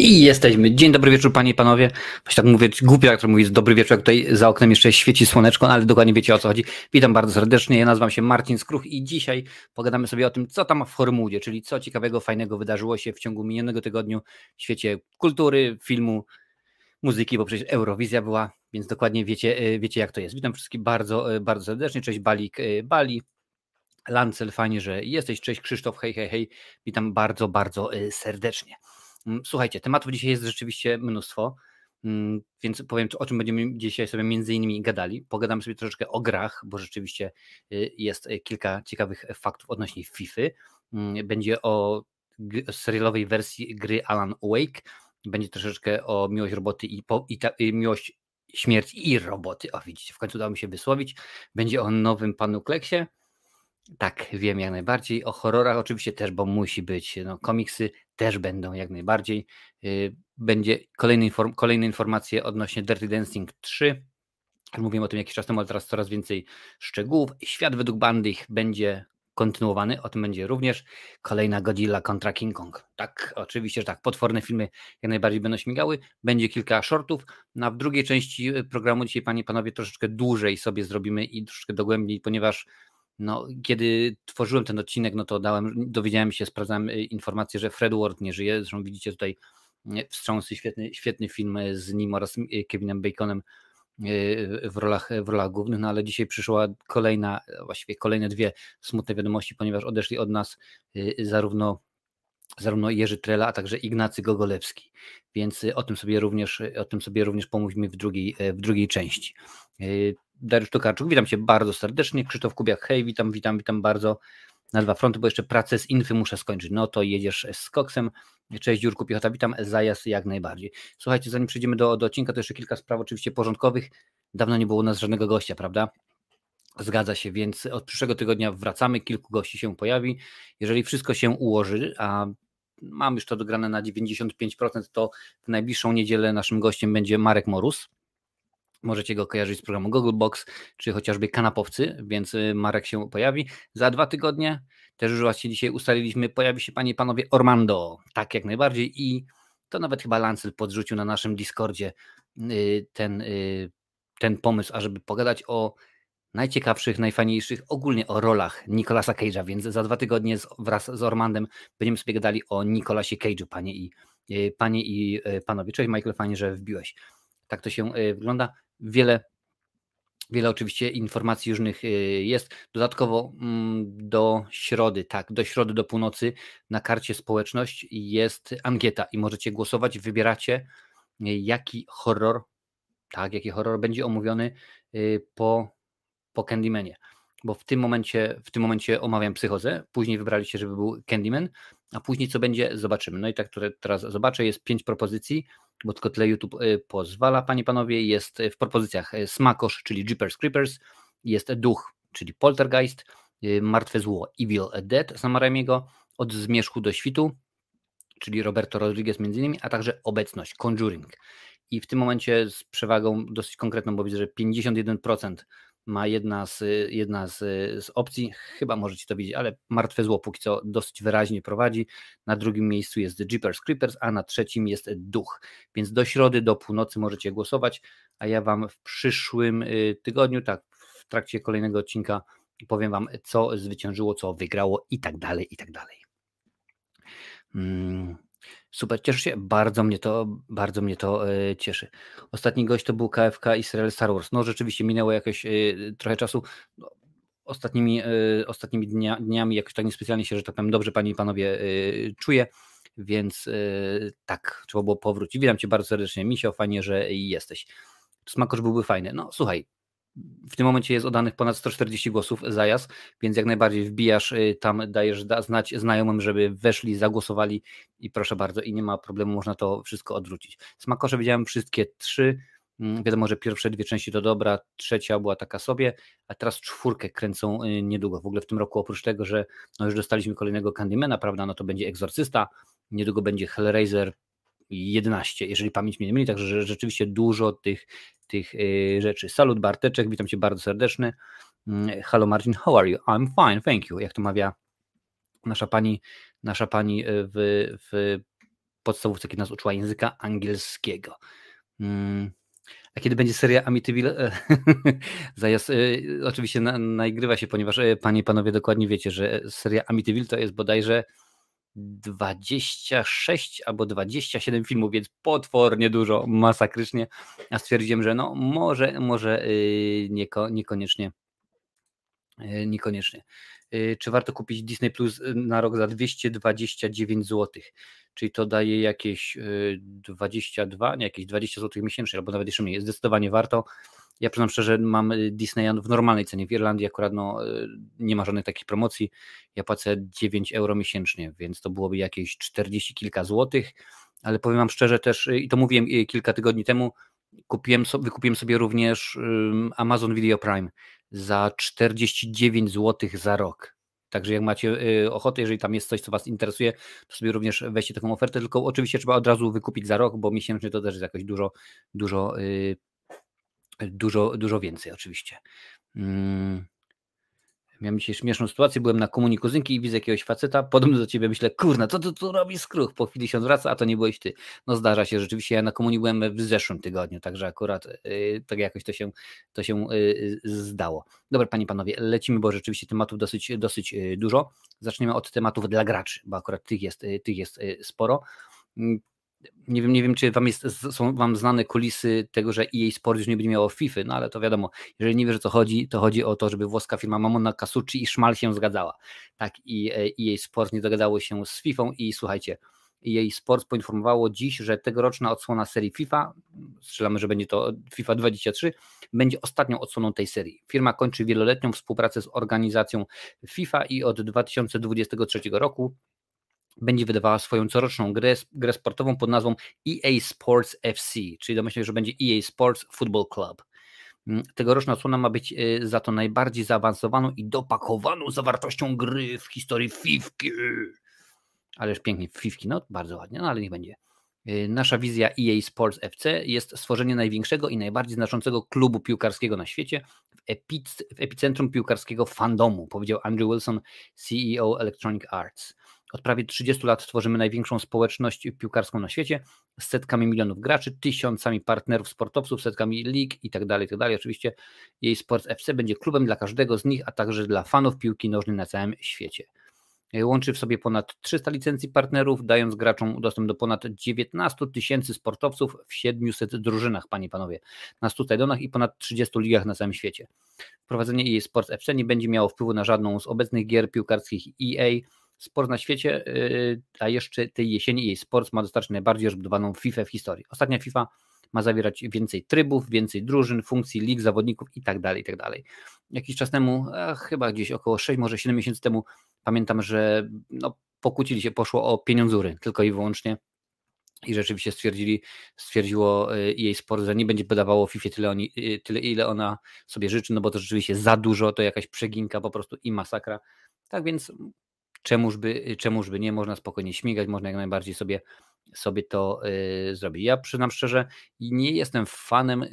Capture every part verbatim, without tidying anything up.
I jesteśmy. Dzień dobry wieczór, panie i panowie. Właśnie tak mówię, głupio jak to mówić, dobry wieczór, jak tutaj za oknem jeszcze świeci słoneczko, no ale dokładnie wiecie, o co chodzi. Witam bardzo serdecznie, ja nazywam się Marcin Skruch i dzisiaj pogadamy sobie o tym, co tam w Hormudzie, czyli co ciekawego, fajnego wydarzyło się w ciągu minionego tygodniu w świecie kultury, filmu, muzyki, bo przecież Eurowizja była, więc dokładnie wiecie, wiecie jak to jest. Witam wszystkich bardzo, bardzo serdecznie. Cześć Balik, Bali. Lancel, fajnie, że jesteś. Cześć Krzysztof, hej, hej, hej. Witam bardzo, bardzo serdecznie. Słuchajcie, tematów dzisiaj jest rzeczywiście mnóstwo, więc powiem, o czym będziemy dzisiaj sobie między innymi gadali. Pogadamy sobie troszeczkę o grach, bo rzeczywiście jest kilka ciekawych faktów odnośnie FIFA. Będzie o serialowej wersji gry Alan Wake, będzie troszeczkę o miłość roboty i, po, i, ta, i miłość, śmierć i roboty. O, widzicie, w końcu udało mi się wysłowić. Będzie o nowym panu Kleksie. Tak, wiem jak najbardziej. O horrorach oczywiście też, bo musi być. No, komiksy też będą jak najbardziej. Będzie kolejne, inform- kolejne informacje odnośnie Dirty Dancing trzy. Mówiłem o tym jakiś czas temu, ale teraz coraz więcej szczegółów. Świat według Bandych będzie kontynuowany, o tym będzie również. Kolejna Godzilla kontra King Kong. Tak, oczywiście, że tak. Potworne filmy jak najbardziej będą śmigały. Będzie kilka shortów. No, a w drugiej części programu dzisiaj, panie i panowie, troszeczkę dłużej sobie zrobimy i troszeczkę dogłębniej, ponieważ no, kiedy tworzyłem ten odcinek, no to dałem, dowiedziałem się, sprawdzałem informację, że Fred Ward nie żyje. Zresztą widzicie tutaj wstrząsy, świetny, świetny film z nim oraz Kevinem Baconem w rolach, w rolach głównych, no ale dzisiaj przyszła kolejna, właściwie kolejne dwie smutne wiadomości, ponieważ odeszli od nas zarówno zarówno Jerzy Trela, a także Ignacy Gogolewski, więc o tym sobie również, o tym sobie również pomówimy w drugiej, w drugiej części. Dariusz Tokarczuk, witam Cię bardzo serdecznie. Krzysztof Kubiak, hej, witam, witam, witam bardzo na dwa fronty, bo jeszcze pracę z Infy muszę skończyć. No to jedziesz z koksem. Cześć Jurku Piechota, witam, Zajazd jak najbardziej. Słuchajcie, zanim przejdziemy do, do odcinka, to jeszcze kilka spraw oczywiście porządkowych. Dawno nie było u nas żadnego gościa, prawda? Zgadza się, więc od przyszłego tygodnia wracamy, kilku gości się pojawi. Jeżeli wszystko się ułoży, a mam już to dograne na dziewięćdziesiąt pięć procent, to w najbliższą niedzielę naszym gościem będzie Marek Morus. Możecie go kojarzyć z programu Google Box, czy chociażby Kanapowcy, więc Marek się pojawi. Za dwa tygodnie, też już właśnie dzisiaj ustaliliśmy, pojawi się, panie i panowie, Ormando. Tak, jak najbardziej. I to nawet chyba Lancel podrzucił na naszym Discordzie ten, ten pomysł, ażeby pogadać o najciekawszych, najfajniejszych, ogólnie o rolach Nicolasa Cage'a, więc za dwa tygodnie z, wraz z Ormandem będziemy sobie gadali o Nicolasie Cage'u, panie i, panie i panowie. Cześć Michael, fajnie, że wbiłeś. Tak to się wygląda. Wiele, wiele oczywiście informacji różnych jest. Dodatkowo do środy, tak, do środy do północy na karcie społeczność jest ankieta i możecie głosować, wybieracie jaki horror, tak, jaki horror będzie omówiony po po Candymanie, bo w tym momencie w tym momencie omawiam Psychozę, później wybraliście, żeby był Candyman, a później co będzie, zobaczymy. No i tak, które teraz zobaczę, jest pięć propozycji, bo tylko tyle YouTube pozwala, panie panowie, jest w propozycjach Smakosz, czyli Jeepers Creepers, jest Duch, czyli Poltergeist, Martwe Zło, Evil Dead Sama Raimiego, Od Zmierzchu do Świtu, czyli Roberto Rodriguez między innymi, a także Obecność, Conjuring. I w tym momencie z przewagą dosyć konkretną, bo widzę, że pięćdziesiąt jeden procent ma jedna z, jedna z, z opcji, chyba możecie to widzieć, ale Martwe Zło póki co dosyć wyraźnie prowadzi. Na drugim miejscu jest Jeepers Creepers, a na trzecim jest Duch. Więc do środy, do północy możecie głosować, a ja Wam w przyszłym tygodniu, tak w trakcie kolejnego odcinka powiem Wam, co zwyciężyło, co wygrało i tak dalej, i tak dalej. Hmm. Super, cieszę się, bardzo mnie to, bardzo mnie to e, cieszy. Ostatni gość to był K F K i serial Star Wars. No rzeczywiście minęło jakoś e, trochę czasu. No, ostatnimi e, ostatnimi dnia, dniami jakoś tak niespecjalnie się, że tak powiem, dobrze panie i panowie e, czuję, więc e, tak, trzeba było powrócić. Witam cię bardzo serdecznie, Misio, fajnie, że jesteś. Smakosz byłby fajny. No słuchaj, w tym momencie jest oddanych ponad sto czterdzieści głosów zajazd, więc jak najbardziej wbijasz tam, dajesz da, znać znajomym, żeby weszli, zagłosowali i proszę bardzo, i nie ma problemu, można to wszystko odwrócić. Smakosze widziałem wszystkie trzy, wiadomo, że pierwsze dwie części to dobra, trzecia była taka sobie, a teraz czwórkę kręcą niedługo. W ogóle w tym roku oprócz tego, że no już dostaliśmy kolejnego Candymana, prawda, no to będzie Egzorcysta, niedługo będzie Hellraiser jedenaście, jeżeli pamięć mnie nie myli, także rzeczywiście dużo tych, tych yy, rzeczy. Salut Barteczek, witam cię bardzo serdecznie. Yy, hello Marcin, how are you? I'm fine, thank you. Jak to mawia nasza pani, nasza pani w, w podstawówce, kiedy nas uczyła języka angielskiego. Hmm. A kiedy będzie seria Amityville? Zajazd, y, oczywiście na, nagrywa się, ponieważ y, panie i panowie dokładnie wiecie, że seria Amityville to jest bodajże dwadzieścia sześć albo dwadzieścia siedem filmów, więc potwornie dużo, masakrycznie. A stwierdziłem, że no może, może y, nieko, niekoniecznie. y, Niekoniecznie. Y, Czy warto kupić Disney Plus na rok za dwieście dwadzieścia dziewięć złotych? Czyli to daje jakieś y, dwadzieścia dwa, nie, jakieś dwadzieścia złotych miesięcznie, albo nawet jeszcze mniej. Zdecydowanie warto. Ja przyznam szczerze, mam Disneya w normalnej cenie. W Irlandii akurat no, y, nie ma żadnych takich promocji. Ja płacę dziewięć euro miesięcznie, więc to byłoby jakieś czterdzieści kilka złotych, ale powiem wam szczerze też, y, i to mówiłem y, kilka tygodni temu, kupiłem so, wykupiłem sobie również ym, Amazon Video Prime za czterdzieści dziewięć złotych za rok. Także jak macie y, ochotę, jeżeli tam jest coś, co was interesuje, to sobie również weźcie taką ofertę, tylko oczywiście trzeba od razu wykupić za rok, bo miesięcznie to też jest jakoś dużo, dużo, y, dużo, dużo więcej oczywiście. Mm. Miałem dzisiaj śmieszną sytuację, byłem na komunii kuzynki i widzę jakiegoś faceta, podobno do ciebie, myślę, kurna, co tu, tu robi skruch? Po chwili się odwraca, a to nie byłeś ty. No zdarza się, rzeczywiście ja na komunii byłem w zeszłym tygodniu, także akurat yy, tak jakoś to się, to się yy, zdało. Dobra, panie i panowie, lecimy, bo rzeczywiście tematów dosyć, dosyć yy, dużo. Zaczniemy od tematów dla graczy, bo akurat tych jest, yy, tych jest yy, sporo. Yy. Nie wiem, nie wiem, czy wam jest, są wam znane kulisy tego, że E A Sport już nie będzie miało FIFA, no ale to wiadomo, jeżeli nie wiesz, o co chodzi, to chodzi o to, żeby włoska firma Mamona Casucci i Szmal się zgadzała. Tak, i E A Sport nie dogadało się z FIFA i słuchajcie, E A Sport poinformowało dziś, że tegoroczna odsłona serii FIFA, strzelamy, że będzie to FIFA dwadzieścia trzy, będzie ostatnią odsłoną tej serii. Firma kończy wieloletnią współpracę z organizacją FIFA i od dwa tysiące dwudziestego trzeciego roku będzie wydawała swoją coroczną grę, grę sportową pod nazwą E A Sports F C, czyli domyślam się, że będzie E A Sports Football Club. Tegoroczna odsłona ma być za to najbardziej zaawansowaną i dopakowaną zawartością gry w historii fifki. Ależ pięknie, fifki, no bardzo ładnie, no ale niech będzie. Nasza wizja E A Sports F C jest stworzenie największego i najbardziej znaczącego klubu piłkarskiego na świecie w, epic, w epicentrum piłkarskiego fandomu, powiedział Andrew Wilson, C E O Electronic Arts. Od prawie trzydziestu lat tworzymy największą społeczność piłkarską na świecie z setkami milionów graczy, tysiącami partnerów sportowców, setkami lig i tak dalej, i tak dalej. Oczywiście E A Sports F C będzie klubem dla każdego z nich, a także dla fanów piłki nożnej na całym świecie. Łączy w sobie ponad trzysta licencji partnerów, dając graczom dostęp do ponad dziewiętnastu tysięcy sportowców w siedmiuset drużynach, panie i panowie, na stu stadionach i ponad trzydziestu ligach na całym świecie. Wprowadzenie E A Sports F C nie będzie miało wpływu na żadną z obecnych gier piłkarskich E A. Sport na świecie, a jeszcze tej jesieni E A Sports ma dostarczyć najbardziej rozbudowaną FIFA w historii. Ostatnia FIFA ma zawierać więcej trybów, więcej drużyn, funkcji, lig, zawodników i tak dalej, i tak dalej. Jakiś czas temu, a chyba gdzieś około sześć, może siedem miesięcy temu, pamiętam, że no, pokłócili się, poszło o pieniądzury tylko i wyłącznie i rzeczywiście stwierdzili, stwierdziło E A Sport, że nie będzie podawało FIFA tyle, oni, tyle, ile ona sobie życzy, no bo to rzeczywiście za dużo, to jakaś przeginka po prostu i masakra. Tak więc czemuż by, czemuż by nie, można spokojnie śmigać, można jak najbardziej sobie, sobie to yy, zrobić. Ja przyznam szczerze, nie jestem fanem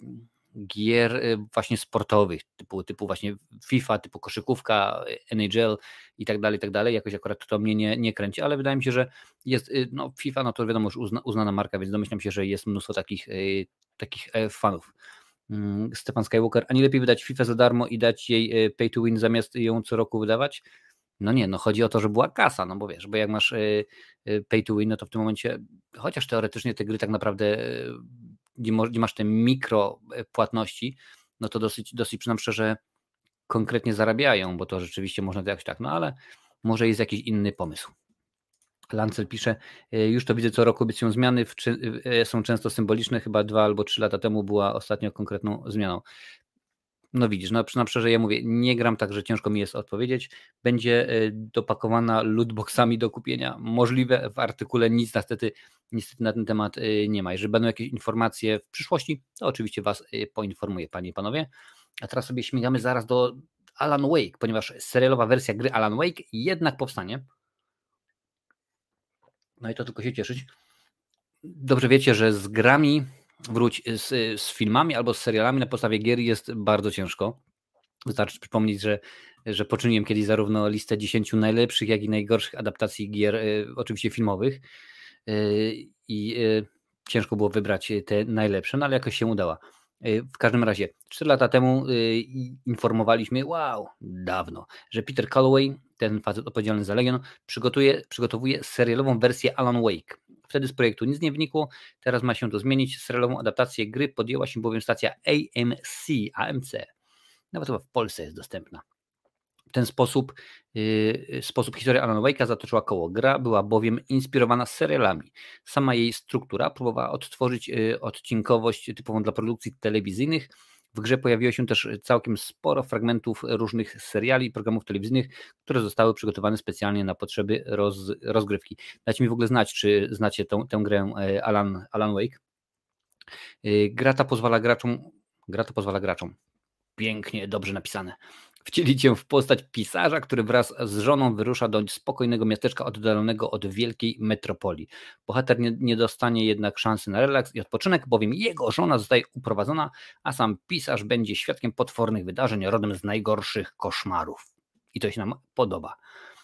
gier właśnie sportowych, typu, typu właśnie FIFA, typu koszykówka, N H L i tak dalej, i tak dalej. Jakoś akurat to mnie nie, nie kręci, ale wydaje mi się, że jest, no FIFA, no to wiadomo, już uzna, uznana marka, więc domyślam się, że jest mnóstwo takich, yy, takich fanów. Yy, Stefan Skywalker, a nie lepiej wydać FIFA za darmo i dać jej pay to win zamiast ją co roku wydawać? No nie, no chodzi o to, że była kasa, no bo wiesz, bo jak masz y, y, pay to win, no to w tym momencie, chociaż teoretycznie te gry tak naprawdę, y, gdzie, gdzie masz te mikro płatności, no to dosyć, dosyć przynajmniej szczerze konkretnie zarabiają, bo to rzeczywiście można to jakoś tak, no ale może jest jakiś inny pomysł. Lancel pisze, y, już to widzę co roku obiecują zmiany, w, y, są często symboliczne, chyba dwa albo trzy lata temu była ostatnio konkretną zmianą. No widzisz, no przynajmniej szczerze ja mówię, nie gram, także ciężko mi jest odpowiedzieć. Będzie dopakowana lootboxami do kupienia. Możliwe, w artykule nic niestety, niestety na ten temat nie ma. Jeżeli będą jakieś informacje w przyszłości, to oczywiście was poinformuję, panie i panowie. A teraz sobie śmigamy zaraz do Alan Wake, ponieważ serialowa wersja gry Alan Wake jednak powstanie. No i to tylko się cieszyć. Dobrze wiecie, że z grami wróć z, z filmami albo z serialami na podstawie gier jest bardzo ciężko. Wystarczy przypomnieć, że, że poczyniłem kiedyś zarówno listę dziesięciu najlepszych, jak i najgorszych adaptacji gier, y, oczywiście filmowych. i ciężko było wybrać te najlepsze, no ale jakoś się udało. W każdym razie, cztery lata temu informowaliśmy, wow, dawno, że Peter Calloway, ten facet odpowiedzialny za Legion, przygotuje, przygotowuje serialową wersję Alan Wake. Wtedy z projektu nic nie wynikło, teraz ma się to zmienić. Serialową adaptację gry podjęła się bowiem stacja A M C, A M C. Nawet chyba w Polsce jest dostępna. W ten sposób, yy, sposób historia Alan Wake'a zatoczyła koło. Gra była bowiem inspirowana serialami. Sama jej struktura próbowała odtworzyć yy, odcinkowość typową dla produkcji telewizyjnych. W grze pojawiło się też całkiem sporo fragmentów różnych seriali i programów telewizyjnych, które zostały przygotowane specjalnie na potrzeby roz, rozgrywki. Dajcie mi w ogóle znać, czy znacie tę, tę grę Alan, Alan Wake. Yy, gra ta pozwala graczom, gra ta pozwala graczom, pięknie, dobrze napisane, wcielić się w postać pisarza, który wraz z żoną wyrusza do spokojnego miasteczka oddalonego od wielkiej metropolii. Bohater nie, nie dostanie jednak szansy na relaks i odpoczynek, bowiem jego żona zostaje uprowadzona, a sam pisarz będzie świadkiem potwornych wydarzeń rodem z najgorszych koszmarów. I to się nam podoba.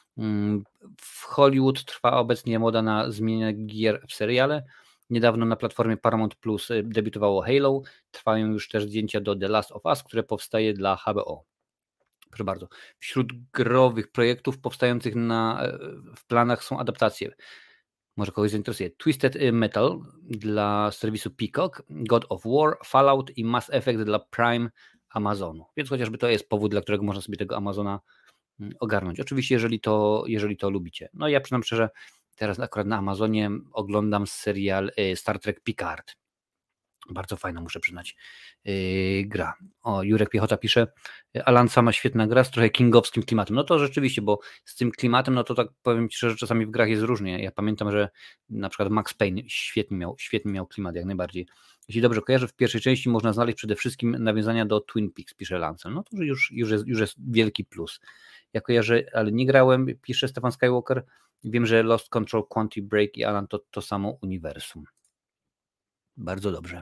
W Hollywood trwa obecnie moda na zmianę gier w seriale. Niedawno na platformie Paramount Plus debiutowało Halo. Trwają już też zdjęcia do The Last of Us, które powstaje dla H B O. Proszę bardzo. Wśród growych projektów powstających na, w planach są adaptacje. Może kogoś zainteresuje. Twisted Metal dla serwisu Peacock, God of War, Fallout i Mass Effect dla Prime Amazonu. Więc chociażby to jest powód, dla którego można sobie tego Amazona ogarnąć. Oczywiście, jeżeli to, jeżeli to lubicie. No ja przyznam szczerze, teraz akurat na Amazonie oglądam serial Star Trek Picard. Bardzo fajna, muszę przyznać, yy, gra. O, Jurek Piechota pisze, Alan sama świetna gra z trochę kingowskim klimatem. No to rzeczywiście, bo z tym klimatem, no to tak powiem Ci szczerze, czasami w grach jest różnie. Ja pamiętam, że na przykład Max Payne świetnie miał, świetnie miał klimat, jak najbardziej. Jeśli dobrze kojarzę, w pierwszej części można znaleźć przede wszystkim nawiązania do Twin Peaks, pisze Lancel. No to już, już, jest, już jest wielki plus. Ja kojarzę, ale nie grałem, pisze Stefan Skywalker. Wiem, że Lost Control, Quantum Break i Alan to to samo uniwersum. Bardzo dobrze.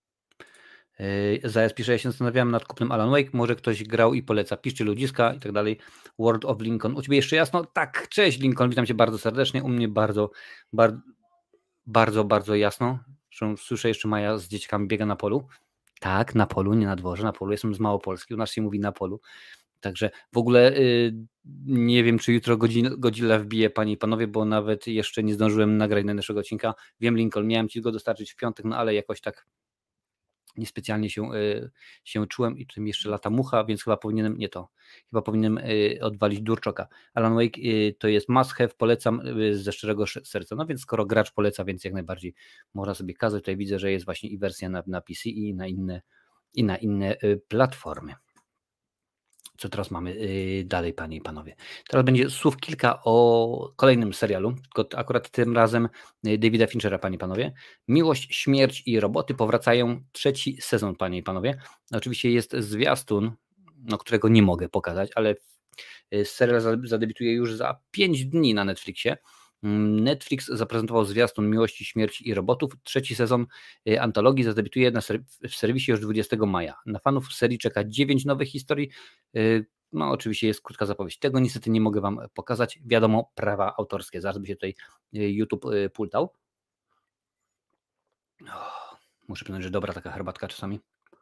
Zаяz pisze, ja się zastanawiałem nad kupnem Alan Wake, może ktoś grał i poleca, piszcie ludziska i tak dalej. World of Lincoln, u Ciebie jeszcze jasno? Tak, cześć Lincoln, witam Cię bardzo serdecznie, u mnie bardzo, bardzo, bardzo, bardzo jasno. Słyszę, jeszcze Maja z dzieciakami biega na polu. Tak, na polu, nie na dworze, na polu, jestem z Małopolski, u nas się mówi na polu. Także w ogóle yy, nie wiem, czy jutro Godzilla wbije, panie i panowie, bo nawet jeszcze nie zdążyłem nagrać najnowszego odcinka. Wiem, Lincoln, miałem Ci go dostarczyć w piątek, no ale jakoś tak niespecjalnie się, y, się czułem i tutaj jeszcze lata mucha, więc chyba powinienem, nie to, chyba powinienem y, odwalić Durczoka. Alan Wake y, to jest must have, polecam y, ze szczerego serca, no więc skoro gracz poleca, więc jak najbardziej można sobie kazać. Tutaj widzę, że jest właśnie i wersja na, na P C i na inne, i na inne y, platformy. Co teraz mamy y, dalej, panie i panowie? Teraz będzie słów kilka o kolejnym serialu, tylko akurat tym razem Davida Finchera, panie i panowie. Miłość, śmierć i roboty powracają, trzeci sezon, panie i panowie. Oczywiście jest zwiastun, no, którego nie mogę pokazać, ale serial zadebiutuje już za pięć dni na Netflixie. Netflix zaprezentował zwiastun Miłości, Śmierci i Robotów. Trzeci sezon antologii zadebiutuje na ser- w serwisie już dwudziestego maja. Na fanów serii czeka dziewięć nowych historii. No oczywiście jest krótka zapowiedź. Tego niestety nie mogę Wam pokazać. Wiadomo, prawa autorskie. Zaraz by się tutaj YouTube pultał. Oh, muszę przyznać, że dobra taka herbatka czasami.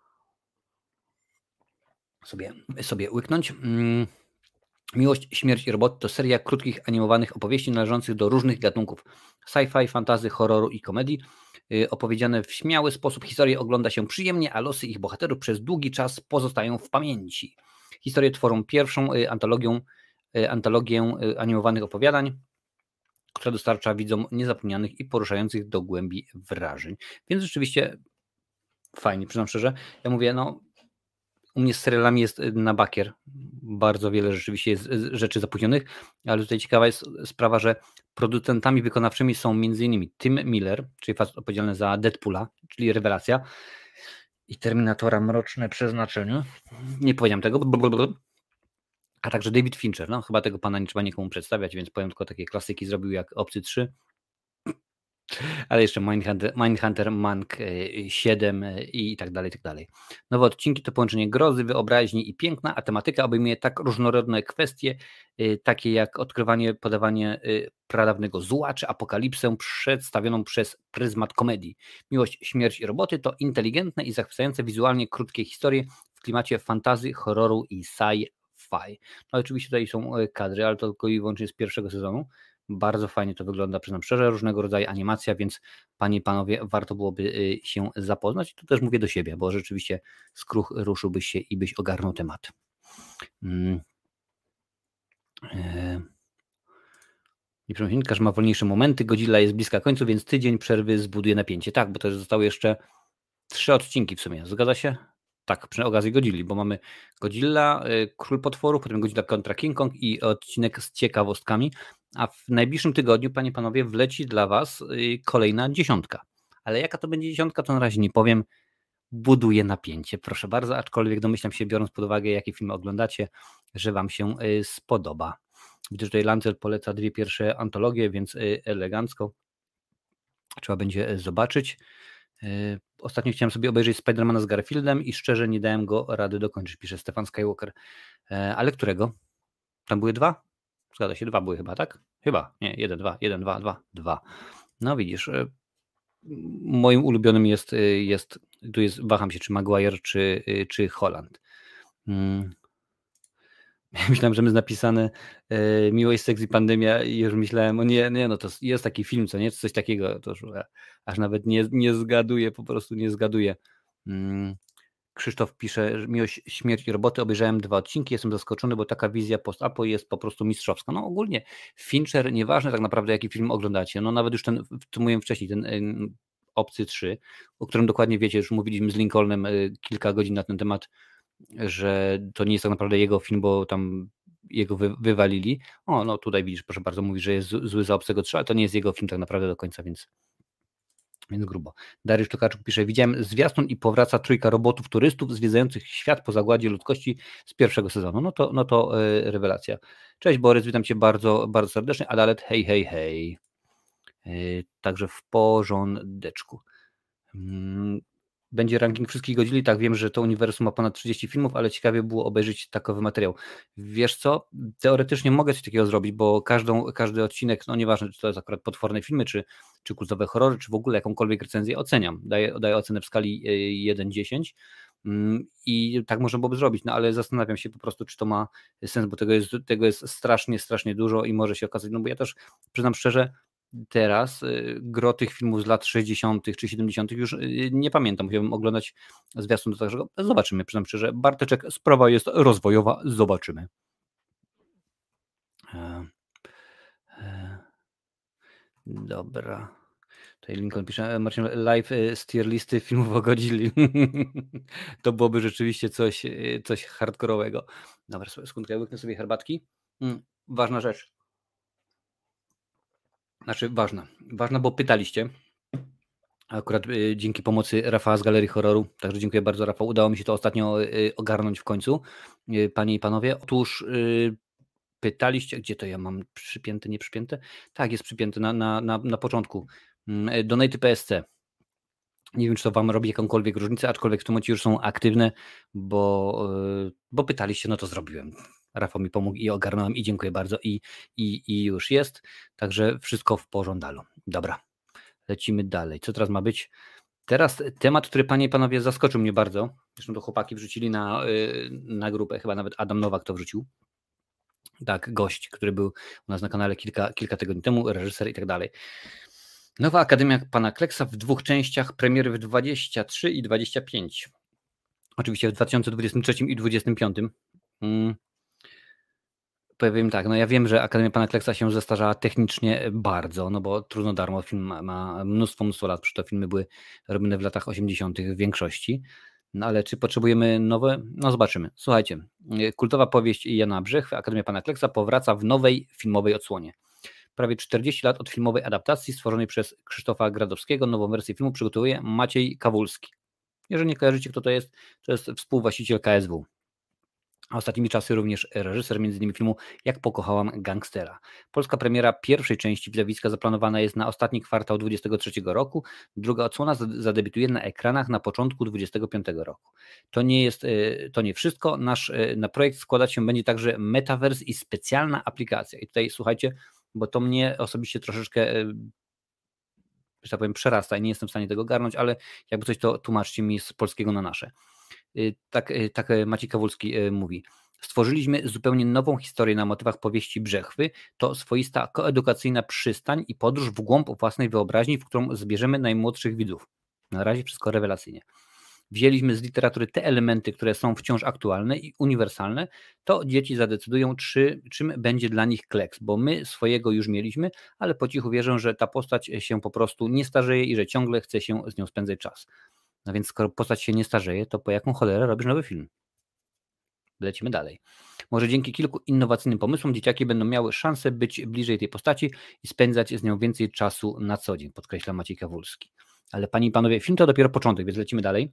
Sobie, sobie łyknąć. Mm. Miłość, śmierć i roboty to seria krótkich animowanych opowieści należących do różnych gatunków sci-fi, fantasy, horroru i komedii. Yy, opowiedziane w śmiały sposób historie ogląda się przyjemnie, a losy ich bohaterów przez długi czas pozostają w pamięci. Historie tworzą pierwszą yy, antologią, yy, antologię yy, animowanych opowiadań, która dostarcza widzom niezapomnianych i poruszających do głębi wrażeń. Więc rzeczywiście fajnie, przyznam szczerze. Ja mówię, no u mnie z serialami jest na bakier. Bardzo wiele rzeczywiście jest rzeczy zapóźnionych, ale tutaj ciekawa jest sprawa, że producentami wykonawczymi są między innymi Tim Miller, czyli facet odpowiedzialny za Deadpoola, czyli Rewelacja, i Terminatora Mroczne Przeznaczenie. Nie powiedziałem tego. A także David Fincher. No chyba tego pana nie trzeba nikomu przedstawiać, więc powiem tylko takie klasyki zrobił jak Obcy trzy, Ale jeszcze Mindhunter, Mindhunter Mank y, siedem y, i tak dalej, i tak dalej. Nowe odcinki to połączenie grozy, wyobraźni i piękna, a tematyka obejmuje tak różnorodne kwestie, y, takie jak odkrywanie, podawanie y, pradawnego zła czy apokalipsę przedstawioną przez pryzmat komedii. Miłość, śmierć i roboty to inteligentne i zachwycające wizualnie krótkie historie w klimacie fantasy, horroru i sci-fi. No oczywiście tutaj są y, kadry, ale to tylko i wyłącznie z pierwszego sezonu. Bardzo fajnie to wygląda, przyznam szczerze, różnego rodzaju animacja, więc panie i panowie, warto byłoby y, się zapoznać. I tu też mówię do siebie, bo rzeczywiście skruch ruszyłbyś się i byś ogarnął temat. Mm. E... Nieprzemyślnik ma wolniejsze momenty, Godzilla jest bliska końcu, więc tydzień przerwy zbuduje napięcie. Tak, bo też zostały jeszcze trzy odcinki w sumie, zgadza się? Tak, przy okazji Godzilli, bo mamy Godzilla, y, Król Potworów, potem Godzilla kontra King Kong i odcinek z ciekawostkami, a w najbliższym tygodniu, panie i panowie, wleci dla was y, kolejna dziesiątka. Ale jaka to będzie dziesiątka, to na razie nie powiem. Buduje napięcie, proszę bardzo, aczkolwiek domyślam się, biorąc pod uwagę, jakie filmy oglądacie, że wam się y, spodoba. Widzę, że tutaj Lancet poleca dwie pierwsze antologie, więc y, elegancko. Trzeba będzie zobaczyć. Ostatnio chciałem sobie obejrzeć Spidermana z Garfieldem i szczerze nie dałem go rady dokończyć, pisze Stefan Skywalker. Ale którego? Tam były dwa? Zgadza się, dwa były chyba, tak? Chyba, nie, jeden, dwa, jeden, dwa, dwa, dwa. No widzisz, moim ulubionym jest, jest tu jest, waham się, czy Maguire, czy, czy Holland. Hmm. Myślałem, że jest napisane e, Miłość, seks i pandemia i już myślałem, o nie, nie, no to jest taki film, co nie, coś takiego, to już, aż nawet nie, nie zgaduję, po prostu nie zgaduję. Hmm. Krzysztof pisze, że Miłość, śmierć i roboty, obejrzałem dwa odcinki, jestem zaskoczony, bo taka wizja post-apo jest po prostu mistrzowska. No ogólnie Fincher, nieważne tak naprawdę jaki film oglądacie, no nawet już ten, co mówiłem wcześniej, ten y, Obcy trzy, o którym dokładnie wiecie, już mówiliśmy z Lincolnem y, kilka godzin na ten temat, że to nie jest tak naprawdę jego film, bo tam jego wy, wywalili. O, no tutaj widzisz, proszę bardzo, mówi, że jest zły za Obcego trzy, ale to nie jest jego film tak naprawdę do końca, więc więc grubo. Dariusz Tokarczuk pisze, widziałem zwiastun i powraca trójka robotów turystów zwiedzających świat po zagładzie ludzkości z pierwszego sezonu. No to, no to yy, rewelacja. Cześć Borys, witam Cię bardzo, bardzo serdecznie. Adalet, hej, hej, hej. Yy, także w porządeczku. Yy. Będzie ranking wszystkich Godzilli, tak wiem, że to uniwersum ma ponad trzydzieści filmów, ale ciekawie było obejrzeć takowy materiał. Wiesz co, teoretycznie mogę coś takiego zrobić, bo każdą, każdy odcinek, no nieważne czy to jest akurat potworne filmy, czy, czy kultowe horrory, czy w ogóle jakąkolwiek recenzję oceniam. Daję, daję ocenę w skali jeden do dziesięciu i tak można byłoby zrobić, no ale zastanawiam się po prostu, czy to ma sens, bo tego jest, tego jest strasznie, strasznie dużo i może się okazać, no bo ja też przyznam szczerze, teraz gro tych filmów z lat sześćdziesiątych czy siedemdziesiątych już nie pamiętam, musiałbym oglądać zwiastun do tego. Zobaczymy, przyznam szczerze. Barteczek, sprawa jest rozwojowa, zobaczymy. E, e, dobra. Tutaj Lincoln pisze, Marcin, live z tier listy filmów o Godzilli. To byłoby rzeczywiście coś, coś hardkorowego. Dobra, sekundkę, ja łyknę sobie herbatki. Hmm, ważna rzecz. Znaczy ważna. Ważna, bo pytaliście. Akurat y, dzięki pomocy Rafała z Galerii Horroru, także dziękuję bardzo Rafał, udało mi się to ostatnio y, ogarnąć w końcu. Y, panie i panowie, otóż y, pytaliście, gdzie to ja mam przypięte, nie przypięte? Tak, jest przypięte na, na, na, na początku. Y, Donaty P S C. Nie wiem, czy to wam robi jakąkolwiek różnicę, aczkolwiek w tym momencie już są aktywne, bo, y, bo pytaliście, no to zrobiłem. Rafał mi pomógł i ogarnąłem i dziękuję bardzo i, i, i już jest. Także wszystko w pożądalu. Dobra. Lecimy dalej. Co teraz ma być? Teraz temat, który panie i panowie zaskoczył mnie bardzo. Zresztą to chłopaki wrzucili na, na grupę, chyba nawet Adam Nowak to wrzucił. Tak, gość, który był u nas na kanale kilka, kilka tygodni temu, reżyser i tak dalej. Nowa Akademia Pana Kleksa w dwóch częściach, premiery w dwadzieścia trzy i dwadzieścia pięć. Oczywiście w dwa tysiące dwudziestym trzecim i dwudziestym piątym. Hmm. Powiem tak, no ja wiem, że Akademia Pana Kleksa się zestarzała technicznie bardzo, no bo Trudno darmo, film ma, ma mnóstwo, mnóstwo lat, przecież to filmy były robione w latach osiemdziesiątych w większości, no ale czy potrzebujemy nowe? No zobaczymy. Słuchajcie, kultowa powieść Jana Brzechwy, Akademia Pana Kleksa powraca w nowej filmowej odsłonie. Prawie czterdzieści lat od filmowej adaptacji stworzonej przez Krzysztofa Gradowskiego, nową wersję filmu przygotowuje Maciej Kawulski. Jeżeli nie kojarzycie, kto to jest, to jest współwłaściciel K S W. A ostatnimi czasy również reżyser między innymi filmu Jak pokochałam gangstera. Polska premiera pierwszej części Widowiska zaplanowana jest na ostatni kwartał dwudziestego trzeciego roku, druga odsłona zadebiutuje na ekranach na początku dwudziestego piątego roku. To nie jest, to nie wszystko, nasz na projekt składać się będzie także Metaverse i specjalna aplikacja. I tutaj słuchajcie, bo to mnie osobiście troszeczkę, że tak powiem, przerasta i nie jestem w stanie tego garnąć, ale jakby coś to tłumaczcie mi z polskiego na nasze. Tak, tak Maciej Kawulski mówi. Stworzyliśmy zupełnie nową historię na motywach powieści Brzechwy. To swoista koedukacyjna przystań i podróż w głąb własnej wyobraźni, w którą zbierzemy najmłodszych widzów. Na razie wszystko rewelacyjnie. Wzięliśmy z literatury te elementy, które są wciąż aktualne i uniwersalne, to dzieci zadecydują, czy, czym będzie dla nich Kleks, bo my swojego już mieliśmy, ale po cichu wierzę, że ta postać się po prostu nie starzeje i że ciągle chce się z nią spędzać czas. No więc skoro postać się nie starzeje, to po jaką cholerę robisz nowy film? Lecimy dalej. Może dzięki kilku innowacyjnym pomysłom dzieciaki będą miały szansę być bliżej tej postaci i spędzać z nią więcej czasu na co dzień, podkreśla Maciej Kawulski. Ale panie i panowie, film to dopiero początek, więc lecimy dalej.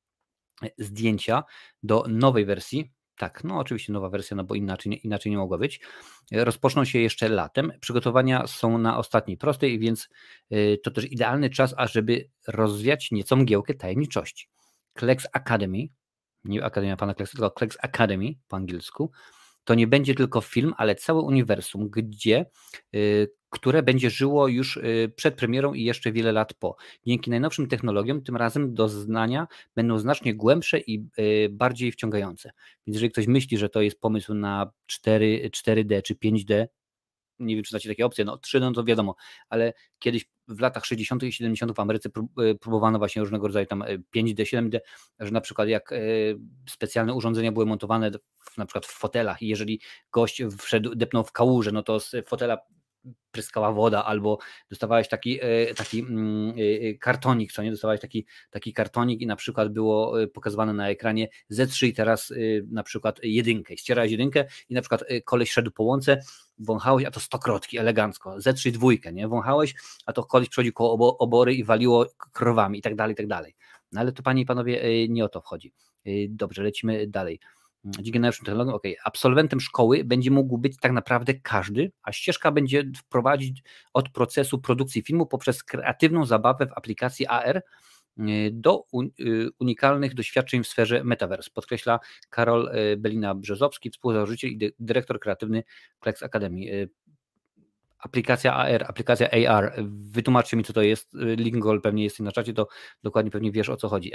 Zdjęcia do nowej wersji. Tak, no oczywiście nowa wersja, no bo inaczej, inaczej nie mogła być. Rozpoczną się jeszcze latem. Przygotowania są na ostatniej prostej, więc to też idealny czas, ażeby rozwiać nieco mgiełkę tajemniczości. Kleks Academy, nie Akademia Pana Kleksa, tylko Kleks Academy po angielsku, to nie będzie tylko film, ale całe uniwersum, gdzie, y, które będzie żyło już y, przed premierą i jeszcze wiele lat po. Dzięki najnowszym technologiom tym razem doznania będą znacznie głębsze i y, bardziej wciągające. Więc jeżeli ktoś myśli, że to jest pomysł na cztery D czy pięć D, nie wiem, czy znacie takie opcje, no trzy D no to wiadomo, ale kiedyś w latach sześćdziesiątych i siedemdziesiątych w Ameryce próbowano właśnie różnego rodzaju tam pięć D, siedem D, że na przykład jak specjalne urządzenia były montowane w, na przykład w fotelach i jeżeli gość wszedł, depnął w kałużę, no to z fotela pryskała woda, albo dostawałeś taki, taki kartonik, co nie? Dostawałeś taki, taki kartonik i na przykład było pokazywane na ekranie zetrzyj teraz na przykład jedynkę. Ścierałeś jedynkę i na przykład koleś szedł po łące, wąchałeś, a to stokrotki, elegancko. Zetrzyj dwójkę, nie? Wąchałeś, a to koleś przechodził koło obory i waliło krowami i tak dalej, i tak dalej. No ale to panie i panowie nie o to wchodzi. Dobrze, lecimy dalej. Dzięki najnowszym technologiom, ok, absolwentem szkoły będzie mógł być tak naprawdę każdy, a ścieżka będzie wprowadzić od procesu produkcji filmu poprzez kreatywną zabawę w aplikacji A R do unikalnych doświadczeń w sferze Metaverse, podkreśla Karol Belina-Brzozowski, współzałożyciel i dyrektor kreatywny Kleks Academy. Aplikacja A R, aplikacja A R, wytłumaczcie mi, co to jest, Lingol pewnie jest na czacie, to dokładnie pewnie wiesz, o co chodzi.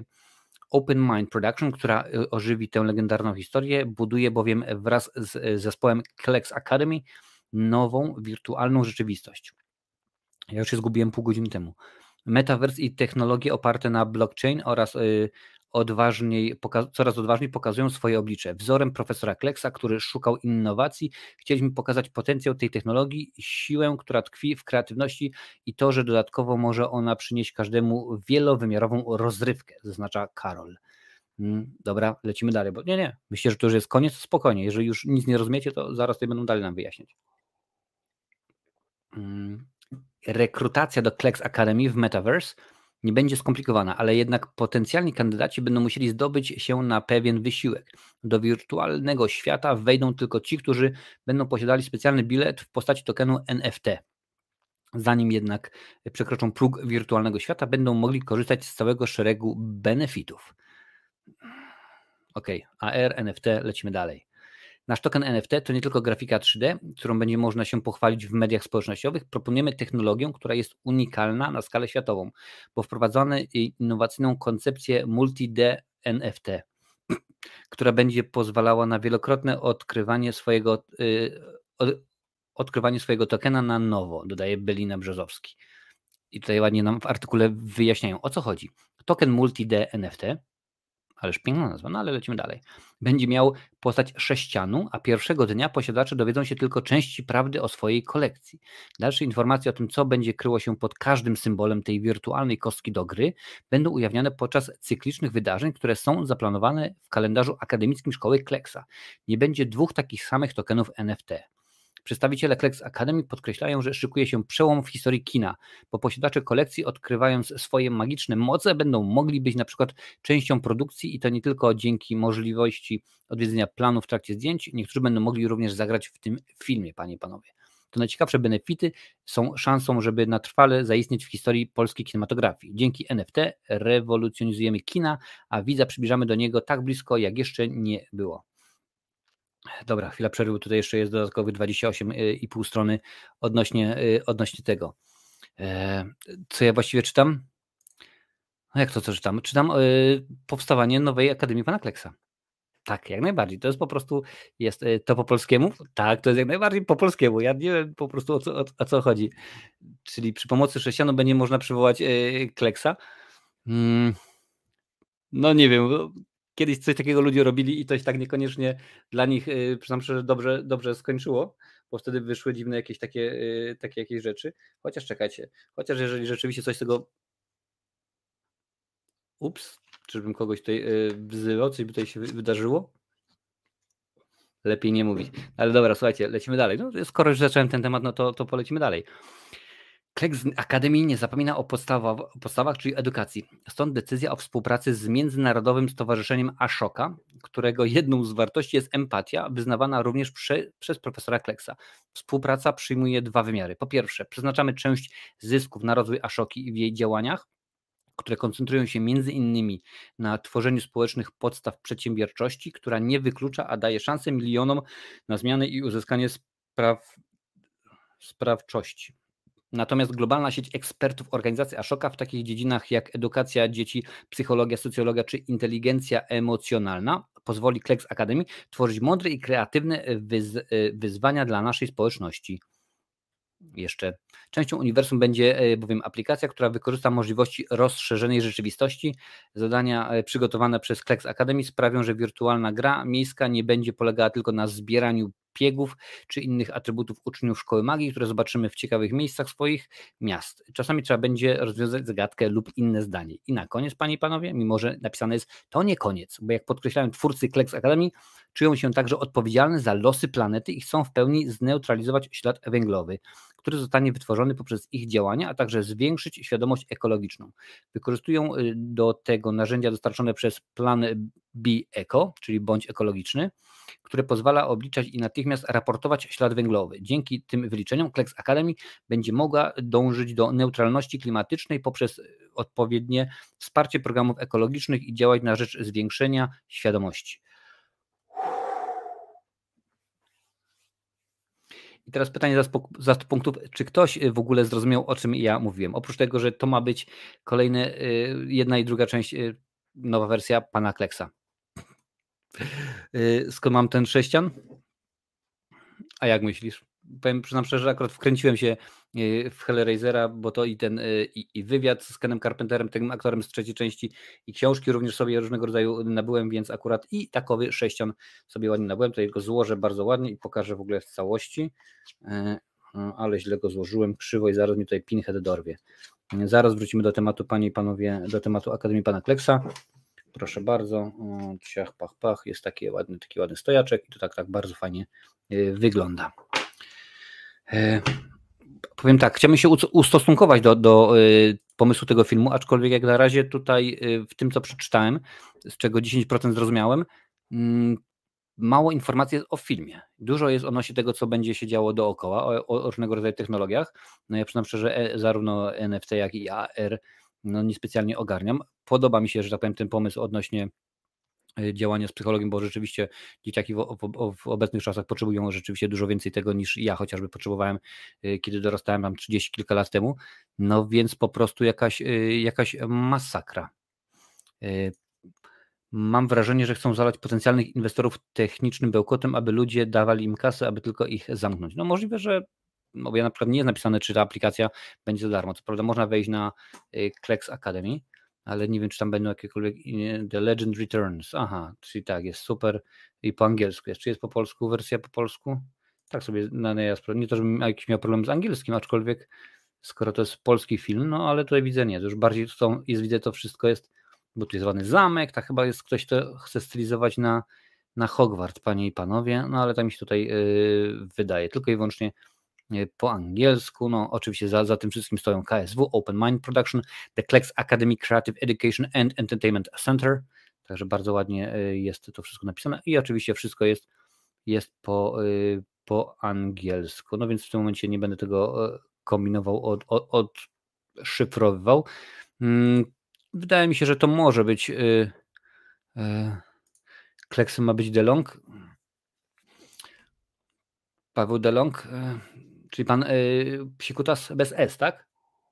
Open Mind Production, która ożywi tę legendarną historię, buduje bowiem wraz z zespołem Kleks Academy nową wirtualną rzeczywistość. Ja już się zgubiłem pół godziny temu. Metaverse i technologie oparte na blockchain oraz y, odważniej, poka- coraz odważniej pokazują swoje oblicze. Wzorem profesora Kleksa, który szukał innowacji, chcieliśmy pokazać potencjał tej technologii, siłę, która tkwi w kreatywności i to, że dodatkowo może ona przynieść każdemu wielowymiarową rozrywkę, zaznacza Karol. Hmm, dobra, lecimy dalej, bo nie, nie, myślę, że to już jest koniec, spokojnie, jeżeli już nic nie rozumiecie, to zaraz tutaj będą dalej nam wyjaśniać. Hmm. Rekrutacja do Kleks Academy w Metaverse nie będzie skomplikowana, ale jednak potencjalni kandydaci będą musieli zdobyć się na pewien wysiłek. Do wirtualnego świata wejdą tylko ci, którzy będą posiadali specjalny bilet w postaci tokenu N F T. Zanim jednak przekroczą próg wirtualnego świata, będą mogli korzystać z całego szeregu benefitów. Ok, A R, N F T, lecimy dalej. Nasz token N F T to nie tylko grafika trzy D, którą będzie można się pochwalić w mediach społecznościowych. Proponujemy technologię, która jest unikalna na skalę światową, bo wprowadzamy innowacyjną koncepcję multi-D N F T, która będzie pozwalała na wielokrotne odkrywanie swojego, yy, od, odkrywanie swojego tokena na nowo, dodaje Belina-Brzozowski. I tutaj ładnie nam w artykule wyjaśniają, o co chodzi. Token multi-D N F T, ależ piękna nazwa, no ale lecimy dalej. Będzie miał postać sześcianu, a pierwszego dnia posiadacze dowiedzą się tylko części prawdy o swojej kolekcji. Dalsze informacje o tym, co będzie kryło się pod każdym symbolem tej wirtualnej kostki do gry, będą ujawniane podczas cyklicznych wydarzeń, które są zaplanowane w kalendarzu akademickim Szkoły Kleksa. Nie będzie dwóch takich samych tokenów N F T. Przedstawiciele Klex Academy podkreślają, że szykuje się przełom w historii kina, bo posiadacze kolekcji, odkrywając swoje magiczne moce, będą mogli być na przykład częścią produkcji i to nie tylko dzięki możliwości odwiedzenia planu w trakcie zdjęć, niektórzy będą mogli również zagrać w tym filmie, panie i panowie. To najciekawsze benefity są szansą, żeby na trwale zaistnieć w historii polskiej kinematografii. Dzięki N F T rewolucjonizujemy kina, a widza przybliżamy do niego tak blisko, jak jeszcze nie było. Dobra, chwila przerwy, tutaj jeszcze jest dodatkowy dwadzieścia osiem i pół strony odnośnie, odnośnie tego. Co ja właściwie czytam? No jak to, co czytam? Czytam powstawanie nowej Akademii Pana Kleksa. Tak, jak najbardziej. To jest po prostu, jest to po polskiemu? Tak, to jest jak najbardziej po polskiemu. Ja nie wiem po prostu o co, o, o co chodzi. Czyli przy pomocy sześcianu będzie można przywołać yy, Kleksa. Hmm. No nie wiem, kiedyś coś takiego ludzie robili i coś tak niekoniecznie dla nich, yy, przyznam szczerze, dobrze, dobrze skończyło, bo wtedy wyszły dziwne jakieś takie, yy, takie jakieś rzeczy. Chociaż czekajcie, chociaż jeżeli rzeczywiście coś z tego... Ups, czyżbym kogoś tutaj yy, wzywał, coś by tutaj się wydarzyło? Lepiej nie mówić. Ale dobra, słuchajcie, lecimy dalej. No, skoro już zacząłem ten temat, no to, to polecimy dalej. Klex Academy nie zapomina o, podstawa, o podstawach, czyli edukacji. Stąd decyzja o współpracy z Międzynarodowym Stowarzyszeniem Ashoka, którego jedną z wartości jest empatia, wyznawana również prze, przez profesora Klexa. Współpraca przyjmuje dwa wymiary. Po pierwsze, przeznaczamy część zysków na rozwój Ashoki w jej działaniach, które koncentrują się między innymi na tworzeniu społecznych podstaw przedsiębiorczości, która nie wyklucza, a daje szansę milionom na zmianę i uzyskanie spraw, sprawczości. Natomiast globalna sieć ekspertów organizacji Ashoka w takich dziedzinach jak edukacja dzieci, psychologia, socjologia czy inteligencja emocjonalna pozwoli Klex Academy tworzyć mądre i kreatywne wyz, wyzwania dla naszej społeczności. Jeszcze częścią uniwersum będzie bowiem aplikacja, która wykorzysta możliwości rozszerzonej rzeczywistości. Zadania przygotowane przez Klex Academy sprawią, że wirtualna gra miejska nie będzie polegała tylko na zbieraniu piegów czy innych atrybutów uczniów szkoły magii, które zobaczymy w ciekawych miejscach swoich miast. Czasami trzeba będzie rozwiązać zagadkę lub inne zdanie. I na koniec, panie i panowie, mimo że napisane jest, to nie koniec, bo jak podkreślają twórcy Klex Academy, czują się także odpowiedzialni za losy planety i chcą w pełni zneutralizować ślad węglowy, który zostanie wytworzony poprzez ich działania, a także zwiększyć świadomość ekologiczną. Wykorzystują do tego narzędzia dostarczone przez plan Be Eco, czyli bądź ekologiczny, które pozwala obliczać i natychmiast raportować ślad węglowy. Dzięki tym wyliczeniom Klex Academy będzie mogła dążyć do neutralności klimatycznej poprzez odpowiednie wsparcie programów ekologicznych i działać na rzecz zwiększenia świadomości. I teraz pytanie za sto punktów, czy ktoś w ogóle zrozumiał, o czym ja mówiłem? Oprócz tego, że to ma być kolejne, jedna i druga część, nowa wersja pana Klexa. Skąd mam ten sześcian? A jak myślisz? Powiem, przyznam szczerze, że akurat wkręciłem się w Hellraisera, bo to i ten i, i wywiad z Kenem Carpenterem, tym aktorem z trzeciej części, i książki również sobie różnego rodzaju nabyłem, więc akurat i takowy sześcian sobie ładnie nabyłem. Tutaj go złożę bardzo ładnie i pokażę w ogóle w całości, ale źle go złożyłem, krzywo i zaraz mi tutaj pinhead dorwie. Zaraz wrócimy do tematu, panie i panowie, do tematu Akademii Pana Klexa. Proszę bardzo, o, ciach, pach, pach, jest taki ładny, taki ładny stojaczek i to tak, tak bardzo fajnie y, wygląda. E, powiem tak, chciałbym się ustosunkować do, do y, pomysłu tego filmu, aczkolwiek jak na razie tutaj y, w tym, co przeczytałem, z czego dziesięć procent zrozumiałem, y, mało informacji jest o filmie. Dużo jest odnośnie tego, co będzie się działo dookoła, o, o różnego rodzaju technologiach. No ja przyznam szczerze, e, zarówno N F T, jak i A R no niespecjalnie ogarniam. Podoba mi się, że tak powiem, ten pomysł odnośnie działania z psychologiem, bo rzeczywiście dzieciaki w, w, w obecnych czasach potrzebują rzeczywiście dużo więcej tego, niż ja chociażby potrzebowałem, kiedy dorastałem tam trzydzieści kilka lat temu. No więc po prostu jakaś, jakaś masakra. Mam wrażenie, że chcą zalać potencjalnych inwestorów technicznym bełkotem, aby ludzie dawali im kasę, aby tylko ich zamknąć. No możliwe, że no bo ja na przykład nie jest napisane, czy ta aplikacja będzie za darmo. Co prawda można wejść na Klex Academy, ale nie wiem, czy tam będą jakiekolwiek The Legend Returns. Aha, czyli tak, jest super i po angielsku jest. Czy jest po polsku wersja po polsku? Tak sobie na nie, nie to, żebym jakiś miał problem z angielskim, aczkolwiek skoro to jest polski film, no ale tutaj widzę nie, to już bardziej są, jest, widzę to wszystko jest, bo tu jest ładny zamek, tak chyba jest ktoś, kto chce stylizować na, na Hogwart, panie i panowie, no ale tak mi się tutaj yy, wydaje, tylko i wyłącznie yy, po angielsku, no oczywiście za, za tym wszystkim stoją K S W, Open Mind Production, The Klex Academy Creative Education and Entertainment Center, także bardzo ładnie yy, jest to wszystko napisane i oczywiście wszystko jest, jest po, yy, po angielsku, no więc w tym momencie nie będę tego yy, kombinował, od, od, odszyfrowywał. Yy, wydaje mi się, że to może być yy, yy, Kleksem ma być DeLong. Paweł DeLong, e, czyli pan yy, Psikutas bez S, tak?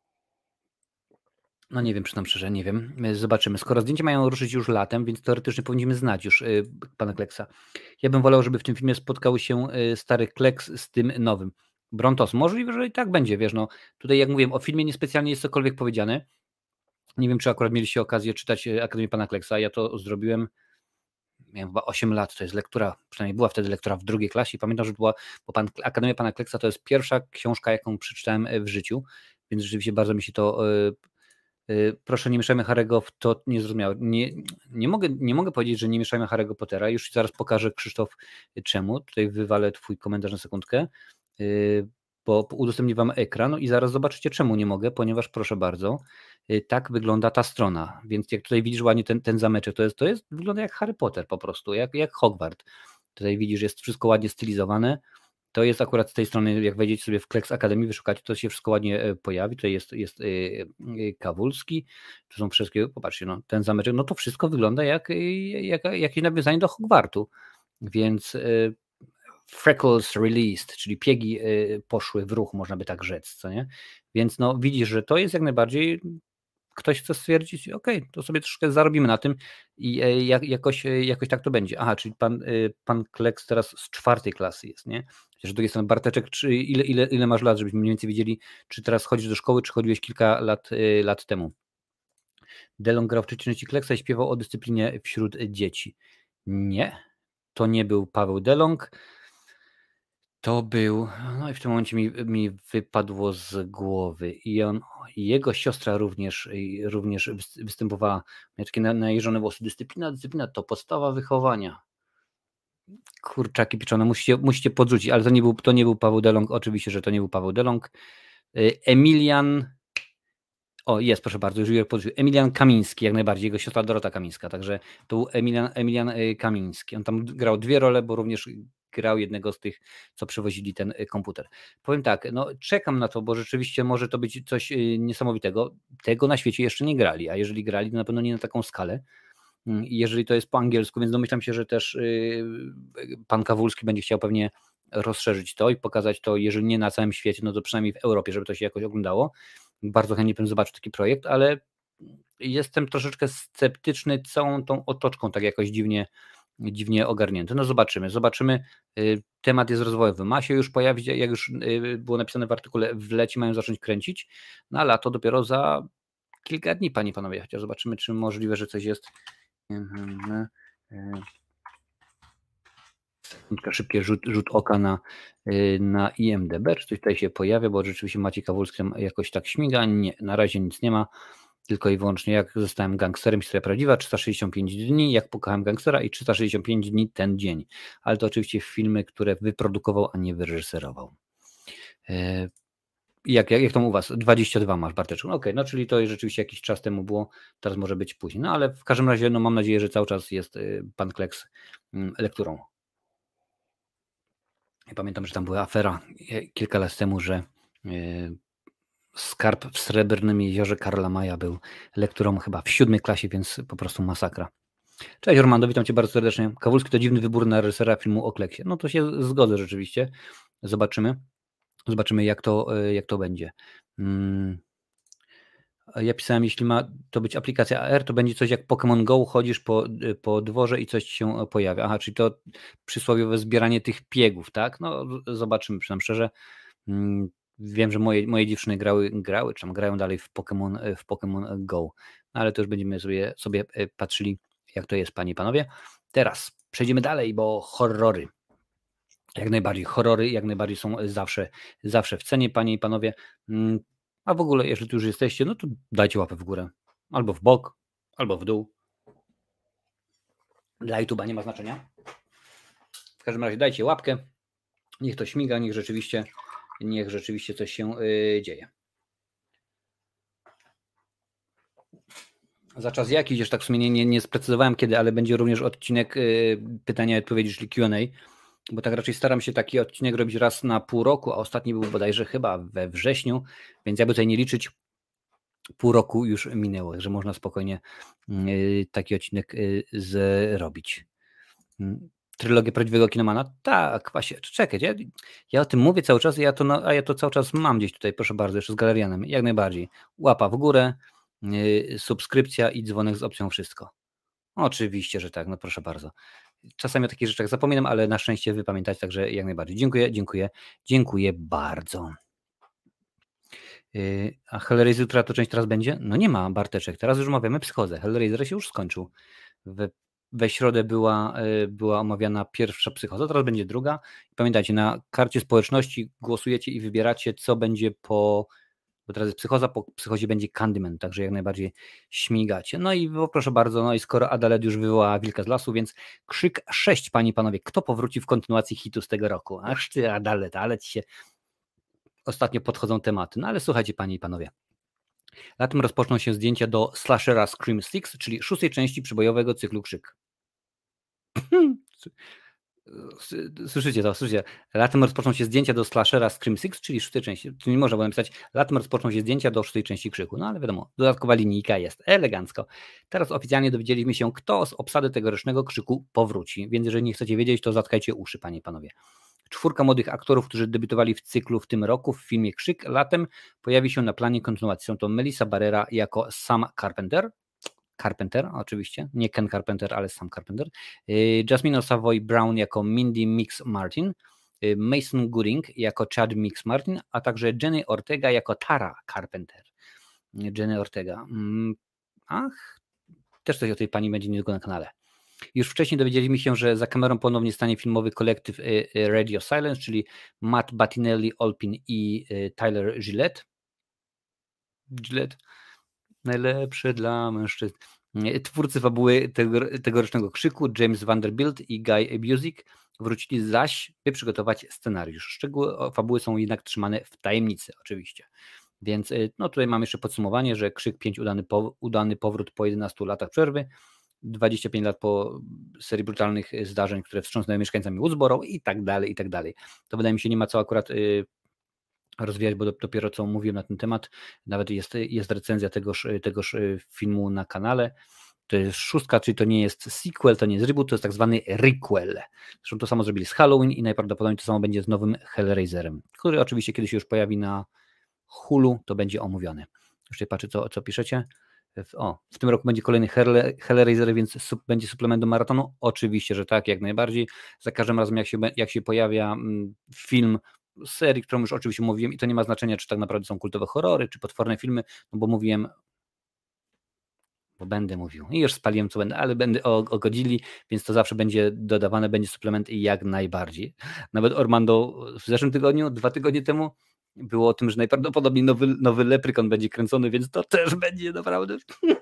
No nie wiem, przyznam szczerze, nie wiem. My zobaczymy. Skoro zdjęcia mają ruszyć już latem, więc teoretycznie powinniśmy znać już yy, pana Kleksa. Ja bym wolał, żeby w tym filmie spotkały się yy, stary Kleks z tym nowym. Brontos, możliwe, że i tak będzie, wiesz, no. Tutaj jak mówiłem, o filmie niespecjalnie jest cokolwiek powiedziane. Nie wiem, czy akurat mieliście okazję czytać Akademię pana Kleksa. Ja to zrobiłem, miałem chyba osiem lat, to jest lektura, przynajmniej była wtedy lektura w drugiej klasie i pamiętam, że była, bo pan, Akademia pana Kleksa to jest pierwsza książka, jaką przeczytałem w życiu, więc rzeczywiście bardzo mi się to, yy, yy, proszę nie mieszajmy Harry'ego w to, nie zrozumiałem, nie, nie, mogę, nie mogę powiedzieć, że nie mieszajmy Harry'ego Pottera, już zaraz pokażę, Krzysztof, czemu, tutaj wywalę twój komentarz na sekundkę, yy, bo udostępnię wam ekran, no i zaraz zobaczycie, czemu nie mogę, ponieważ proszę bardzo, tak wygląda ta strona, więc jak tutaj widzisz ładnie ten, ten zameczek, to jest, to jest, wygląda jak Harry Potter po prostu, jak, jak Hogwart. Tutaj widzisz, jest wszystko ładnie stylizowane. To jest akurat z tej strony, jak wejdziecie sobie w Klex Academy, wyszukacie, to się wszystko ładnie pojawi. Tutaj jest, jest yy, Kawulski, tu są wszystkie, popatrzcie, no, ten zameczek, no to wszystko wygląda jak, jak jakieś nawiązanie do Hogwartu, więc yy, freckles released, czyli piegi yy, poszły w ruch, można by tak rzec, co nie? Więc no widzisz, że to jest jak najbardziej, ktoś chce stwierdzić, ok, to sobie troszkę zarobimy na tym i jak, jakoś, jakoś tak to będzie. Aha, czyli pan, pan Kleks teraz z czwartej klasy jest, nie? Chociaż z drugiej strony, Barteczek, czy ile, ile, ile masz lat, żebyśmy mniej więcej wiedzieli, czy teraz chodzisz do szkoły, czy chodziłeś kilka lat, lat temu. Delon grał w przeciwności Kleksa i śpiewał o dyscyplinie wśród dzieci. Nie, to nie był Paweł Delong. To był, no i w tym momencie mi, mi wypadło z głowy i on, i jego siostra również, również występowała, miała takie najeżone włosy. Dyscyplina, dyscyplina to podstawa wychowania. Kurczaki pieczone, musicie, musicie podrzucić, ale to nie, był, to nie był Paweł Delong, oczywiście, że to nie był Paweł Delong. Emilian, o jest, proszę bardzo, już Jurek podrzucił. Emilian Kamiński, jak najbardziej, jego siostra Dorota Kamińska, także to był Emilian, Emilian Kamiński. On tam grał dwie role, bo również grał jednego z tych, co przywozili ten komputer. Powiem tak, no czekam na to, bo rzeczywiście może to być coś niesamowitego. Tego na świecie jeszcze nie grali, a jeżeli grali, to na pewno nie na taką skalę. Jeżeli to jest po angielsku, więc domyślam się, że też pan Kawulski będzie chciał pewnie rozszerzyć to i pokazać to, jeżeli nie na całym świecie, no to przynajmniej w Europie, żeby to się jakoś oglądało. Bardzo chętnie bym zobaczył taki projekt, ale jestem troszeczkę sceptyczny całą tą otoczką, tak jakoś dziwnie, dziwnie ogarnięty. No zobaczymy, zobaczymy. Temat jest rozwojowy. Ma się już pojawić, jak już było napisane w artykule, w lecie mają zacząć kręcić, no a lato dopiero za kilka dni, panie i panowie, chociaż zobaczymy, czy możliwe, że coś jest. Szybki rzut, rzut oka na, na I M D B, czy coś tutaj się pojawia, bo rzeczywiście Maciej Kawulski jakoś tak śmiga. Nie, na razie nic nie ma, tylko i wyłącznie jak zostałem gangsterem, historia prawdziwa, trzysta sześćdziesiąt pięć dni, jak pokochałem gangstera i trzysta sześćdziesiąt pięć dni ten dzień. Ale to oczywiście filmy, które wyprodukował, a nie wyreżyserował. Jak, jak, jak to u was? dwadzieścia dwa masz, Barteczku. No okej, okay, no czyli to rzeczywiście jakiś czas temu było, teraz może być później. No ale w każdym razie no mam nadzieję, że cały czas jest pan Kleks lekturą. Ja pamiętam, że tam była afera kilka lat temu, że Skarb w Srebrnym Jeziorze Karla Maja był lekturą chyba w siódmej klasie, więc po prostu masakra. Cześć Ormando, witam cię bardzo serdecznie. Kawulski to dziwny wybór na reżysera filmu o Kleksie. No to się zgodzę rzeczywiście. Zobaczymy. Zobaczymy jak to, jak to będzie. Hmm. Ja pisałem, jeśli ma to być aplikacja A R, to będzie coś jak Pokémon Go, chodzisz po, po dworze i coś ci się pojawia. Aha, czyli to przysłowiowe zbieranie tych piegów, tak? No zobaczymy, przynajmniej szczerze. Wiem, że moje, moje dziewczyny grały, grały, czy tam grają dalej w Pokémon, w Pokémon Go, ale to już będziemy sobie, sobie patrzyli, jak to jest, panie i panowie. Teraz przejdziemy dalej, bo horrory. Jak najbardziej, horrory jak najbardziej są zawsze, zawsze w cenie, panie i panowie. A w ogóle, jeżeli tu już jesteście, no to dajcie łapę w górę. Albo w bok, albo w dół. Dla YouTube'a nie ma znaczenia. W każdym razie dajcie łapkę, niech to śmiga, niech rzeczywiście, niech rzeczywiście coś się yy, dzieje. Za czas jakiś, już tak w sumie nie, nie, nie sprecyzowałem kiedy, ale będzie również odcinek yy, pytania i odpowiedzi, czyli Q and A, bo tak raczej staram się taki odcinek robić raz na pół roku, a ostatni był bodajże chyba we wrześniu, więc jakby tutaj nie liczyć, pół roku już minęło, także można spokojnie yy, taki odcinek yy, zrobić. Yy. Trylogię Prawdziwego Kinomana? Tak, właśnie, czekaj, ja, ja o tym mówię cały czas, ja to, no, a ja to cały czas mam gdzieś tutaj, proszę bardzo, jeszcze z Galerianem, jak najbardziej. Łapa w górę, yy, subskrypcja i dzwonek z opcją wszystko. Oczywiście, że tak, no proszę bardzo. Czasami o takich rzeczach zapominam, ale na szczęście wy pamiętacie, także jak najbardziej. Dziękuję, dziękuję, dziękuję bardzo. Yy, a Hellraiser, która to część teraz będzie? No nie ma, Barteczek, teraz już omawiamy Psychozę. Hellraiser się już skończył. We, we środę była, yy, była omawiana pierwsza Psychoza, teraz będzie druga. Pamiętajcie, na karcie społeczności głosujecie i wybieracie, co będzie po, bo teraz jest Psychoza, po Psychozie będzie Candyman, także jak najbardziej śmigacie. No i bo proszę bardzo, no i skoro Adalet już wywołała Wilka z lasu, więc krzyk sześć, panie i panowie, kto powróci w kontynuacji hitu z tego roku? Ach ty Adalet, ale ci się ostatnio podchodzą tematy. No ale słuchajcie, panie i panowie. Latem rozpoczną się zdjęcia do slashera Scream six, czyli szóstej części przybojowego cyklu Krzyk. Słyszycie to, słyszycie. Latem rozpoczną się zdjęcia do slashera Scream six, czyli szóstej części. Tu nie można było napisać, latem rozpoczną się zdjęcia do szóstej części Krzyku. No ale wiadomo, dodatkowa linijka jest, elegancko. Teraz oficjalnie dowiedzieliśmy się, kto z obsady tegorocznego Krzyku powróci, więc jeżeli nie chcecie wiedzieć, to zatkajcie uszy, panie i panowie. Czwórka młodych aktorów, którzy debiutowali w cyklu w tym roku w filmie Krzyk latem, pojawi się na planie kontynuacji. Są to Melissa Barrera jako Sam Carpenter, Carpenter oczywiście, nie Ken Carpenter, ale Sam Carpenter, Jasmine Savoy Brown jako Mindy Mix Martin, Mason Gooding jako Chad Mix Martin, a także Jenny Ortega jako Tara Carpenter. Jenny Ortega. Ach, też coś o tej pani będzie niedługo na kanale. Już wcześniej dowiedzieliśmy się, że za kamerą ponownie stanie filmowy kolektyw Radio Silence, czyli Matt Battinelli, Olpin i Tyler Gillette. Gillette. Najlepsze dla mężczyzn. Twórcy fabuły tego, tegorocznego Krzyku, James Vanderbilt i Guy Busick, wrócili zaś, by przygotować scenariusz. Szczegóły fabuły są jednak trzymane w tajemnicy, oczywiście. Więc no tutaj mam jeszcze podsumowanie, że Krzyk pięć udany, po, udany powrót po jedenastu latach przerwy, dwadzieścia pięć lat po serii brutalnych zdarzeń, które wstrząsnęły mieszkańcami Woodsboro i tak dalej, i tak dalej. To wydaje mi się nie ma co akurat y, rozwijać, bo dopiero co mówiłem na ten temat, nawet jest, jest recenzja tegoż, tegoż filmu na kanale. To jest szóstka, czyli to nie jest sequel, to nie jest reboot, to jest tak zwany requel. Zresztą to samo zrobili z Halloween i najprawdopodobniej to samo będzie z nowym Hellraiserem, który oczywiście kiedyś się już pojawi na Hulu, to będzie omówiony. Jeszcze patrzę, co, co piszecie. O, w tym roku będzie kolejny Hellraiser, więc sub, będzie suplement do maratonu? Oczywiście, że tak, jak najbardziej. Za każdym razem, jak się, jak się pojawia film serii, którą już oczywiście mówiłem, i to nie ma znaczenia, czy tak naprawdę są kultowe horrory, czy potworne filmy, no bo mówiłem, bo będę mówił i już spaliłem, co będę, ale będę o, o Godzilli, więc to zawsze będzie dodawane, będzie suplement i jak najbardziej. Nawet Ormando w zeszłym tygodniu, dwa tygodnie temu było o tym, że najprawdopodobniej nowy, nowy Leprechaun będzie kręcony, więc to też będzie naprawdę.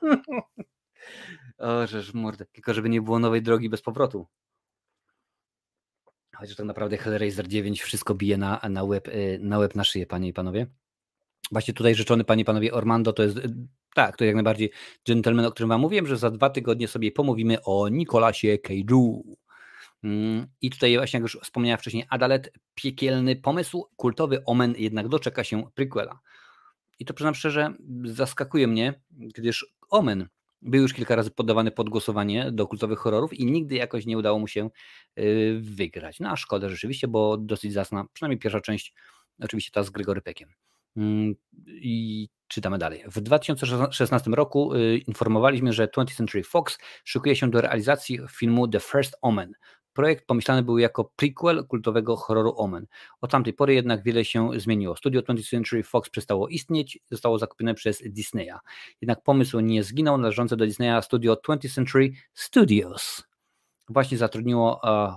O, żeż mordę. Tylko żeby nie było nowej drogi bez powrotu. Chociaż tak naprawdę Hellraiser dziewięć wszystko bije na, na, łeb, na łeb na szyję, panie i panowie. Właśnie tutaj rzeczony, panie i panowie, Ormando to jest, tak, to jak najbardziej gentleman, o którym wam mówiłem, że za dwa tygodnie sobie pomówimy o Nicolasie Cage'u. I tutaj właśnie, jak już wspomniałem wcześniej, Adalet, piekielny pomysł, kultowy Omen jednak doczeka się prequela. I to przyznam szczerze, zaskakuje mnie, gdyż Omen był już kilka razy poddawany pod głosowanie do kultowych horrorów i nigdy jakoś nie udało mu się wygrać. No a szkoda rzeczywiście, bo dosyć zasna, przynajmniej pierwsza część, oczywiście ta z Gregory Peckiem. I czytamy dalej. W dwa tysiące szesnastym roku informowaliśmy, że twentieth Century Fox szykuje się do realizacji filmu The First Omen. Projekt pomyślany był jako prequel kultowego horroru Omen. Od tamtej pory jednak wiele się zmieniło. Studio twentieth Century Fox przestało istnieć, zostało zakupione przez Disneya. Jednak pomysł nie zginął, należące do Disneya studio twentieth Century Studios właśnie zatrudniło uh,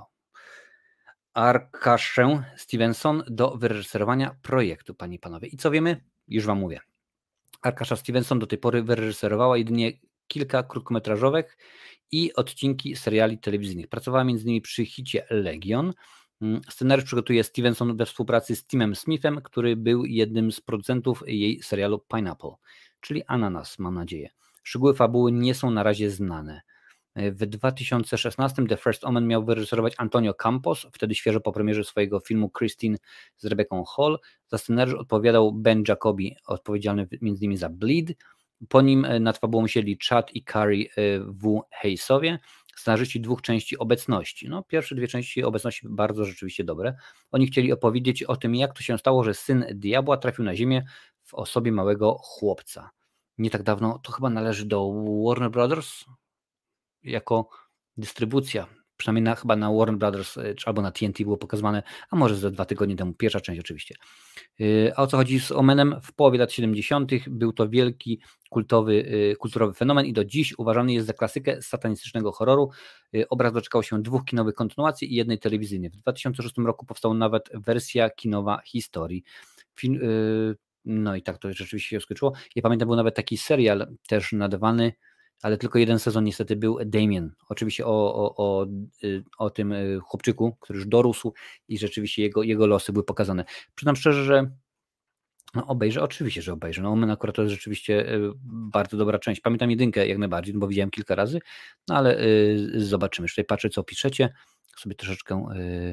Arkaszę Stevenson do wyreżyserowania projektu, panie i panowie. I co wiemy? Już wam mówię. Arkasza Stevenson do tej pory wyreżyserowała jedynie kilka krótkometrażowych i odcinki seriali telewizyjnych. Pracowała między innymi przy hicie Legion. Scenariusz przygotuje Stevenson we współpracy z Timem Smithem, który był jednym z producentów jej serialu Pineapple, czyli Ananas, mam nadzieję. Szczegóły fabuły nie są na razie znane. W dwa tysiące szesnastym The First Omen miał wyreżyserować Antonio Campos, wtedy świeżo po premierze swojego filmu Christine z Rebecca Hall. Za scenariusz odpowiadał Ben Jacobi, odpowiedzialny między innymi za Bleed. Po nim nad fabułą siedli Chad i Carrie W. Hayesowie, scenarzyści dwóch części Obecności. No, pierwsze dwie części Obecności bardzo rzeczywiście dobre. Oni chcieli opowiedzieć o tym, jak to się stało, że syn diabła trafił na ziemię w osobie małego chłopca. Nie tak dawno, to chyba należy do Warner Brothers jako dystrybucja. Przynajmniej na, chyba na Warner Brothers albo na T N T było pokazywane, a może ze dwa tygodnie temu, pierwsza część oczywiście. A o co chodzi z Omenem? W połowie lat siedemdziesiątych był to wielki kultowy, kulturowy fenomen i do dziś uważany jest za klasykę satanistycznego horroru. Obraz doczekał się dwóch kinowych kontynuacji i jednej telewizyjnej. W dwa tysiące szóstym roku powstała nawet wersja kinowa historii. Film, no i tak to rzeczywiście się skończyło. Ja pamiętam, był nawet taki serial też nadawany, ale tylko jeden sezon niestety był, Damien. Oczywiście o, o, o, o tym chłopczyku, który już dorósł i rzeczywiście jego, jego losy były pokazane. Przyznam szczerze, że no obejrzę, oczywiście, że obejrzę. No Omen akurat to jest rzeczywiście bardzo dobra część. Pamiętam jedynkę jak najbardziej, bo widziałem kilka razy, no ale y, zobaczymy. Już tutaj patrzę, co piszecie. Sobie troszeczkę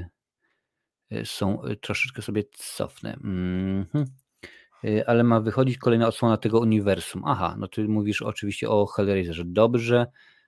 y, są, troszeczkę sobie cofnę. Mm-hmm. Ale ma wychodzić kolejna odsłona tego uniwersum. Aha, no ty mówisz oczywiście o Hellraiserze. Dobrze,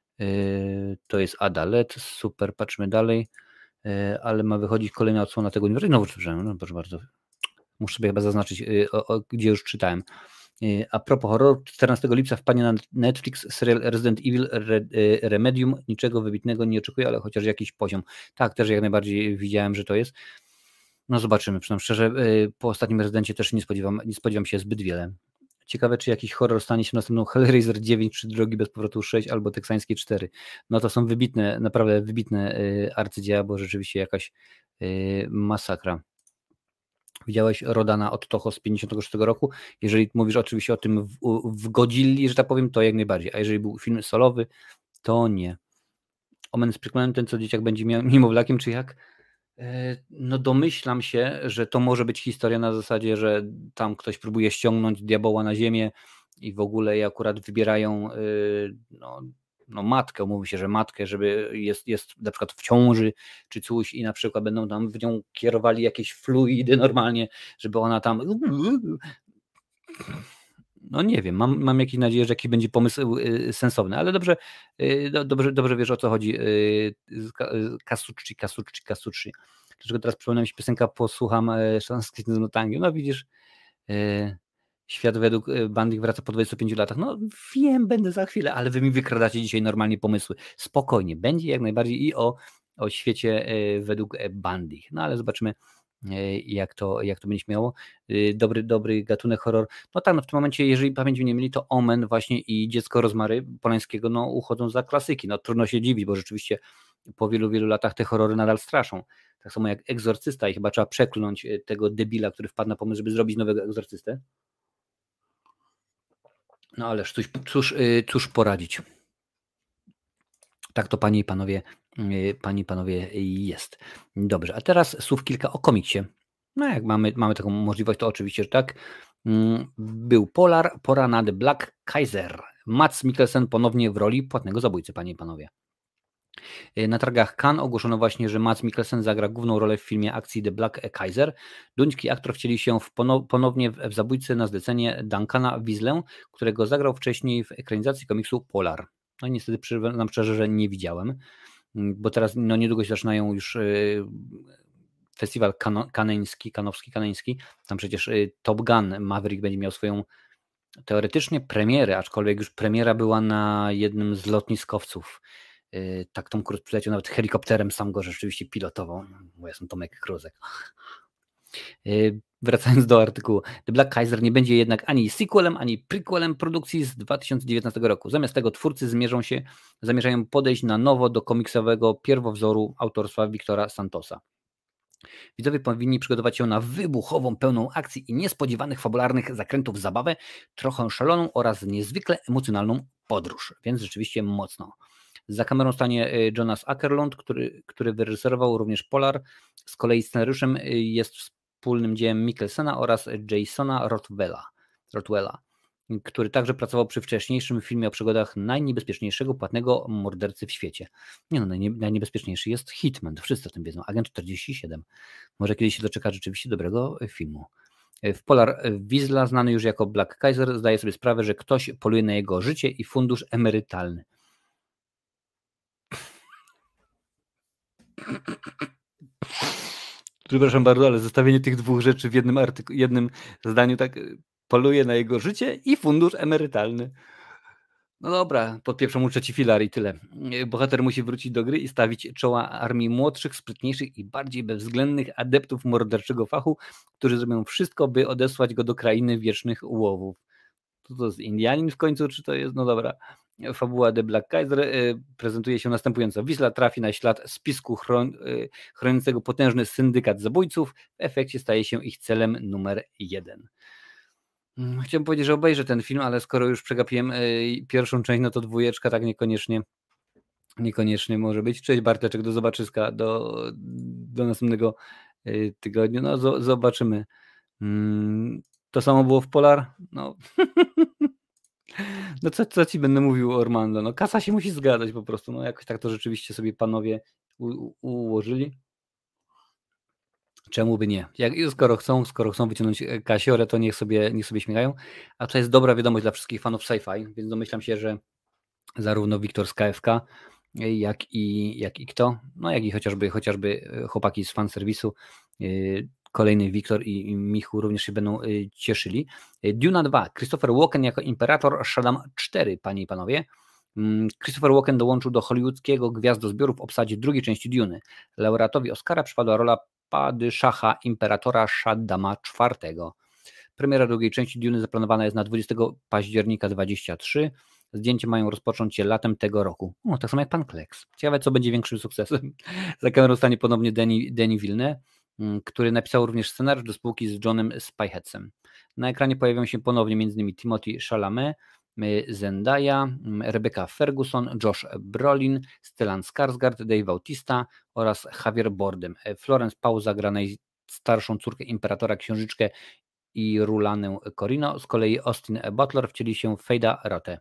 to jest Adalet, super, patrzmy dalej, ale ma wychodzić kolejna odsłona tego uniwersum. No, no proszę bardzo, muszę sobie chyba zaznaczyć, o, o, gdzie już czytałem. A propos horroru, czternastego lipca wpadnie na Netflix serial Resident Evil Remedium. Niczego wybitnego nie oczekuję, ale chociaż jakiś poziom. Tak, też jak najbardziej widziałem, że to jest. No zobaczymy, przynajmniej szczerze, po ostatnim Rezydencie też nie spodziewam, nie spodziewam się zbyt wiele. Ciekawe, czy jakiś horror stanie się następną Hellraiser dziewięć, czy Drogi bez powrotu sześć, albo Teksańskie cztery. No to są wybitne, naprawdę wybitne arcydzieła, bo rzeczywiście jakaś masakra. Widziałeś Rodana od Toho z pięćdziesiątego szóstego roku? Jeżeli mówisz oczywiście o tym w, w Godzilli, że tak powiem, to jak najbardziej. A jeżeli był film solowy, to nie. Omen z prequelem, ten co dzieciak będzie miał niemowlakiem, czy jak? No domyślam się, że to może być historia na zasadzie, że tam ktoś próbuje ściągnąć diaboła na ziemię i w ogóle i akurat wybierają no, no matkę, mówi się, że matkę, żeby jest, jest na przykład w ciąży czy coś i na przykład będą tam w nią kierowali jakieś fluidy normalnie, żeby ona tam... No nie wiem, mam, mam jakieś nadzieję, że jakiś będzie pomysł sensowny, ale dobrze, dobrze, dobrze wiesz, o co chodzi. Kasucci, Kasucci, Kasucci. Dlaczego teraz przypomina mi się piosenka Posłucham Szanski z Notangi. No widzisz, świat według Bandich wraca po dwudziestu pięciu latach. No wiem, będę za chwilę, ale wy mi wykradacie dzisiaj normalnie pomysły. Spokojnie, będzie jak najbardziej i o, o świecie według Bandich. No ale zobaczymy, jak to, jak to będzie miało. Dobry, dobry gatunek horror. No tak, no w tym momencie, jeżeli pamięć mnie nie myli, to Omen właśnie i Dziecko Rozmary Polańskiego no, uchodzą za klasyki. No trudno się dziwić, bo rzeczywiście po wielu, wielu latach te horrory nadal straszą. Tak samo jak Egzorcysta i chyba trzeba przekląć tego debila, który wpadł na pomysł, żeby zrobić nowego Egzorcystę. No ależ cóż, cóż, cóż poradzić. Tak to panie i panowie, panie i panowie jest. Dobrze, a teraz słów kilka o komiksie. No jak mamy, mamy taką możliwość, to oczywiście, że tak. Był Polar, pora na The Black Kaiser. Mads Mikkelsen ponownie w roli płatnego zabójcy, panie i panowie. Na targach Cannes ogłoszono właśnie, że Mads Mikkelsen zagra główną rolę w filmie akcji The Black Kaiser. Duński aktor wcieli się w ponownie w zabójcę na zlecenie Duncana Wislę, którego zagrał wcześniej w ekranizacji komiksu Polar. No i niestety przyznam szczerze, że nie widziałem, bo teraz no niedługo się zaczynają już yy, festiwal kaneński, kanowski, kaneński. Tam przecież yy, Top Gun Maverick będzie miał swoją teoretycznie premierę, aczkolwiek już premiera była na jednym z lotniskowców. Yy, tak Tom Cruise przyleciał nawet helikopterem, sam go rzeczywiście pilotował, bo ja jestem Tomek Kruzek. Yy, wracając do artykułu, The Black Kaiser nie będzie jednak ani sequelem, ani prequelem produkcji z dwa tysiące dziewiętnastego roku. Zamiast tego twórcy zmierzą się, zamierzają podejść na nowo do komiksowego pierwowzoru autorstwa Wiktora Santosa. Widzowie powinni przygotować się na wybuchową, pełną akcji i niespodziewanych fabularnych zakrętów zabawę, trochę szaloną oraz niezwykle emocjonalną podróż, więc rzeczywiście mocno. Za kamerą stanie Jonas Åkerlund, który, który wyreżyserował również Polar. Z kolei scenariuszem jest wspólnym dziełem Mikkelsena oraz Jasona Rothwella, Rothwella, który także pracował przy wcześniejszym filmie o przygodach najniebezpieczniejszego płatnego mordercy w świecie. Nie no, najnie, najniebezpieczniejszy jest Hitman, wszyscy o tym wiedzą, Agent czterdzieści siedem. Może kiedyś się doczeka rzeczywiście dobrego filmu. W Polar Wiesla, znany już jako Black Kaiser, zdaje sobie sprawę, że ktoś poluje na jego życie i fundusz emerytalny. Przepraszam bardzo, ale zestawienie tych dwóch rzeczy w jednym, artyku- jednym zdaniu tak poluje na jego życie i fundusz emerytalny. No dobra, podpieprzą mu trzeci filar i tyle. Bohater musi wrócić do gry i stawić czoła armii młodszych, sprytniejszych i bardziej bezwzględnych adeptów morderczego fachu, którzy zrobią wszystko, by odesłać go do krainy wiecznych ułowów. To to jest Indianin w końcu, czy to jest? No dobra. Fabuła The Black Kaiser y, prezentuje się następująco. Wisla trafi na ślad spisku chron, y, chroniącego potężny syndykat zabójców. W efekcie staje się ich celem numer jeden. Chciałem powiedzieć, że obejrzę ten film, ale skoro już przegapiłem y, pierwszą część, no to dwójeczka tak niekoniecznie niekoniecznie może być. Cześć Barteczek, do zobaczyska, do, do następnego y, tygodnia. No zo, zobaczymy. Mm, to samo było w Polar? No... No co, co ci będę mówił o Ormando? No kasa się musi zgadzać po prostu. No jakoś tak to rzeczywiście sobie panowie u, u, ułożyli. Czemu by nie? Jak, skoro chcą, skoro chcą wyciągnąć kasiorę, to niech sobie, niech sobie śmiechają. A to jest dobra wiadomość dla wszystkich fanów sci-fi, więc domyślam się, że zarówno Wiktor z K F K, jak i, jak i kto, no jak i chociażby, chociażby chłopaki z fanserwisu, yy, kolejny Wiktor i, i Michu również się będą y, cieszyli. Duna dwa. Christopher Walken jako imperator, Shaddam cztery, panie i panowie. Mm, Christopher Walken dołączył do hollywoodzkiego gwiazdozbioru w obsadzie drugiej części Duny. Laureatowi Oscara przypadła rola Padyszaha, imperatora Shaddama czwartego. Premiera drugiej części Duny zaplanowana jest na dwudziestego października dwudziestego trzeciego. Zdjęcia mają rozpocząć się latem tego roku. O, tak samo jak pan Kleks. Ciekawe, co będzie większym sukcesem. Za kamerą stanie ponownie Denis, Denis Villeneuve, który napisał również scenariusz do spółki z Johnem Spyheadsem. Na ekranie pojawią się ponownie m.in. Timothy Chalamet, Zendaya, Rebecca Ferguson, Josh Brolin, Stellan Skarsgård, Dave Bautista oraz Javier Bardem. Florence Pugh zagra najstarszą córkę imperatora, księżyczkę i Rulanę Corino. Z kolei Austin Butler wcieli się w Fejda Rotę.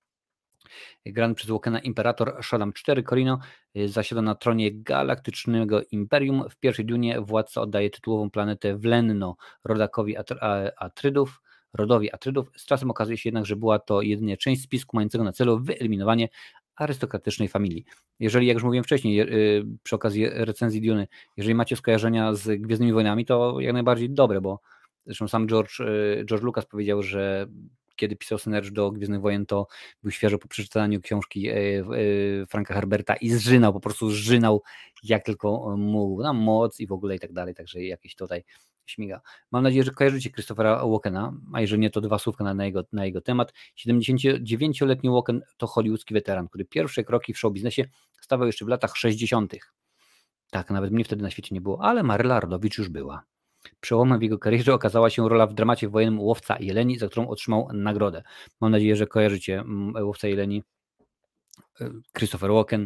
Grany przez Walkena imperator Shaddam cztery Corino zasiada na tronie galaktycznego imperium. W pierwszej Dunie władca oddaje tytułową planetę Wlenno rodakowi Atrydów, rodowi Atrydów. Z czasem okazuje się jednak, że była to jedynie część spisku mającego na celu wyeliminowanie arystokratycznej familii. Jeżeli, jak już mówiłem wcześniej, przy okazji recenzji Duny, jeżeli macie skojarzenia z Gwiezdnymi Wojnami, to jak najbardziej dobre, bo zresztą sam George, George Lucas powiedział, że kiedy pisał scenariusz do Gwiezdnych Wojen, to był świeżo po przeczytaniu książki Franka Herberta i zżynał, po prostu zżynał jak tylko mógł, na moc i w ogóle i tak dalej, także jakieś tutaj śmiga. Mam nadzieję, że kojarzycie Christophera Walkena, a jeżeli nie, to dwa słówka na, na, jego, na jego temat. siedemdziesięciodziewięcioletni Walken to hollywoodzki weteran, który pierwsze kroki w showbiznesie stawał jeszcze w latach sześćdziesiątych. Tak, nawet mnie wtedy na świecie nie było, ale Maryla Rodowicz już była. Przełomem w jego karierze okazała się rola w dramacie wojennym Łowca Jeleni, za którą otrzymał nagrodę. Mam nadzieję, że kojarzycie Łowca Jeleni. Christopher Walken,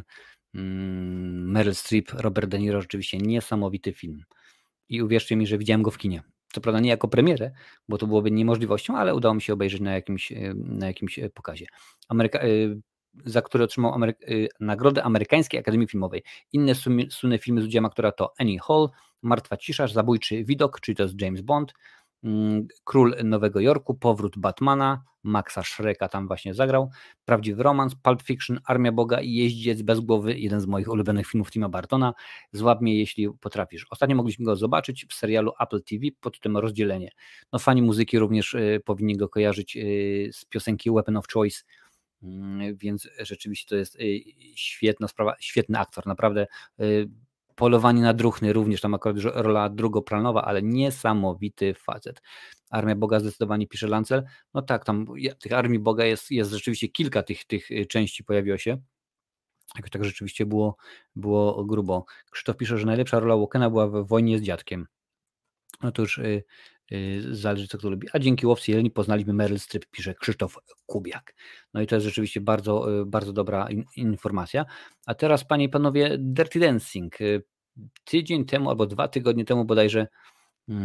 Meryl Streep, Robert De Niro, rzeczywiście niesamowity film. I uwierzcie mi, że widziałem go w kinie. Co prawda nie jako premierę, bo to byłoby niemożliwością, ale udało mi się obejrzeć na jakimś, na jakimś pokazie. Ameryka, za który otrzymał Amery- nagrodę Amerykańskiej Akademii Filmowej. Inne słynne filmy z udziałem aktora to Annie Hall, Martwa cisza, Zabójczy widok, czyli to jest James Bond, Król Nowego Jorku, Powrót Batmana, Maxa Schrecka tam właśnie zagrał, Prawdziwy romans, Pulp Fiction, Armia Boga i Jeździec bez głowy, jeden z moich ulubionych filmów Tima Burtona, Złap mnie, jeśli potrafisz. Ostatnio mogliśmy go zobaczyć w serialu Apple T V pod tym Rozdzielenie. No, fani muzyki również y, powinni go kojarzyć y, z piosenki Weapon of Choice, y, więc rzeczywiście to jest y, świetna sprawa, świetny aktor, naprawdę y, Polowanie na druchny, również tam akurat rola drugoplanowa, ale niesamowity facet. Armia Boga zdecydowanie, pisze Lancel. No tak, tam tych Armii Boga jest, jest rzeczywiście kilka tych, tych części pojawiło się. Jakoś tak rzeczywiście było, było grubo. Krzysztof pisze, że najlepsza rola Walkena była w Wojnie z dziadkiem. No to już Yy, zależy co kto lubi. A dzięki Łowcy Jeleni poznaliśmy Meryl Streep, pisze Krzysztof Kubiak. No i to jest rzeczywiście bardzo, yy, bardzo dobra in, informacja. A teraz panie i panowie Dirty Dancing. Yy, tydzień temu albo dwa tygodnie temu bodajże yy,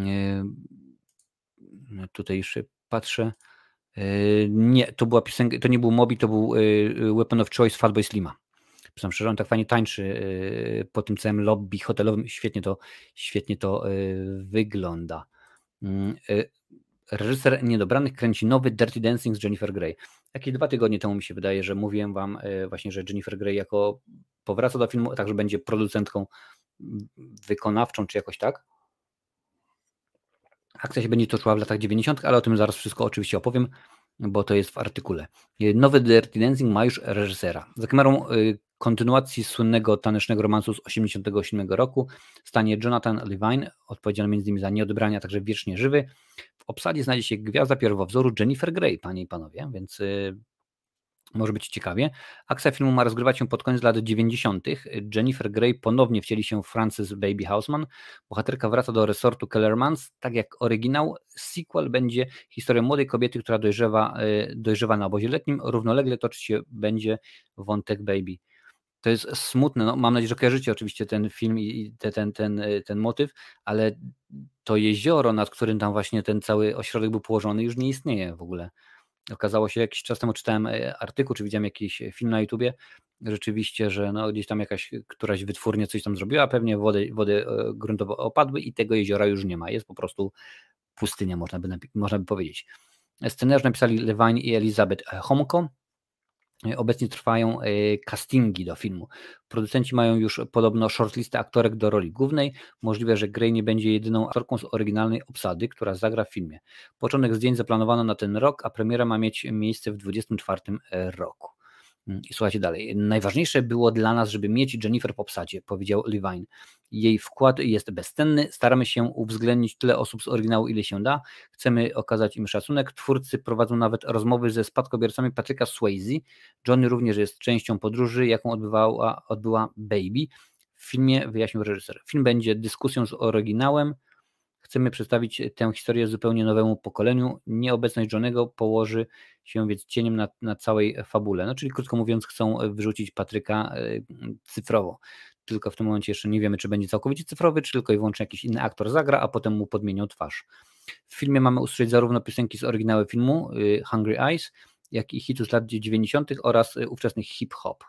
tutaj jeszcze patrzę. Yy, nie, to była piosenka, to nie był Moby, to był yy, Weapon of Choice Fatboy Slima. Przyznam szczerze, on tak fajnie tańczy yy, po tym całym lobby hotelowym. Świetnie to, świetnie to yy, wygląda. Yy, reżyser Niedobranych kręci nowy Dirty Dancing z Jennifer Grey. Jakieś dwa tygodnie temu mi się wydaje, że mówiłem wam yy, właśnie, że Jennifer Grey jako powraca do filmu, także będzie producentką wykonawczą, czy jakoś tak. Akcja się będzie toczyła w latach dziewięćdziesiątych, ale o tym zaraz wszystko oczywiście opowiem, bo to jest w artykule. Nowy Dirty Dancing ma już reżysera. Za kamerą y, kontynuacji słynnego tanecznego romansu z osiemdziesiątego siódmego roku stanie Jonathan Levine, odpowiedzialny między innymi za Nieodebranie, a także Wiecznie Żywy. W obsadzie znajdzie się gwiazda pierwowzoru Jennifer Grey, panie i panowie, więc y, może być ciekawie. Akcja filmu ma rozgrywać się pod koniec lat dziewięćdziesiątych. Jennifer Grey ponownie wcieli się w Frances Baby Houseman. Bohaterka wraca do resortu Kellermans. Tak jak oryginał, sequel będzie historią młodej kobiety, która dojrzewa, dojrzewa na obozie letnim. Równolegle toczyć się będzie wątek Baby. To jest smutne. No, mam nadzieję, że kojarzycie oczywiście ten film i te, ten, ten, ten motyw, ale to jezioro, nad którym tam właśnie ten cały ośrodek był położony, już nie istnieje w ogóle. Okazało się, jakiś czas temu czytałem artykuł, czy widziałem jakiś film na YouTubie, rzeczywiście, że no gdzieś tam jakaś któraś wytwórnia coś tam zrobiła, pewnie wody, wody gruntowe opadły i tego jeziora już nie ma. Jest po prostu pustynia, można by, można by powiedzieć. Scenariusz napisali Levine i Elizabeth Homko. Obecnie trwają castingi do filmu. Producenci mają już podobno shortlistę aktorek do roli głównej. Możliwe, że Grey nie będzie jedyną aktorką z oryginalnej obsady, która zagra w filmie. Początek zdjęć zaplanowano na ten rok, a premiera ma mieć miejsce w dwudziestym czwartym roku. I słuchajcie dalej. Najważniejsze było dla nas, żeby mieć Jennifer w obsadzie, powiedział Levine. Jej wkład jest bezcenny. Staramy się uwzględnić tyle osób z oryginału, ile się da. Chcemy okazać im szacunek. Twórcy prowadzą nawet rozmowy ze spadkobiercami Patricka Swayze. Johnny również jest częścią podróży, jaką odbywała, odbyła Baby. W filmie wyjaśnił reżyser. Film będzie dyskusją z oryginałem. Chcemy przedstawić tę historię zupełnie nowemu pokoleniu. Nieobecność Johnego położy się więc cieniem na, na całej fabule. No, czyli krótko mówiąc, chcą wyrzucić Patryka cyfrowo. Tylko w tym momencie jeszcze nie wiemy, czy będzie całkowicie cyfrowy, czy tylko i wyłącznie jakiś inny aktor zagra, a potem mu podmienią twarz. W filmie mamy usłyszeć zarówno piosenki z oryginału filmu Hungry Eyes, jak i hitów z lat dziewięćdziesiątych oraz ówczesnych hip-hop.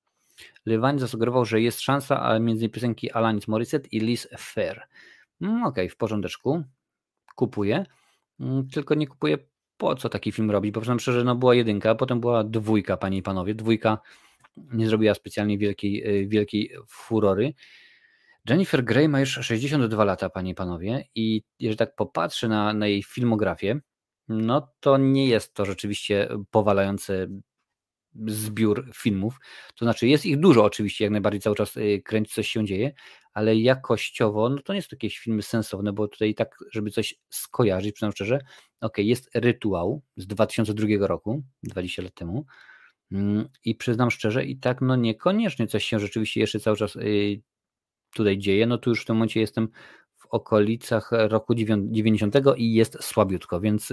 Levine zasugerował, że jest szansa, ale między piosenki Alanis Morissette i Liz Phair. No, Okej, okay, w porządeczku. Kupuję. Tylko nie kupuję, po co taki film robić, bo przyznam szczerze, no była jedynka, a potem była dwójka, panie i panowie. Dwójka nie zrobiła specjalnie wielkiej, wielkiej furory. Jennifer Grey ma już sześćdziesiąt dwa lata, panie i panowie, i jeżeli tak popatrzę na, na jej filmografię, no to nie jest to rzeczywiście powalające zbiór filmów, to znaczy jest ich dużo oczywiście, jak najbardziej cały czas kręci, coś się dzieje, ale jakościowo, no to nie są jakieś filmy sensowne, bo tutaj tak, żeby coś skojarzyć, przynajmniej szczerze, ok, jest Rytuał z dwa tysiące drugiego roku, dwadzieścia lat temu, i przyznam szczerze, i tak no niekoniecznie coś się rzeczywiście jeszcze cały czas tutaj dzieje, no tu już w tym momencie jestem w okolicach roku dziewięćdziesiątego i jest słabiutko, więc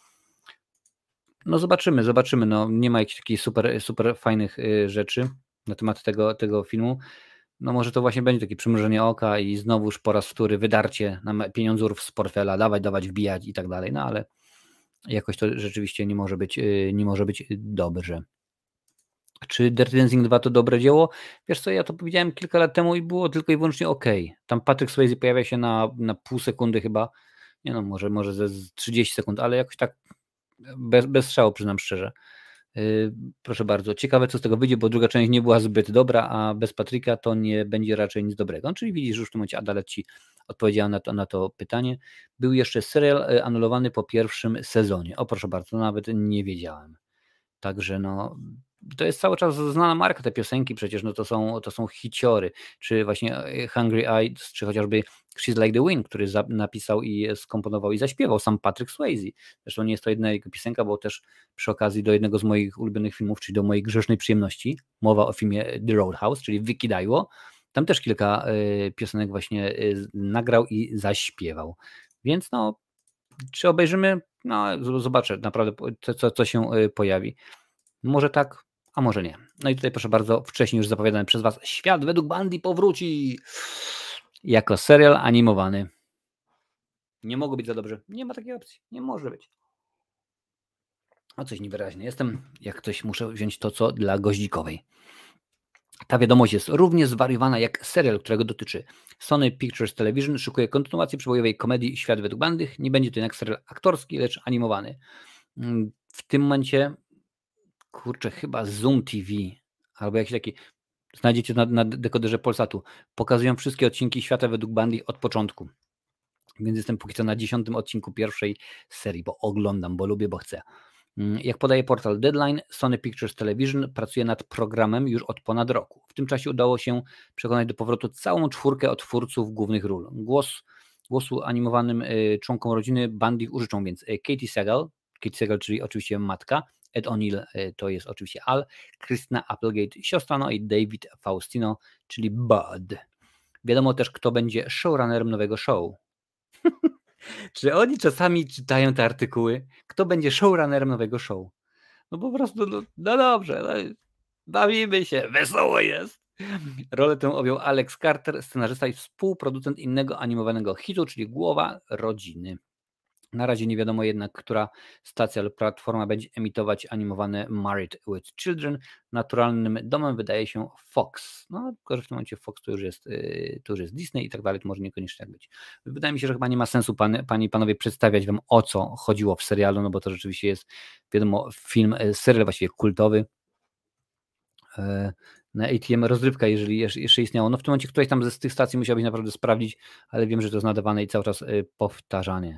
no zobaczymy, zobaczymy. No, nie ma jakichś takich super, super fajnych y, rzeczy na temat tego, tego filmu. No może to właśnie będzie takie przymrużenie oka i znowuż po raz wtóry wydarcie nam pieniądzów z portfela, dawać, dawać, wbijać i tak dalej, no ale jakoś to rzeczywiście nie może być, y, nie może być dobrze. Czy Dirty Dancing dwa to dobre dzieło? Wiesz co, ja to powiedziałem kilka lat temu i było tylko i wyłącznie ok. Tam Patrick Swayze pojawia się na, na pół sekundy chyba, nie no, może, może ze trzydzieści sekund, ale jakoś tak Bez, bez strzału, przyznam szczerze. Yy, proszę bardzo, ciekawe co z tego wyjdzie, bo druga część nie była zbyt dobra, a bez Patryka to nie będzie raczej nic dobrego. No, czyli widzisz, już w tym momencie Adalet ci odpowiedziała na to, na to pytanie. Był jeszcze serial anulowany po pierwszym sezonie. O proszę bardzo, nawet nie wiedziałem. Także no, to jest cały czas znana marka, te piosenki przecież, no to są, to są hiciory, czy właśnie Hungry Eyes, czy chociażby She's Like the Wind, który za, napisał i skomponował i zaśpiewał sam Patrick Swayze. Zresztą nie jest to jedna jego piosenka, bo też przy okazji do jednego z moich ulubionych filmów, czyli do mojej grzesznej przyjemności, mowa o filmie The Roadhouse, czyli Vicky Daiło, tam też kilka y, piosenek właśnie y, nagrał i zaśpiewał. Więc no, Czy obejrzymy? No, z- zobaczę naprawdę, co, co, co się y, pojawi. Może tak, a może nie. No i tutaj proszę bardzo, wcześniej już zapowiadany przez Was Świat według Bandy powróci jako serial animowany. Nie mogło być za dobrze. Nie ma takiej opcji. Nie może być. O coś niewyraźny jestem. Jak ktoś muszę wziąć to, co dla goździkowej. Ta wiadomość jest równie zwariowana jak serial, którego dotyczy. Sony Pictures Television szykuje kontynuację przebojowej komedii Świat według Bandy. Nie będzie to jednak serial aktorski, lecz animowany. Mm, W tym momencie, kurczę, chyba Zoom T V albo jakiś taki, znajdziecie na, na dekoderze Polsatu, pokazują wszystkie odcinki Świata według Bandy od początku. Więc jestem póki co na dziesiątym odcinku pierwszej serii, bo oglądam, bo lubię, bo chcę. Jak podaje portal Deadline, Sony Pictures Television pracuje nad programem już od ponad roku. W tym czasie udało się przekonać do powrotu całą czwórkę od twórców głównych ról. Głos, głosu animowanym y, członkom rodziny Bandy użyczą więc y, Katie Sagal, Katie Sagal, czyli oczywiście matka, Ed O'Neill y, to jest oczywiście Al, Christina Applegate siostra, no i David Faustino, czyli Bud. Wiadomo też, kto będzie showrunnerem nowego show. Czy oni czasami czytają te artykuły? Kto będzie showrunnerem nowego show? No po prostu, no, no dobrze, no, bawimy się, wesoło jest. Rolę tę objął Alex Carter, scenarzysta i współproducent innego animowanego hitu, czyli Głowa Rodziny. Na razie nie wiadomo jednak, która stacja lub platforma będzie emitować animowane Married with Children. Naturalnym domem wydaje się Fox. No, tylko że w tym momencie Fox to już jest, yy, to już jest Disney i tak dalej, to może niekoniecznie tak być. Wydaje mi się, że chyba nie ma sensu, pan, panie i panowie, przedstawiać wam, o co chodziło w serialu, no bo to rzeczywiście jest, wiadomo, film, serial właściwie kultowy. Yy, na A T M rozrywka, jeżeli jeszcze istniało. No w tym momencie któraś tam z tych stacji musiała być naprawdę sprawdzić, ale wiem, że to jest nadawane i cały czas yy, powtarzanie.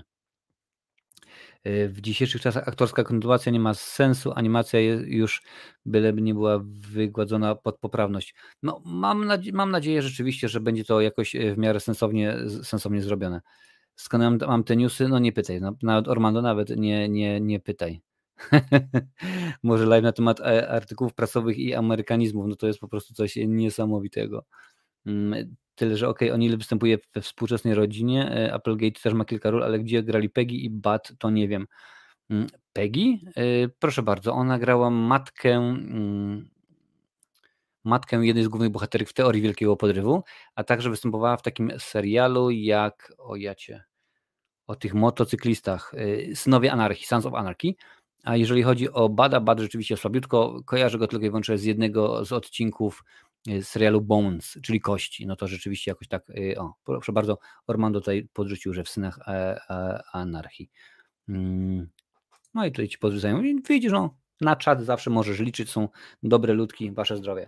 W dzisiejszych czasach aktorska kontynuacja nie ma sensu, animacja już byleby nie była wygładzona pod poprawność. No, mam, nadzie- mam nadzieję rzeczywiście, że będzie to jakoś w miarę sensownie, sensownie zrobione. Skąd mam, mam te newsy? No nie pytaj, no, nawet Ormando nawet nie, nie, nie pytaj. Może live na temat e, artykułów prasowych i amerykanizmów, no to jest po prostu coś niesamowitego. Mm, Tyle, że okej, O'Neill występuje we współczesnej rodzinie, e, Applegate też ma kilka ról, ale gdzie grali Peggy i Bud, to nie wiem. Mm, Peggy? E, Proszę bardzo, ona grała matkę mm, matkę jednej z głównych bohaterek w Teorii Wielkiego Podrywu, a także występowała w takim serialu jak, o jacie, o tych motocyklistach, e, Synowie Anarchii, Sons of Anarchy. A jeżeli chodzi o Bada, Bad rzeczywiście słabiutko, kojarzę go tylko i wyłącznie z jednego z odcinków e, serialu Bones, czyli Kości. No to rzeczywiście jakoś tak, e, o, proszę bardzo, Ormando tutaj podrzucił, że w Synach e, e, Anarchii. Mm, No i tutaj ci podrzucają. I widzisz, no, na czat zawsze możesz liczyć, są dobre ludki, wasze zdrowie.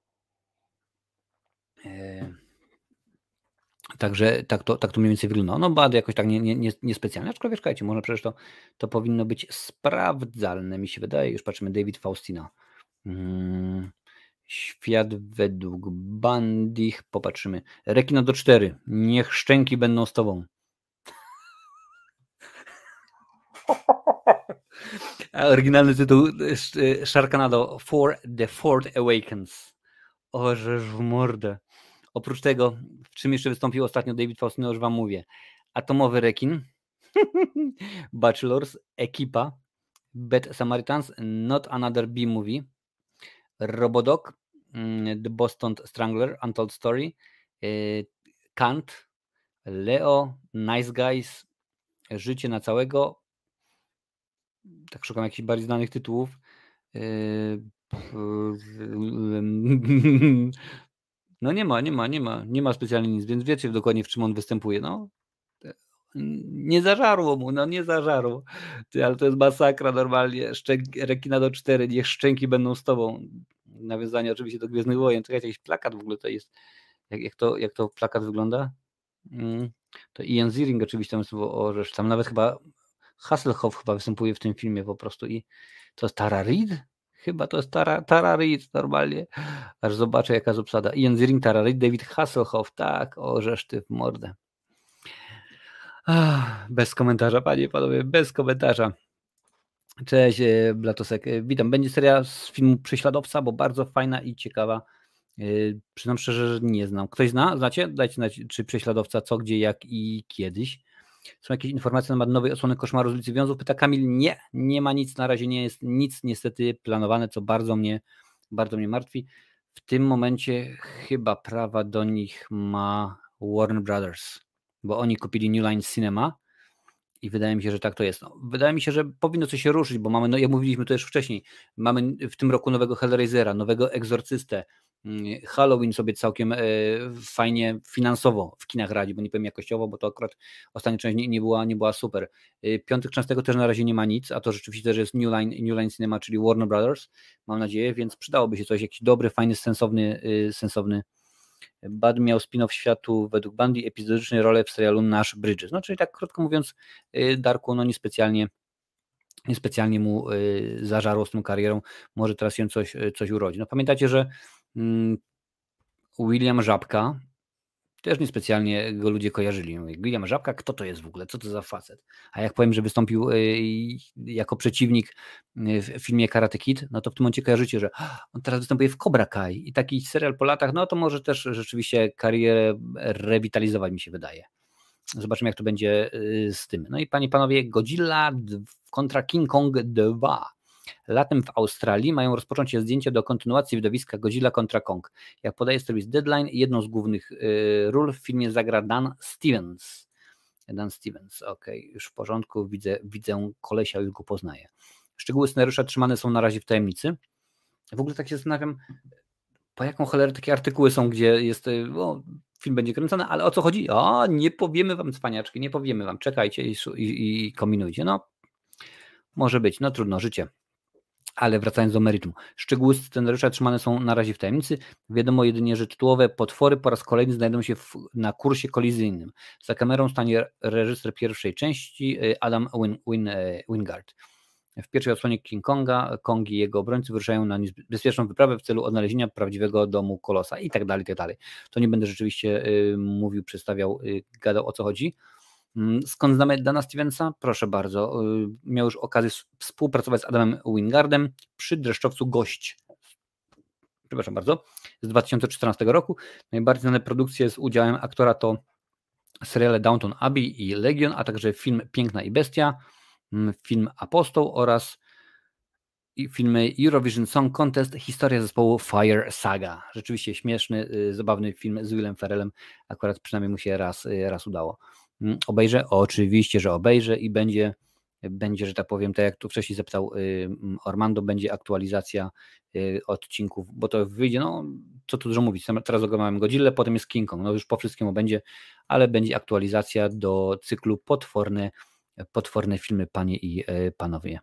E, Także tak to, tak to mniej więcej wygląda. No Bad jakoś tak niespecjalnie, nie, nie, niespecjalnie, aczkolwiek wieszkajcie, może przecież to, to powinno być sprawdzalne, mi się wydaje. Już patrzymy, David Faustino. Hmm. Świat według Bandich. Popatrzymy. Rekino do cztery. Niech szczęki będą z tobą. A oryginalny tytuł Sharknado For the Fort Awakens. O, żeż w mordę. Oprócz tego, w czym jeszcze wystąpił ostatnio David Faustino, już wam mówię. Atomowy rekin, Bachelors, Ekipa, Bad Samaritans, Not Another B-Movie, Robodog, The Boston Strangler, Untold Story, Kant, Leo, Nice Guys, Życie na całego. Tak szukam jakichś bardziej znanych tytułów. No nie ma, nie ma, nie ma, nie ma specjalnie nic, więc wiecie dokładnie, w czym on występuje. No, nie zażarło mu, no nie zażarło. Ty, ale to jest masakra normalnie. Szczęk, rekina do cztery, niech szczęki będą z tobą. Nawiązanie oczywiście do Gwiezdnych Wojen. To jakiś plakat w ogóle to jest. Jak, jak, to, jak to plakat wygląda? Mm, to Ian Ziering oczywiście tam występował, o, żeż tam nawet chyba Hasselhoff chyba występuje w tym filmie po prostu i to jest Tara Reid? Chyba to jest Tara, Tara Reid normalnie. Aż zobaczę jaka jest obsada. Ian Ziering, Tara Reid, David Hasselhoff, tak, o, żeż ty w mordę. Ach, bez komentarza, panie i panowie, bez komentarza. Cześć, Blatosek. Witam. Będzie seria z filmu Prześladowca, bo bardzo fajna i ciekawa. Przyznam szczerze, że nie znam. Ktoś zna? Znacie? Dajcie znać, czy Prześladowca, co, gdzie, jak i kiedyś. Są jakieś informacje na temat nowej odsłony Koszmaru z ulicy Wiązów? Pyta Kamil. Nie, nie ma nic, na razie nie jest nic niestety planowane, co bardzo mnie, bardzo mnie martwi. W tym momencie chyba prawa do nich ma Warner Brothers, bo oni kupili New Line Cinema i wydaje mi się, że tak to jest. No, wydaje mi się, że powinno coś się ruszyć, bo mamy, no jak mówiliśmy to już wcześniej, mamy w tym roku nowego Hellraisera, nowego Egzorcystę, Halloween sobie całkiem e, fajnie finansowo w kinach radzi, bo nie powiem jakościowo, bo to akurat ostatnia część nie, nie, była, nie była super. E, Piątek trzynastego też na razie nie ma nic, a to rzeczywiście też jest New Line, New Line Cinema, czyli Warner Brothers, mam nadzieję, więc przydałoby się coś, jakiś dobry, fajny, sensowny, e, sensowny. Bud miał spin-off światu według Bundy, epizodycznej rolę w serialu Nash Bridges. No czyli tak krótko mówiąc, e, Darku no niespecjalnie niespecjalnie mu y, zażarło z tą karierą, może teraz się coś, coś urodzi. No pamiętacie, że mm, William Żabka, też niespecjalnie go ludzie kojarzyli. Mówię, William Żabka, kto to jest w ogóle, co to za facet? A jak powiem, że wystąpił y, jako przeciwnik w filmie Karate Kid, no to w tym momencie kojarzycie, że on teraz występuje w Cobra Kai i taki serial po latach, no to może też rzeczywiście karierę rewitalizować, mi się wydaje. Zobaczymy, jak to będzie z tym. No i panie i panowie, Godzilla kontra King Kong dwa. Latem w Australii mają rozpocząć się zdjęcia do kontynuacji widowiska Godzilla kontra Kong. Jak podaje serwis Deadline, jedną z głównych y, ról w filmie zagra Dan Stevens. Dan Stevens, okej, okay, już w porządku, widzę, widzę kolesia, już go poznaję. Szczegóły scenariusza trzymane są na razie w tajemnicy. W ogóle tak się zastanawiam, po jaką cholerę takie artykuły są, gdzie jest, o, film będzie kręcony, ale o co chodzi? O, nie powiemy wam, cwaniaczki, nie powiemy wam, czekajcie i, i, i kombinujcie. No, może być, no trudno, życie. Ale wracając do meritum, szczegóły scenariusza trzymane są na razie w tajemnicy. Wiadomo jedynie, że tytułowe potwory po raz kolejny znajdą się w, na kursie kolizyjnym. Za kamerą stanie reżyser pierwszej części Adam Win, Win, Wingard. W pierwszej odsłonie King Konga, Kong i jego obrońcy wyruszają na niebezpieczną wyprawę w celu odnalezienia prawdziwego domu Kolosa i tak dalej, i tak dalej. To nie będę rzeczywiście y, mówił, przedstawiał, y, gadał o co chodzi. Skąd znamy Dana Stevensa? Proszę bardzo, y, miał już okazję współpracować z Adamem Wingardem przy Dreszczowcu Gość. Przepraszam bardzo, z dwa tysiące czternastego roku. Najbardziej znane produkcje z udziałem aktora to seriale Downton Abbey i Legion, a także film Piękna i Bestia, film Apostoł oraz filmy Eurovision Song Contest, historia zespołu Fire Saga. Rzeczywiście śmieszny, zabawny film z Willem Ferrellem, akurat przynajmniej mu się raz, raz udało. Obejrzę? Oczywiście, że obejrzę i będzie, będzie, że tak powiem, tak jak tu wcześniej zapytał Ormando, będzie aktualizacja odcinków, bo to wyjdzie, no co tu dużo mówić, teraz oglądałem Godzillę, potem jest King Kong, no już po wszystkiemu będzie, ale będzie aktualizacja do cyklu Potworne Potworne filmy, panie i panowie.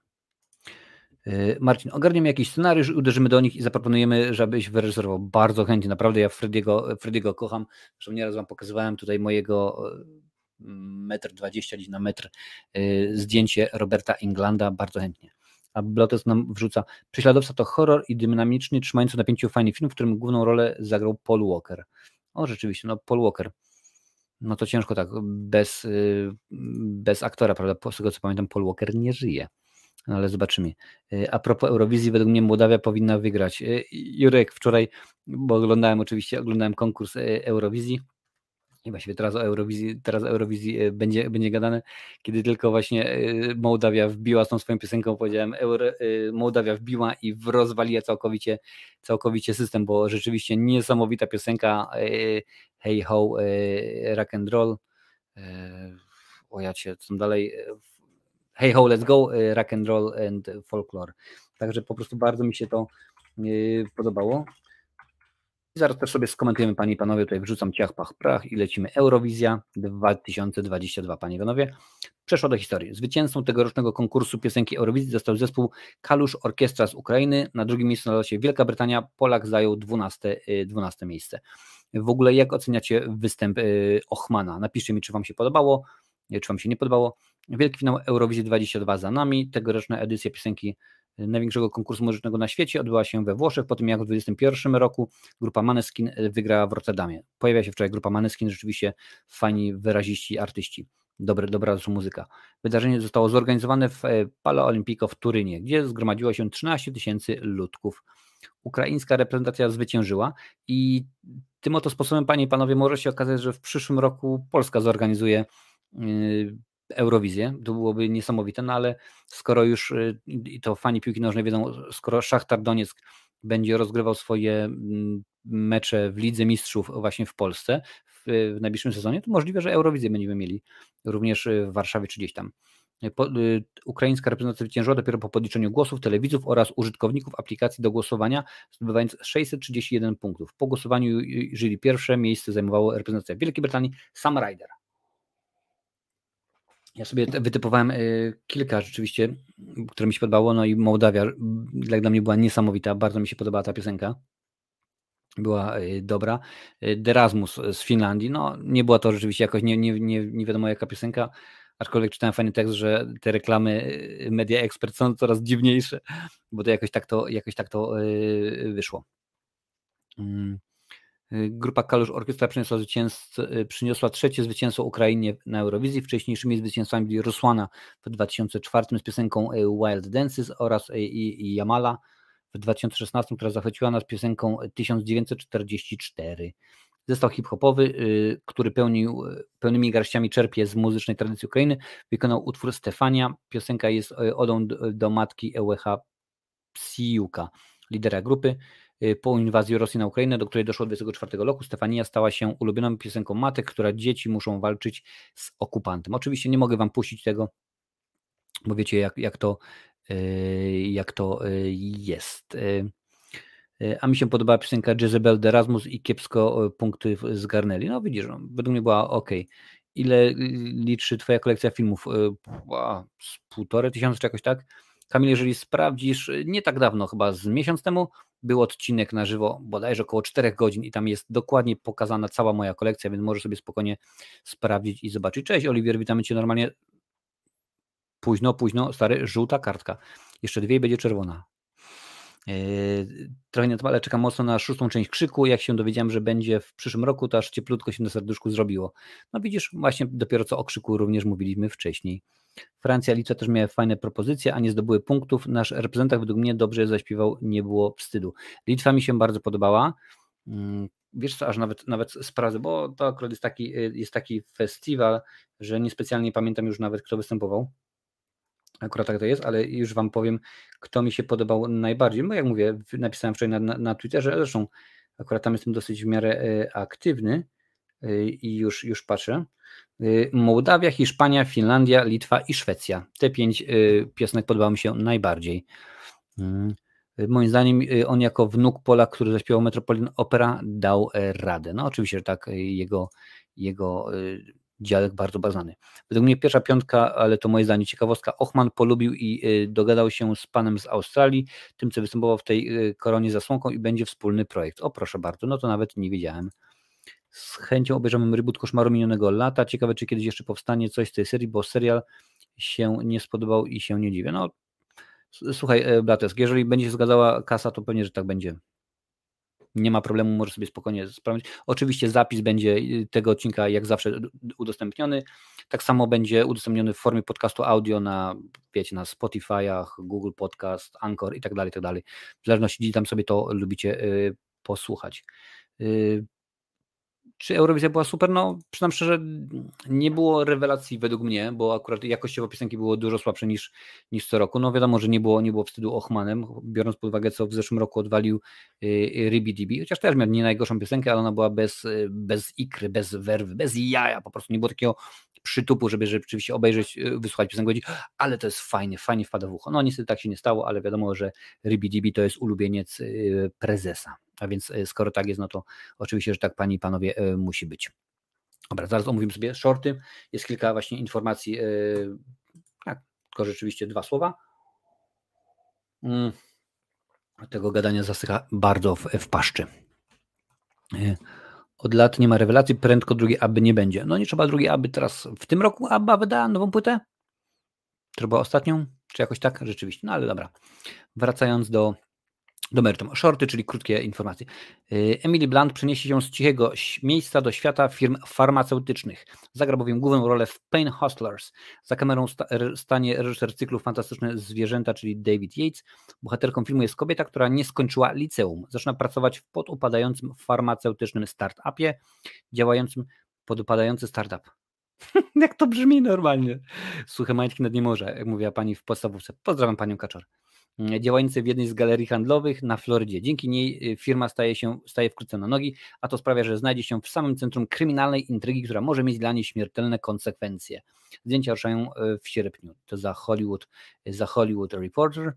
Marcin, ogarniemy jakiś scenariusz, uderzymy do nich i zaproponujemy, żebyś wyreżyserował. Bardzo chętnie, naprawdę ja Frediego, Frediego kocham. Zresztą nieraz wam pokazywałem tutaj mojego metr dwadzieścia gdzieś na metr zdjęcie Roberta Englanda, bardzo chętnie. A Blotes nam wrzuca, Prześladowca to horror i dynamiczny, trzymający w napięciu fajny film, w którym główną rolę zagrał Paul Walker. O, rzeczywiście, no Paul Walker. No to ciężko tak, bez, bez aktora, prawda, z tego co pamiętam Paul Walker nie żyje, no ale zobaczymy. A propos Eurowizji, według mnie Mołdawia powinna wygrać. Jurek, wczoraj, bo oglądałem oczywiście, oglądałem konkurs Eurowizji i właściwie teraz o Eurowizji, teraz o Eurowizji będzie, będzie gadane, kiedy tylko właśnie Mołdawia wbiła z tą swoją piosenką, powiedziałem, Euro, Mołdawia wbiła i rozwaliła całkowicie, całkowicie system, bo rzeczywiście niesamowita piosenka, Hey Ho, Rock and Roll, o ja cię, co dalej, Hey Ho, Let's Go, Rock and Roll and Folklore. Także po prostu bardzo mi się to podobało. I zaraz też sobie skomentujemy, panie i panowie, tutaj wrzucam ciach, pach, prach i lecimy. Eurowizja dwa tysiące dwadzieścia dwa, panie i panowie. Przeszło do historii. Zwycięzcą tegorocznego konkursu piosenki Eurowizji został zespół Kalusz Orkiestra z Ukrainy. Na drugim miejscu znalazła się Wielka Brytania. Polak zajął dwunaste, dwunaste miejsce. W ogóle jak oceniacie występ Ochmana? Napiszcie mi, czy wam się podobało, czy wam się nie podobało. Wielki finał Eurowizji dwadzieścia dwa za nami. Tegoroczna edycja piosenki największego konkursu muzycznego na świecie odbyła się we Włoszech, po tym jak w dwa tysiące dwudziestym pierwszym roku grupa Maneskin wygrała w Rotterdamie. Pojawia się wczoraj grupa Maneskin, rzeczywiście fajni, wyraziści, artyści. Dobre, dobra muzyka. Wydarzenie zostało zorganizowane w Palo Olimpico w Turynie, gdzie zgromadziło się trzynaście tysięcy ludków. Ukraińska reprezentacja zwyciężyła i tym oto sposobem, panie i panowie, może się okazać, że w przyszłym roku Polska zorganizuje Eurowizję, to byłoby niesamowite, no ale skoro już i to fani piłki nożnej wiedzą, skoro Szachtar Donieck będzie rozgrywał swoje mecze w Lidze Mistrzów właśnie w Polsce w, w najbliższym sezonie, to możliwe, że Eurowizję będziemy mieli również w Warszawie czy gdzieś tam. Po, y, ukraińska reprezentacja zwyciężyła dopiero po podliczeniu głosów telewidzów oraz użytkowników aplikacji do głosowania, zdobywając sześćset trzydzieści jeden punktów. Po głosowaniu jeżeli pierwsze miejsce zajmowało reprezentacja Wielkiej Brytanii, Sam Ryder. Ja sobie wytypowałem y, kilka rzeczywiście, które mi się podobało, no i Mołdawia jak dla mnie była niesamowita, bardzo mi się podobała ta piosenka. Była y, dobra. Y, Derasmus z Finlandii, no nie była to rzeczywiście jakoś nie, nie, nie, nie wiadomo jaka piosenka, aczkolwiek czytałem fajny tekst, że te reklamy Media Expert są coraz dziwniejsze, bo to jakoś tak to, jakoś tak to y, wyszło. Mm. Grupa Kalusz Orkiestra przyniosła, przyniosła trzecie zwycięstwo Ukrainie na Eurowizji. Wcześniejszymi zwycięzcami byli Rusłana w dwa tysiące czwartym z piosenką Wild Dances oraz i, i Jamala w dwa tysiące szesnastym, która zachwyciła nas piosenką tysiąc dziewięćset czterdzieści cztery. Zestaw hip-hopowy, który pełnił, pełnymi garściami czerpie z muzycznej tradycji Ukrainy, wykonał utwór Stefania. Piosenka jest odą do, do matki Ełecha Psiuka, lidera grupy. Po inwazji Rosji na Ukrainę, do której doszło dwudziestego czwartego roku, Stefania stała się ulubioną piosenką matek, która dzieci muszą walczyć z okupantem. Oczywiście nie mogę wam puścić tego, bo wiecie jak, jak, to, jak to jest. A mi się podobała piosenka Jezebel Derasmus i kiepsko punkty zgarnęli. No widzisz, no, według mnie była ok. Ile liczy twoja kolekcja filmów? Z półtorej tysiąca czy jakoś tak? Kamil, jeżeli sprawdzisz, nie tak dawno, chyba z miesiąc temu, był odcinek na żywo, bodajże około czterech godzin i tam jest dokładnie pokazana cała moja kolekcja, więc możesz sobie spokojnie sprawdzić i zobaczyć. Cześć Oliwier, witamy Cię normalnie. Późno, późno, stary, żółta kartka. Jeszcze dwie i będzie czerwona. Yy, trochę nie to, ale czekam mocno na szóstą część Krzyku. Jak się dowiedziałem, że będzie w przyszłym roku, to aż cieplutko się na serduszku zrobiło. No widzisz, właśnie dopiero co o Krzyku również mówiliśmy wcześniej. Francja, Litwa też miały fajne propozycje, a nie zdobyły punktów. Nasz reprezentant według mnie dobrze zaśpiewał, nie było wstydu. Litwa mi się bardzo podobała. Wiesz co, aż nawet, nawet sprawdzę, bo to akurat jest taki, jest taki festiwal, że niespecjalnie pamiętam już nawet, kto występował. Akurat tak to jest, ale już wam powiem, kto mi się podobał najbardziej. Bo jak mówię, napisałem wczoraj na, na, na Twitterze, zresztą akurat tam jestem dosyć w miarę aktywny i już, już patrzę. Mołdawia, Hiszpania, Finlandia, Litwa i Szwecja. Te pięć piosenek podobały mi się najbardziej. Moim zdaniem on jako wnuk Polak, który zaśpiewał Metropolitan Opera, dał radę. No oczywiście, że tak, jego, jego dziadek bardzo bardzo znany. Według mnie pierwsza piątka, ale to moje zdanie ciekawostka, Ochman polubił i dogadał się z panem z Australii, tym co występował w tej koronie zasłonką i będzie wspólny projekt. O proszę bardzo, no to nawet nie wiedziałem. Z chęcią obejrzymy reboot Koszmaru minionego lata. Ciekawe, czy kiedyś jeszcze powstanie coś z tej serii, bo serial się nie spodobał i się nie dziwię. No, słuchaj, Blatesk, jeżeli będzie się zgadzała kasa, to pewnie, że tak będzie. Nie ma problemu, możesz sobie spokojnie sprawdzić. Oczywiście zapis będzie tego odcinka jak zawsze udostępniony. Tak samo będzie udostępniony w formie podcastu audio na, wiecie, na Spotify'ach, Google Podcast, Anchor i tak dalej, i tak dalej. W zależności, gdzie tam sobie to lubicie y, posłuchać. Y, Czy Eurowizja była super? No, przyznam szczerze, nie było rewelacji według mnie, bo akurat jakościowo piosenki było dużo słabsze niż, niż co roku. No wiadomo, że nie było, nie było wstydu Ochmanem, biorąc pod uwagę, co w zeszłym roku odwalił y, Ribi Dibi, chociaż też miał nie najgorszą piosenkę, ale ona była bez, bez ikry, bez werwy, bez jaja, po prostu nie było takiego przytupu, żeby rzeczywiście obejrzeć, wysłuchać piosenkę, powiedzieć, ale to jest fajnie, fajnie wpada w ucho. No niestety tak się nie stało, ale wiadomo, że Ribi Dibi to jest ulubieniec y, prezesa. A więc skoro tak jest, no to oczywiście, że tak, panie i panowie, y, musi być. Dobra, zaraz omówimy sobie shorty. Jest kilka właśnie informacji, y, tak, tylko rzeczywiście dwa słowa. Mm, tego gadania zasycha bardzo w, w paszczy. Y, od lat nie ma rewelacji, prędko drugiej aby nie będzie. No nie trzeba drugiej aby teraz w tym roku Abba wydała nową płytę? Trzeba ostatnią? Czy jakoś tak? Rzeczywiście. No ale dobra. Wracając do Do meritum. Shorty, czyli krótkie informacje. Emily Blunt przeniesie się z cichego miejsca do świata firm farmaceutycznych. Zagra bowiem główną rolę w Pain Hustlers. Za kamerą sta- stanie reżyser cyklu Fantastyczne Zwierzęta, czyli David Yates. Bohaterką filmu jest kobieta, która nie skończyła liceum. Zaczyna pracować w podupadającym farmaceutycznym start-upie, działającym podupadający startup. Jak to brzmi normalnie. Suche majtki nad nie morze, jak mówiła pani w podstawówce. Pozdrawiam panią Kaczor. Działający w jednej z galerii handlowych na Florydzie. Dzięki niej firma staje się staje wkrótce na nogi, a to sprawia, że znajdzie się w samym centrum kryminalnej intrygi, która może mieć dla niej śmiertelne konsekwencje. Zdjęcia ruszają w sierpniu. To za Hollywood, za Hollywood Reporter.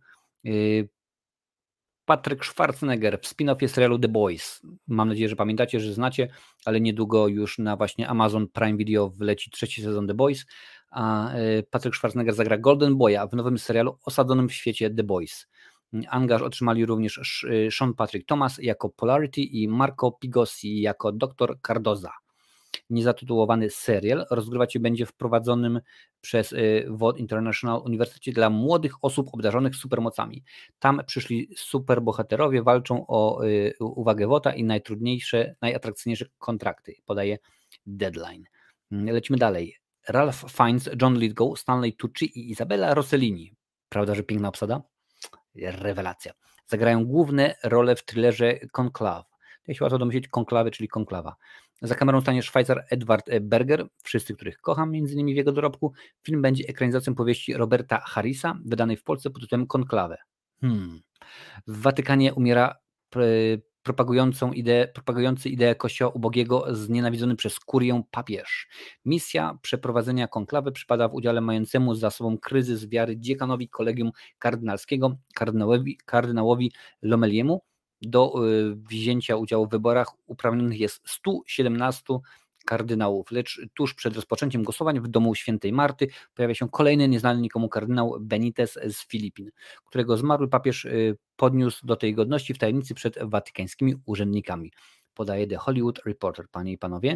Patrick Schwarzenegger w spin-offie serialu The Boys. Mam nadzieję, że pamiętacie, że znacie, ale niedługo już na właśnie Amazon Prime Video wleci trzeci sezon The Boys, a Patrick Schwarzenegger zagra Golden Boya w nowym serialu osadzonym w świecie The Boys. Angaż otrzymali również Sean Patrick Thomas jako Polarity i Marco Pigossi jako doktor Cardoza. Niezatytułowany serial rozgrywać się będzie w prowadzonym przez W O D International Uniwersytecie dla młodych osób obdarzonych supermocami. Tam przyszli superbohaterowie walczą o uwagę W O D-a i najtrudniejsze, najatrakcyjniejsze kontrakty, podaje Deadline. Lecimy dalej. Ralph Fiennes, John Lithgow, Stanley Tucci i Isabella Rossellini. Prawda, że piękna obsada? Rewelacja. Zagrają główne role w thrillerze Conclave. Jak się łatwo domyślić, konklawy, czyli konklawa. Za kamerą stanie Szwajcar Edward Berger, wszyscy, których kocham, między innymi w jego dorobku. Film będzie ekranizacją powieści Roberta Harrisa, wydanej w Polsce pod tytułem Konklawę. Hmm. W Watykanie umiera propagującą ideę, propagujący ideę kościoła ubogiego, znienawidzony przez kurię papież. Misja przeprowadzenia konklawy przypada w udziale mającemu za sobą kryzys wiary dziekanowi kolegium kardynalskiego, kardynałowi, kardynałowi Lomeliemu. Do wzięcia udziału w wyborach uprawnionych jest stu siedemnastu kardynałów, lecz tuż przed rozpoczęciem głosowań w domu świętej Marty pojawia się kolejny nieznany nikomu kardynał Benitez z Filipin, którego zmarły papież podniósł do tej godności w tajemnicy przed watykańskimi urzędnikami. Podaje The Hollywood Reporter. Panie i panowie,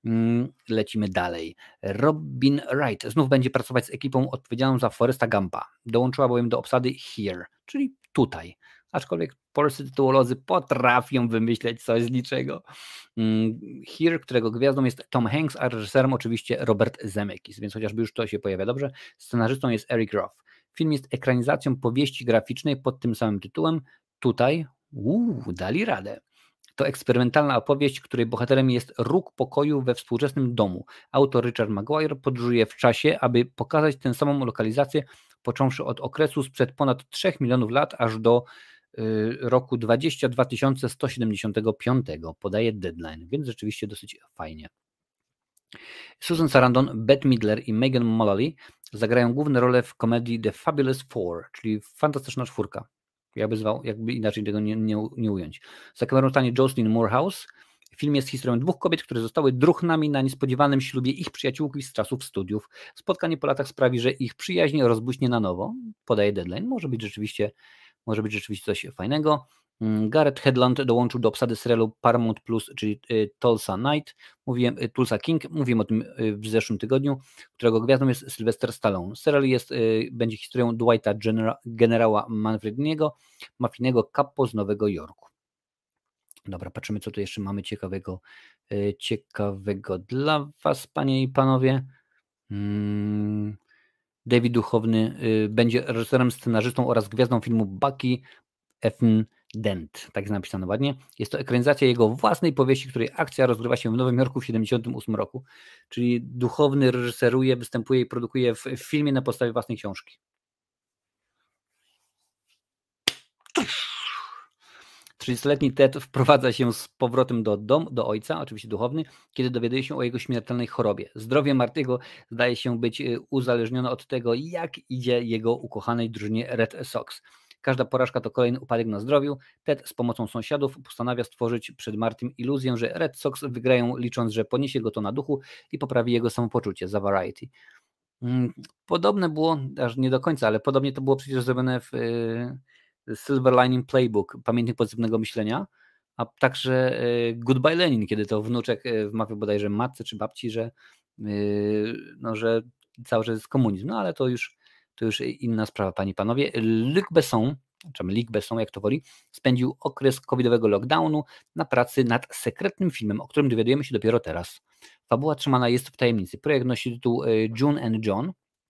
lecimy dalej. Robin Wright znów będzie pracować z ekipą odpowiedzialną za Foresta Gumpa. Dołączyła bowiem do obsady Here, czyli tutaj. Aczkolwiek polscy tytułolodzy potrafią wymyśleć coś z niczego. Here, którego gwiazdą jest Tom Hanks, a reżyserem oczywiście Robert Zemeckis, więc chociażby już to się pojawia dobrze. Scenarzystą jest Eric Roth. Film jest ekranizacją powieści graficznej pod tym samym tytułem. Tutaj uuu, dali radę. To eksperymentalna opowieść, której bohaterem jest róg pokoju we współczesnym domu. Autor Richard Maguire podróżuje w czasie, aby pokazać tę samą lokalizację, począwszy od okresu sprzed ponad trzech milionów lat, aż do y, roku dwudziestego dwa tysiące sto siedemdziesiątego piątego. Podaje Deadline, więc rzeczywiście dosyć fajnie. Susan Sarandon, Bette Midler i Megan Mullally zagrają główne role w komedii The Fabulous Four, czyli Fantastyczna Czwórka. Jakby zwał, jakby inaczej tego nie, nie, nie ująć. Za kamerą stanie Jocelyn Moorhouse. Film jest historią dwóch kobiet, które zostały druhnami na niespodziewanym ślubie ich przyjaciółki z czasów studiów. Spotkanie po latach sprawi, że ich przyjaźń rozbuśnie na nowo. Podaje Deadline. Może być rzeczywiście, może być rzeczywiście coś fajnego. Gareth Hedlund dołączył do obsady serialu Paramount Plus, czyli Tulsa Night. Mówiłem, Tulsa King. Mówiłem o tym w zeszłym tygodniu, którego gwiazdą jest Sylvester Stallone. Serial jest, będzie historią Dwighta Genera, generała Manfrediego, mafijnego capo z Nowego Jorku. Dobra, patrzymy, co tu jeszcze mamy ciekawego, ciekawego dla was, panie i panowie. Hmm. David Duchowny będzie reżyserem, scenarzystą oraz gwiazdą filmu Bucky F. Dent, tak jest napisane ładnie. Jest to ekranizacja jego własnej powieści, której akcja rozgrywa się w Nowym Jorku w siedemdziesiątym ósmym roku. Czyli Duchowny reżyseruje, występuje i produkuje w, w filmie na podstawie własnej książki. trzydziestoletni Ted wprowadza się z powrotem do, dom, do ojca, oczywiście Duchowny, kiedy dowiaduje się o jego śmiertelnej chorobie. Zdrowie Marty'ego zdaje się być uzależnione od tego, jak idzie jego ukochanej drużynie Red Sox. Każda porażka to kolejny upadek na zdrowiu. Ted z pomocą sąsiadów postanawia stworzyć przed Martym iluzję, że Red Sox wygrają, licząc, że poniesie go to na duchu i poprawi jego samopoczucie. Za Variety. Podobne było, aż nie do końca, ale podobnie to było przecież zrobione w Silver Lining Playbook, Pamiętnik pozytywnego myślenia, a także Goodbye Lenin, kiedy to wnuczek wmawia bodajże matce czy babci, że, no, że cały czas jest komunizm. No ale to już, to już inna sprawa, panie i panowie. Luc Besson, czy Luc Besson, jak to woli, spędził okres covidowego lockdownu na pracy nad sekretnym filmem, o którym dowiadujemy się dopiero teraz. Fabuła trzymana jest w tajemnicy. Projekt nosi tytuł June and John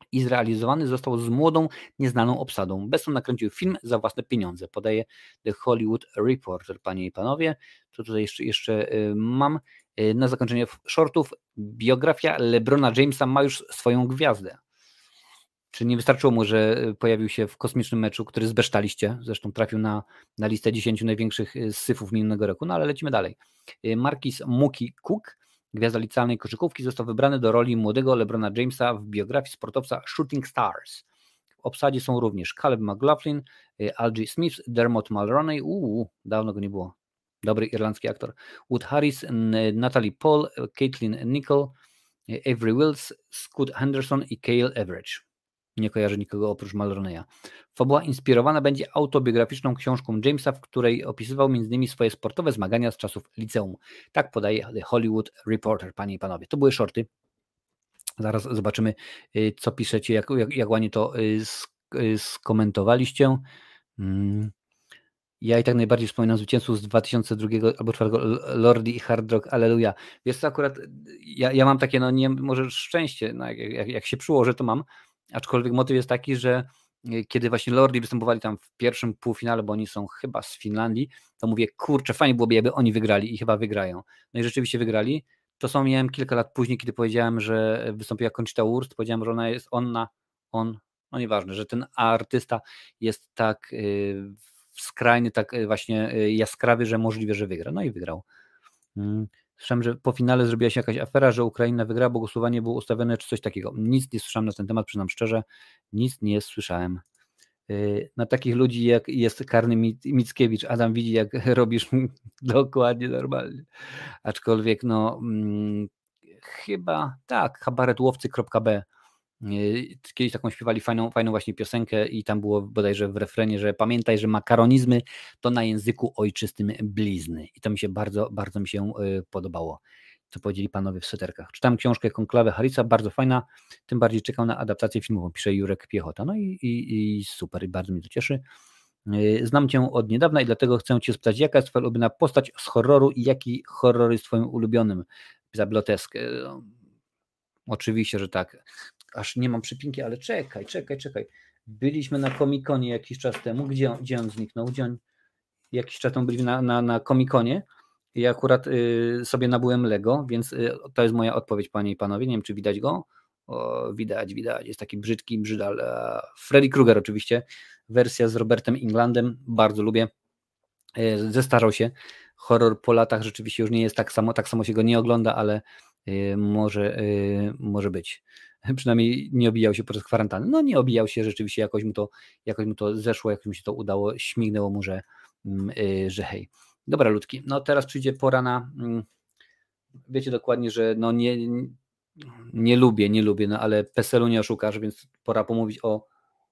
i zrealizowany został z młodą, nieznaną obsadą. Besson nakręcił film za własne pieniądze, podaje The Hollywood Reporter. Panie i panowie, co tutaj jeszcze, jeszcze mam? Na zakończenie shortów, biografia LeBrona Jamesa ma już swoją gwiazdę. Czy nie wystarczyło mu, że pojawił się w kosmicznym meczu, który zbesztaliście, zresztą trafił na, na listę dziesięciu największych syfów minionego roku, no ale lecimy dalej. Marquis Mookie Cook, gwiazda licealnej koszykówki, został wybrany do roli młodego LeBrona Jamesa w biografii sportowca Shooting Stars. W obsadzie są również Caleb McLaughlin, Algie Smith, Dermot Mulroney, uuu, dawno go nie było, dobry irlandzki aktor, Wood Harris, Natalie Paul, Caitlin Nicole, Avery Wills, Scott Henderson i Cale Everidge. Nie kojarzę nikogo oprócz Mulroneya. Fabuła inspirowana będzie autobiograficzną książką Jamesa, w której opisywał między innymi swoje sportowe zmagania z czasów liceum. Tak podaje The Hollywood Reporter, panie i panowie. To były shorty. Zaraz zobaczymy, co piszecie, jak, jak, jak ładnie to skomentowaliście. Ja i tak najbardziej wspominam zwycięzców z dwa tysiące drugiego albo dwa tysiące czwartego Lordi i Hard Rock, Alleluja. Wiesz co, akurat ja, ja mam takie, no nie, może szczęście, no jak, jak, jak się przyłożę, to mam, aczkolwiek motyw jest taki, że kiedy właśnie Lordi występowali tam w pierwszym półfinale, bo oni są chyba z Finlandii, to mówię, kurczę, fajnie byłoby, jakby oni wygrali i chyba wygrają. No i rzeczywiście wygrali. To są miałem kilka lat później, kiedy powiedziałem, że wystąpiła Conchita Wurst, powiedziałem, że ona jest ona, on, no nieważne, że ten artysta jest tak yy, skrajny, tak właśnie jaskrawy, że możliwe, że wygra. No i wygrał. Słyszałem, że po finale zrobiła się jakaś afera, że Ukraina wygrała, bo głosowanie było ustawione, czy coś takiego. Nic nie słyszałem na ten temat, przyznam szczerze, nic nie słyszałem. Na takich ludzi jak jest Karny Mickiewicz, Adam widzi, jak robisz dokładnie normalnie. Aczkolwiek no hmm, chyba tak, kabaretłowcy kropka b. Kiedyś taką śpiewali fajną, fajną właśnie piosenkę i tam było bodajże w refrenie, że pamiętaj, że makaronizmy to na języku ojczystym blizny. I to mi się bardzo, bardzo mi się podobało, co powiedzieli panowie w sweterkach. Czytam książkę Konklawę Harrisa, bardzo fajna, tym bardziej czekam na adaptację filmową, pisze Jurek Piechota. No i, i, i super, i bardzo mnie to cieszy. Znam cię od niedawna i dlatego chcę cię spytać, jaka jest twoja ulubiona postać z horroru i jaki horror jest twoim ulubionym? Zabloteskę. Oczywiście, że tak. Aż nie mam przypinki, ale czekaj, czekaj, czekaj. Byliśmy na Comic-Conie jakiś czas temu. Gdzie on, gdzie on zniknął? Gdzie on, jakiś czas temu byliśmy na, na, na Comic-Conie i akurat y, sobie nabyłem Lego, więc y, to jest moja odpowiedź, panie i panowie. Nie wiem, czy widać go. O, widać, widać. Jest taki brzydki brzydal. Freddy Krueger oczywiście. Wersja z Robertem Englandem. Bardzo lubię. Y, zestarzał się. Horror po latach rzeczywiście już nie jest tak samo, tak samo się go nie ogląda, ale y, może, y, może być. Przynajmniej nie obijał się podczas kwarantanny. No nie obijał się, rzeczywiście jakoś mu to, jakoś mu to zeszło, jakoś mu się to udało, śmignęło mu, że, yy, że hej. Dobra, ludki, no teraz przyjdzie pora na, yy, wiecie dokładnie, że no nie, nie lubię, nie lubię, no ale PESEL-u nie oszukasz, więc pora pomówić o,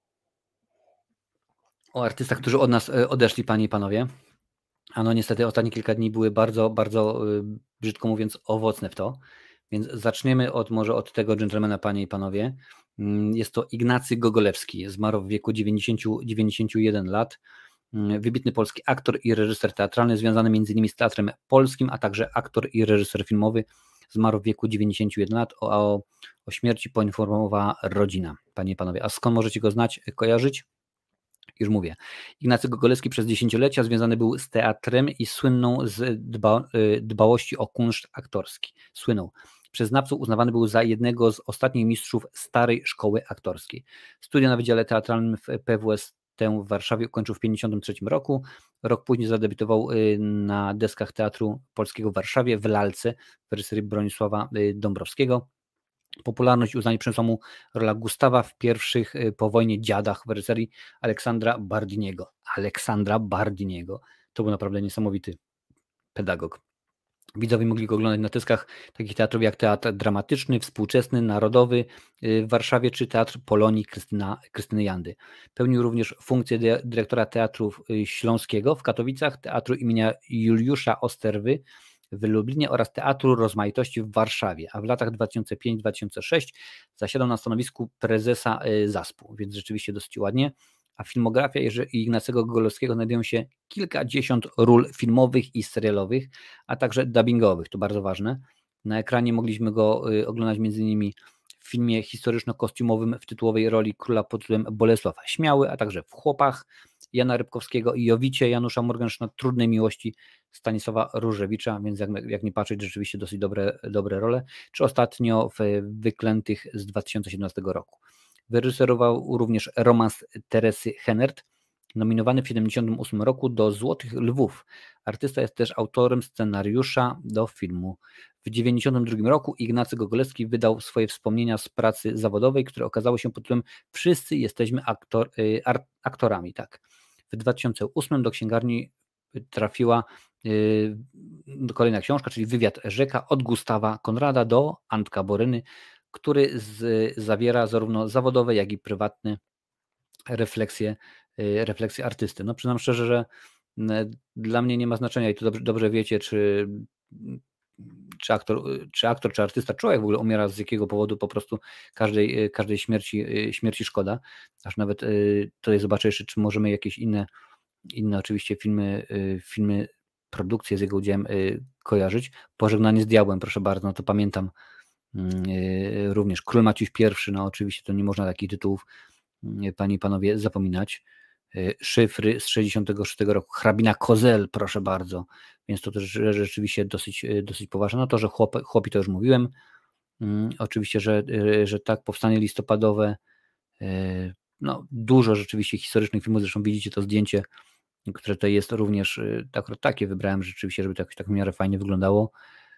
o artystach, którzy od nas odeszli, panie i panowie. A no niestety ostatnie kilka dni były bardzo, bardzo, yy, brzydko mówiąc, owocne w to. Więc zaczniemy od może od tego dżentelmena, panie i panowie. Jest to Ignacy Gogolewski, zmarł w wieku dziewięćdziesięciu, dziewięćdziesięciu jeden lat. Wybitny polski aktor i reżyser teatralny, związany między innymi z teatrem polskim, a także aktor i reżyser filmowy. Zmarł w wieku dziewięćdziesięciu jeden lat. O, o, o śmierci poinformowała rodzina, panie i panowie. A skąd możecie go znać, kojarzyć? Już mówię. Ignacy Gogolewski przez dziesięciolecia związany był z teatrem i słynął z dba, dbałości o kunszt aktorski. Słynął. Przez znawców uznawany był za jednego z ostatnich mistrzów starej szkoły aktorskiej. Studia na Wydziale Teatralnym w P W S T w Warszawie ukończył w tysiąc dziewięćset pięćdziesiątym trzecim roku. Rok później zadebiutował na deskach Teatru Polskiego w Warszawie w Lalce w reżyserii Bronisława Dąbrowskiego. Popularność i uznanie przyniosła mu rola Gustawa w pierwszych po wojnie dziadach w reżyserii Aleksandra Bardiniego. Aleksandra Bardiniego. To był naprawdę niesamowity pedagog. Widzowie mogli go oglądać na deskach takich teatrów jak Teatr Dramatyczny, Współczesny, Narodowy w Warszawie czy Teatr Polonii Krystyna, Krystyny Jandy. Pełnił również funkcję dyrektora Teatru Śląskiego w Katowicach, Teatru imienia Juliusza Osterwy w Lublinie oraz Teatru Rozmaitości w Warszawie, a w latach dwa tysiące piątym do dwa tysiące szóstego zasiadał na stanowisku prezesa zaspu, więc rzeczywiście dosyć ładnie. A filmografia Ignacego Gogolewskiego znajdują się kilkadziesiąt ról filmowych i serialowych, a także dubbingowych, to bardzo ważne. Na ekranie mogliśmy go oglądać między innymi w w filmie historyczno-kostiumowym w tytułowej roli króla pod tytułem Bolesław Śmiały, a także w Chłopach Jana Rybkowskiego i Jowicie Janusza Morgenstern, Trudnej miłości Stanisława Różewicza, więc jak, jak nie patrzeć, rzeczywiście dosyć dobre, dobre role, czy ostatnio w Wyklętych z dwa tysiące siedemnastego roku. Wyreżyserował również romans Teresy Henert, nominowany w tysiąc dziewięćset siedemdziesiątym ósmym roku do Złotych Lwów. Artysta jest też autorem scenariusza do filmu. W tysiąc dziewięćset dziewięćdziesiątym drugim roku Ignacy Gogolewski wydał swoje wspomnienia z pracy zawodowej, które okazały się pod tytułem Wszyscy jesteśmy aktor, aktorami. Tak. W dwa tysiące ósmym do księgarni trafiła yy, kolejna książka, czyli Wywiad Rzeka od Gustawa Konrada do Antka Boryny, który z, zawiera zarówno zawodowe, jak i prywatne refleksje, yy, refleksje artysty. No przyznam szczerze, że yy, dla mnie nie ma znaczenia i to dobrze, dobrze wiecie, czy, czy, aktor, czy aktor, czy artysta, człowiek w ogóle umiera z jakiego powodu, po prostu każdej, każdej śmierci, śmierci szkoda. Aż nawet yy, tutaj zobaczę jeszcze, czy możemy jakieś inne inne oczywiście filmy, filmy, produkcje z jego udziałem kojarzyć. Pożegnanie z diabłem, proszę bardzo, no to pamiętam również. Król Maciuś I, no oczywiście to nie można takich tytułów, panie i panowie, zapominać. Szyfry z sześćdziesiątego szóstego roku, Hrabina Kozel, proszę bardzo, więc to też rzeczywiście dosyć, dosyć poważne. No to, że chłop, chłopi to już mówiłem. Oczywiście, że, że tak, powstanie listopadowe, no dużo rzeczywiście historycznych filmów, zresztą widzicie to zdjęcie, które to jest również, akurat takie wybrałem rzeczywiście, żeby to jakoś tak w miarę fajnie wyglądało.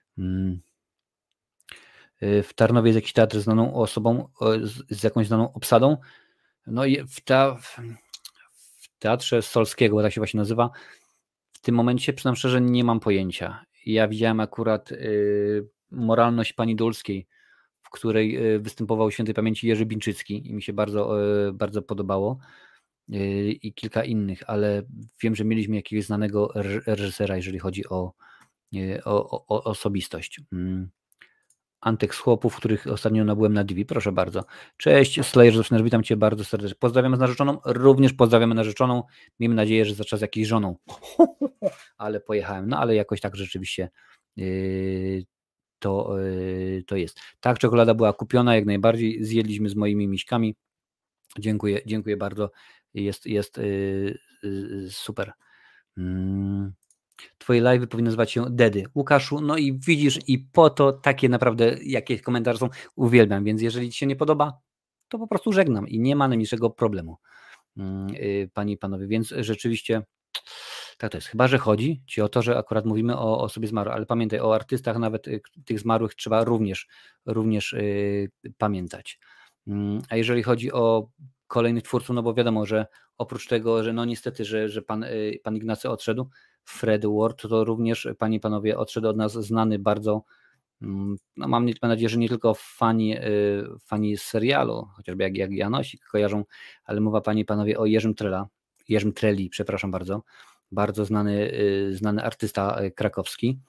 W Tarnowie jest jakiś teatr z znaną osobą, z jakąś znaną obsadą. No i w, ta, w Teatrze Solskiego, bo tak się właśnie nazywa, w tym momencie, przyznam szczerze, nie mam pojęcia. Ja widziałem akurat y, Moralność pani Dulskiej, w której y, występował świętej pamięci Jerzy Binczycki i mi się bardzo, y, bardzo podobało. I kilka innych, ale wiem, że mieliśmy jakiegoś znanego reżysera, jeżeli chodzi o, o, o osobistość. Antek z Chłopów, których ostatnio nabyłem na D V, proszę bardzo. Cześć, Slayer, witam Cię bardzo serdecznie. Pozdrawiamy z narzeczoną, również pozdrawiamy narzeczoną. Miejmy nadzieję, że za czas jakiejś żoną. Ale pojechałem, no ale jakoś tak rzeczywiście yy, to, yy, to jest. Tak, czekolada była kupiona, jak najbardziej. Zjedliśmy z moimi miśkami. Dziękuję, dziękuję bardzo. Jest, jest yy, yy, super. Mm. Twoje live'y powinny nazywać się Dedy. Łukaszu, no i widzisz, i po to takie naprawdę, jakie komentarze są, uwielbiam, więc jeżeli Ci się nie podoba, to po prostu żegnam i nie ma najmniejszego problemu, yy, panie i panowie, więc rzeczywiście tak to jest. Chyba że chodzi Ci o to, że akurat mówimy o osobie zmarłej, ale pamiętaj, o artystach nawet yy, tych zmarłych trzeba również, również yy, pamiętać. Yy, a jeżeli chodzi o kolejnych twórców, no bo wiadomo, że oprócz tego, że no niestety, że, że pan, yy, pan Ignacy odszedł, Fred Ward, to również, panie i panowie, odszedł od nas znany bardzo, no mam nadzieję, że nie tylko fani, fani serialu, chociażby jak, jak Janosik kojarzą, ale mowa, panie i panowie, o Jerzym Trela, Jerzym Treli, przepraszam bardzo, bardzo znany, znany artysta krakowski.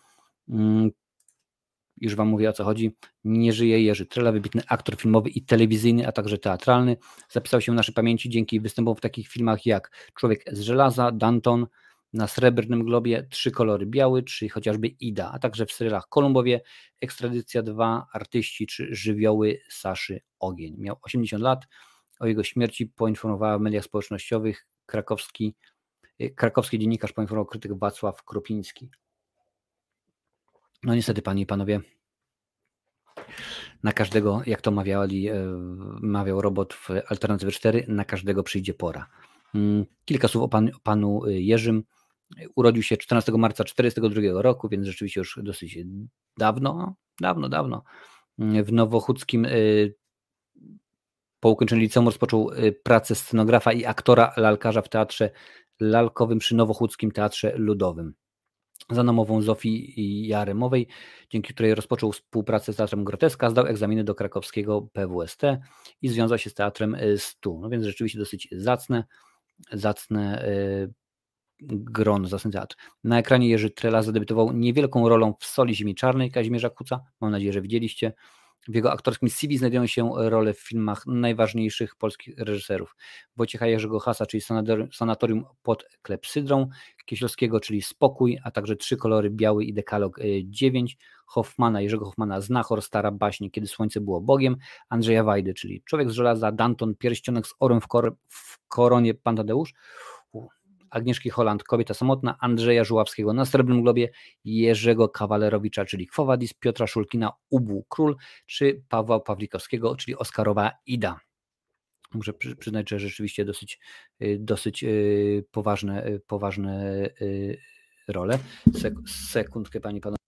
Już wam mówię, o co chodzi. Nie żyje Jerzy Trela, wybitny aktor filmowy i telewizyjny, a także teatralny. Zapisał się w naszej pamięci dzięki występom w takich filmach jak Człowiek z żelaza, Danton, Na Srebrnym Globie, Trzy kolory biały, czy chociażby Ida, a także w serialach Kolumbowie, Ekstradycja dwa, Artyści czy Żywioły Saszy Ogień. Miał osiemdziesiąt lat. O jego śmierci poinformowała w mediach społecznościowych krakowski, krakowski dziennikarz, poinformował krytyk Wacław Kropiński. No niestety, panie i panowie, na każdego, jak to mawiali, mawiał robot w Alternatywy cztery, na każdego przyjdzie pora. Kilka słów o, pan, o panu Jerzym. Urodził się czternastego marca tysiąc dziewięćset czterdziestego drugiego roku, więc rzeczywiście już dosyć dawno, dawno, dawno. W Nowochódzkim po ukończeniu liceum rozpoczął pracę scenografa i aktora lalkarza w teatrze lalkowym przy Nowochódzkim Teatrze Ludowym. Za namową Zofii Jaremowej, dzięki której rozpoczął współpracę z Teatrem Groteska, zdał egzaminy do krakowskiego P W S T i związał się z Teatrem Stu. No więc rzeczywiście dosyć zacne, zacne grono, zacny teatr. Na ekranie Jerzy Trela zadebiutował niewielką rolą w Soli Ziemi Czarnej Kazimierza Kuca. Mam nadzieję, że widzieliście. W jego aktorskim C V znajdują się role w filmach najważniejszych polskich reżyserów: Wojciecha Jerzego Hasa, czyli Sanatorium pod klepsydrą, Kieślowskiego, czyli Spokój, a także Trzy kolory, Biały i Dekalog dziewięć, Hoffmana, Jerzego Hoffmana, Znachor, Stara baśń, Kiedy słońce było Bogiem, Andrzeja Wajdy, czyli Człowiek z żelaza, Danton, Pierścionek z orłem w, kor- w koronie, Pan Tadeusz, Agnieszki Holland, Kobieta samotna, Andrzeja Żuławskiego na Srebrnym Globie, Jerzego Kawalerowicza, czyli Quo Vadis, Piotra Szulkina, Ubu Król, czy Pawła Pawlikowskiego, czyli Oscarowa Ida. Muszę przy, przyznać, że rzeczywiście dosyć, dosyć poważne, poważne role. Sek, sekundkę, Panie i Panowie.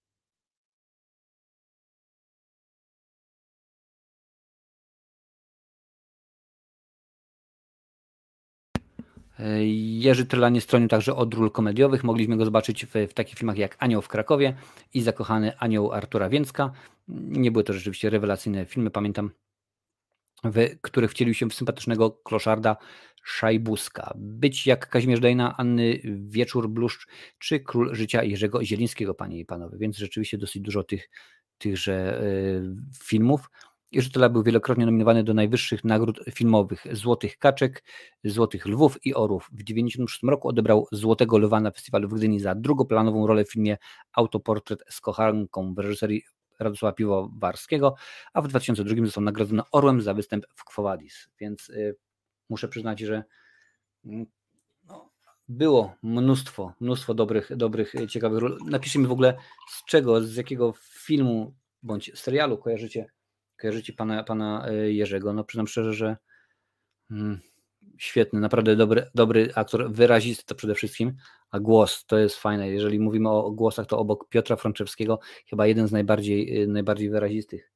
Jerzy Tryla nie stronił także od ról komediowych. Mogliśmy go zobaczyć w, w takich filmach jak Anioł w Krakowie i Zakochany anioł Artura Więcka. Nie były to rzeczywiście rewelacyjne filmy, pamiętam, w których wcielił się w sympatycznego kloszarda Szajbuska. Być jak Kazimierz Dejna, Anny Wieczór Bluszcz czy Król życia Jerzego Zielińskiego, Panie i Panowie. Więc rzeczywiście dosyć dużo tych, tychże y, filmów. Jerzy Tryla był wielokrotnie nominowany do najwyższych nagród filmowych: Złotych Kaczek, Złotych Lwów i Orłów. W tysiąc dziewięćset dziewięćdziesiątym szóstym roku odebrał Złotego Lwa na festiwalu w Gdyni za drugoplanową rolę w filmie Autoportret z kochanką w reżyserii Radosława Piwowarskiego, a w dwa tysiące drugim został nagrodzony Orłem za występ w Quo Vadis. Więc y, muszę przyznać, że y, no, było mnóstwo, mnóstwo dobrych, dobrych, ciekawych ról. Napiszcie mi w ogóle, z czego, z jakiego filmu bądź serialu kojarzycie, kojarzycie pana, pana Jerzego. No przyznam szczerze, że mm, świetny, naprawdę dobry, dobry aktor, wyrazisty to przede wszystkim, a głos to jest fajne. Jeżeli mówimy o głosach, to obok Piotra Frączewskiego chyba jeden z najbardziej, najbardziej wyrazistych.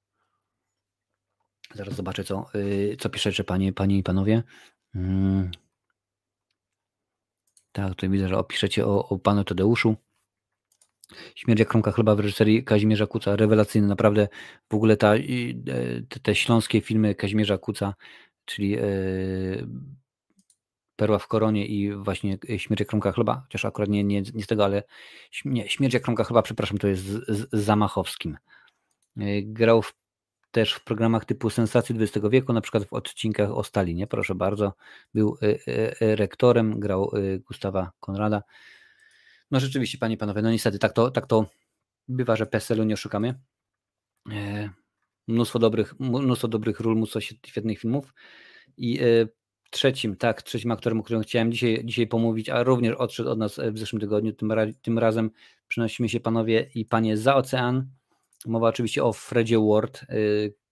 Zaraz zobaczę, co, co piszecie, panie, panie i panowie. Hmm. Tak, tutaj widzę, że opiszecie o, o panu Tadeuszu. Śmierć jak kromka chleba w reżyserii Kazimierza Kuca, rewelacyjny, naprawdę w ogóle ta, te, te śląskie filmy Kazimierza Kuca, czyli yy, Perła w koronie i właśnie Śmierć jak kromka chleba, chociaż akurat nie, nie, nie z tego, ale nie, Śmierć jak kromka chleba, przepraszam, to jest z, z, z Zamachowskim. Yy, grał w, też w programach typu Sensacje dwudziestego wieku, na przykład w odcinkach o Stalinie, proszę bardzo. Był yy, yy, rektorem, grał yy, Gustawa Konrada. No rzeczywiście, panie i panowie, no niestety tak to, tak to bywa, że P E S L u nie oszukamy. E, mnóstwo dobrych, mnóstwo dobrych ról, mnóstwo świetnych filmów. I e, trzecim, tak, trzecim aktorem, o którym chciałem dzisiaj, dzisiaj pomówić, a również odszedł od nas w zeszłym tygodniu, tym, ra, tym razem przenosimy się, panowie i panie, za ocean. Mowa oczywiście o Fredzie Ward. E,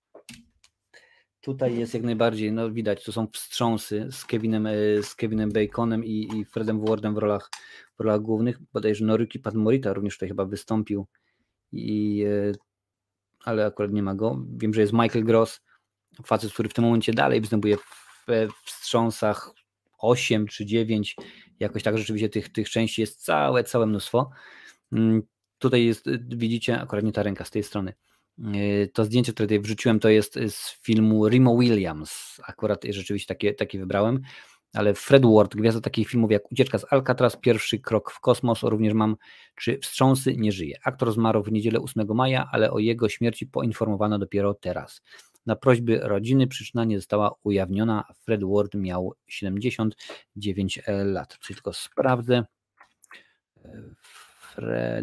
tutaj jest jak najbardziej, no widać, to są wstrząsy z Kevinem, z Kevinem Baconem i, i Fredem Wardem w rolach, w rolach głównych. Bodajże Noriki Padmorita również tutaj chyba wystąpił, i, ale akurat nie ma go. Wiem, że jest Michael Gross, facet, który w tym momencie dalej występuje we wstrząsach osiem czy dziewięć. Jakoś tak rzeczywiście tych, tych części jest całe, całe mnóstwo. Tutaj jest, widzicie, akurat nie ta ręka z tej strony. To zdjęcie, które tutaj wrzuciłem, to jest z filmu Remo Williams. Akurat rzeczywiście takie, takie wybrałem. Ale Fred Ward, gwiazda takich filmów jak Ucieczka z Alcatraz, Pierwszy krok w kosmos, również mam, czy Wstrząsy, nie żyje. Aktor zmarł w niedzielę ósmego maja, ale o jego śmierci poinformowano dopiero teraz. Na prośby rodziny przyczyna nie została ujawniona. Fred Ward miał siedemdziesiąt dziewięć lat. Czyli tylko sprawdzę. Fred...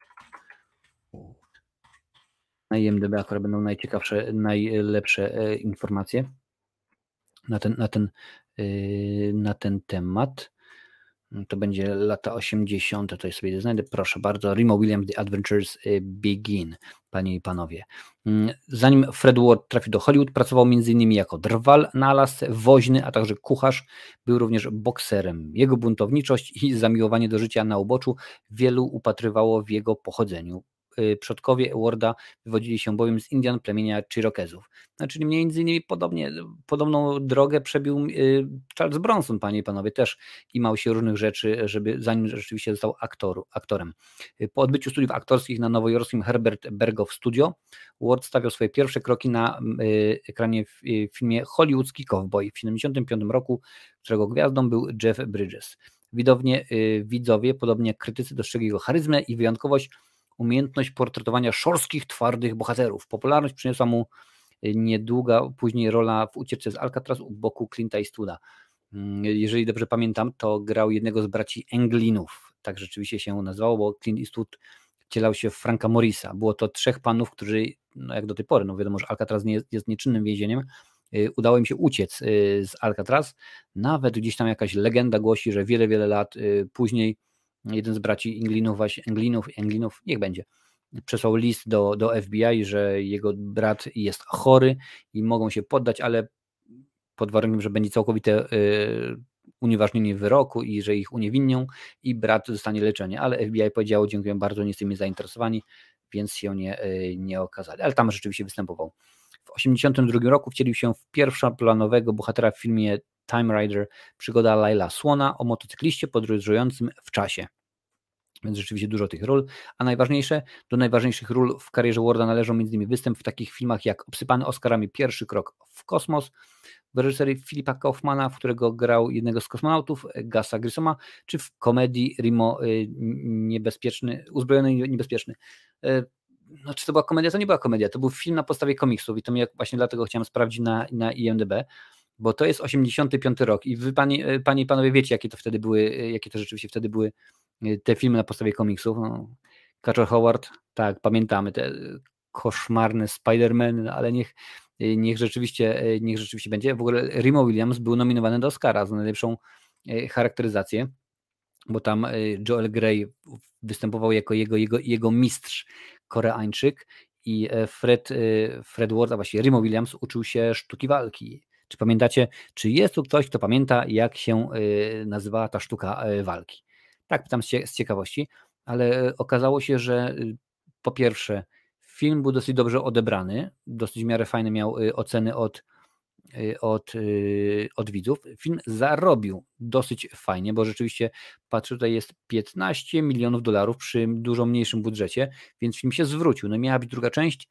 Na I M D B akurat będą najciekawsze, najlepsze informacje na ten, na ten, na ten temat. To będzie lata osiemdziesiąte. Tutaj sobie znajdę. Proszę bardzo. Remo Williams, The Adventures Begin, panie i panowie. Zanim Fred Ward trafił do Hollywood, pracował między innymi jako drwal na Alasce, woźny, a także kucharz. Był również bokserem. Jego buntowniczość i zamiłowanie do życia na uboczu wielu upatrywało w jego pochodzeniu. Przodkowie Warda wywodzili się bowiem z Indian plemienia Cherokezów. No, czyli między innymi podobnie, podobną drogę przebił Charles Bronson, panie i panowie, też imał się różnych rzeczy, żeby zanim rzeczywiście został aktor, aktorem. Po odbyciu studiów aktorskich na nowojorskim Herbert Berghoff Studio, Ward stawiał swoje pierwsze kroki na ekranie w filmie Hollywoodzki Cowboy w tysiąc dziewięćset siedemdziesiątym piątym roku, którego gwiazdą był Jeff Bridges. Widownie, widzowie, podobnie jak krytycy, dostrzegli jego charyzmę i wyjątkowość, umiejętność portretowania szorskich, twardych bohaterów. Popularność przyniosła mu niedługa później rola w Ucieczce z Alcatraz u boku Clint'a Eastwooda. Jeżeli dobrze pamiętam, to grał jednego z braci Englinów. Tak rzeczywiście się nazywało, bo Clint Eastwood wcielał się w Franka Morrisa. Było to trzech panów, którzy, no jak do tej pory, no wiadomo, że Alcatraz nie jest, jest nieczynnym więzieniem, udało im się uciec z Alcatraz. Nawet gdzieś tam jakaś legenda głosi, że wiele, wiele lat później jeden z braci Englinów, właśnie Englinów, Englinów, niech będzie, przesłał list do, do F B I, że jego brat jest chory i mogą się poddać, ale pod warunkiem, że będzie całkowite y, unieważnienie wyroku i że ich uniewinnią i brat dostanie leczenie, ale F B I powiedziało, dziękuję bardzo, nie jesteśmy zainteresowani, więc się nie, y, nie okazali, ale tam rzeczywiście występował. W osiemdziesiątym drugim roku wcielił się w pierwszoplanowego bohatera w filmie Time Rider, przygoda Laila Swana o motocykliście podróżującym w czasie. Więc rzeczywiście dużo tych ról, a najważniejsze, do najważniejszych ról w karierze Warda należą między innymi występ w takich filmach jak obsypany Oscarami Pierwszy krok w kosmos, w reżyserii Philippa Kaufmana, w którego grał jednego z kosmonautów, Gasa Grissoma, czy w komedii Rimo Niebezpieczny, Uzbrojony i Niebezpieczny. No, czy to była komedia? To nie była komedia, to był film na podstawie komiksów i to mnie właśnie dlatego chciałem sprawdzić na, na I M D B, bo to jest osiemdziesiąty piąty rok i wy panie, panie i panowie wiecie, jakie to wtedy były, jakie to rzeczywiście wtedy były te filmy na podstawie komiksów. No, Catcher Howard, tak, pamiętamy te koszmarne Spider-Man, ale niech, niech, rzeczywiście, niech rzeczywiście będzie. W ogóle Remo Williams był nominowany do Oscara za najlepszą charakteryzację, bo tam Joel Grey występował jako jego, jego, jego mistrz Koreańczyk i Fred, Fred Ward, a właściwie Remo Williams uczył się sztuki walki. Czy pamiętacie, czy jest tu ktoś, kto pamięta, jak się nazywała ta sztuka walki? Tak, pytam z ciekawości, ale okazało się, że po pierwsze film był dosyć dobrze odebrany, dosyć w miarę fajne miał oceny od, od, od widzów. Film zarobił dosyć fajnie, bo rzeczywiście patrzę, tutaj jest piętnaście milionów dolarów przy dużo mniejszym budżecie, więc film się zwrócił. No miała być druga część,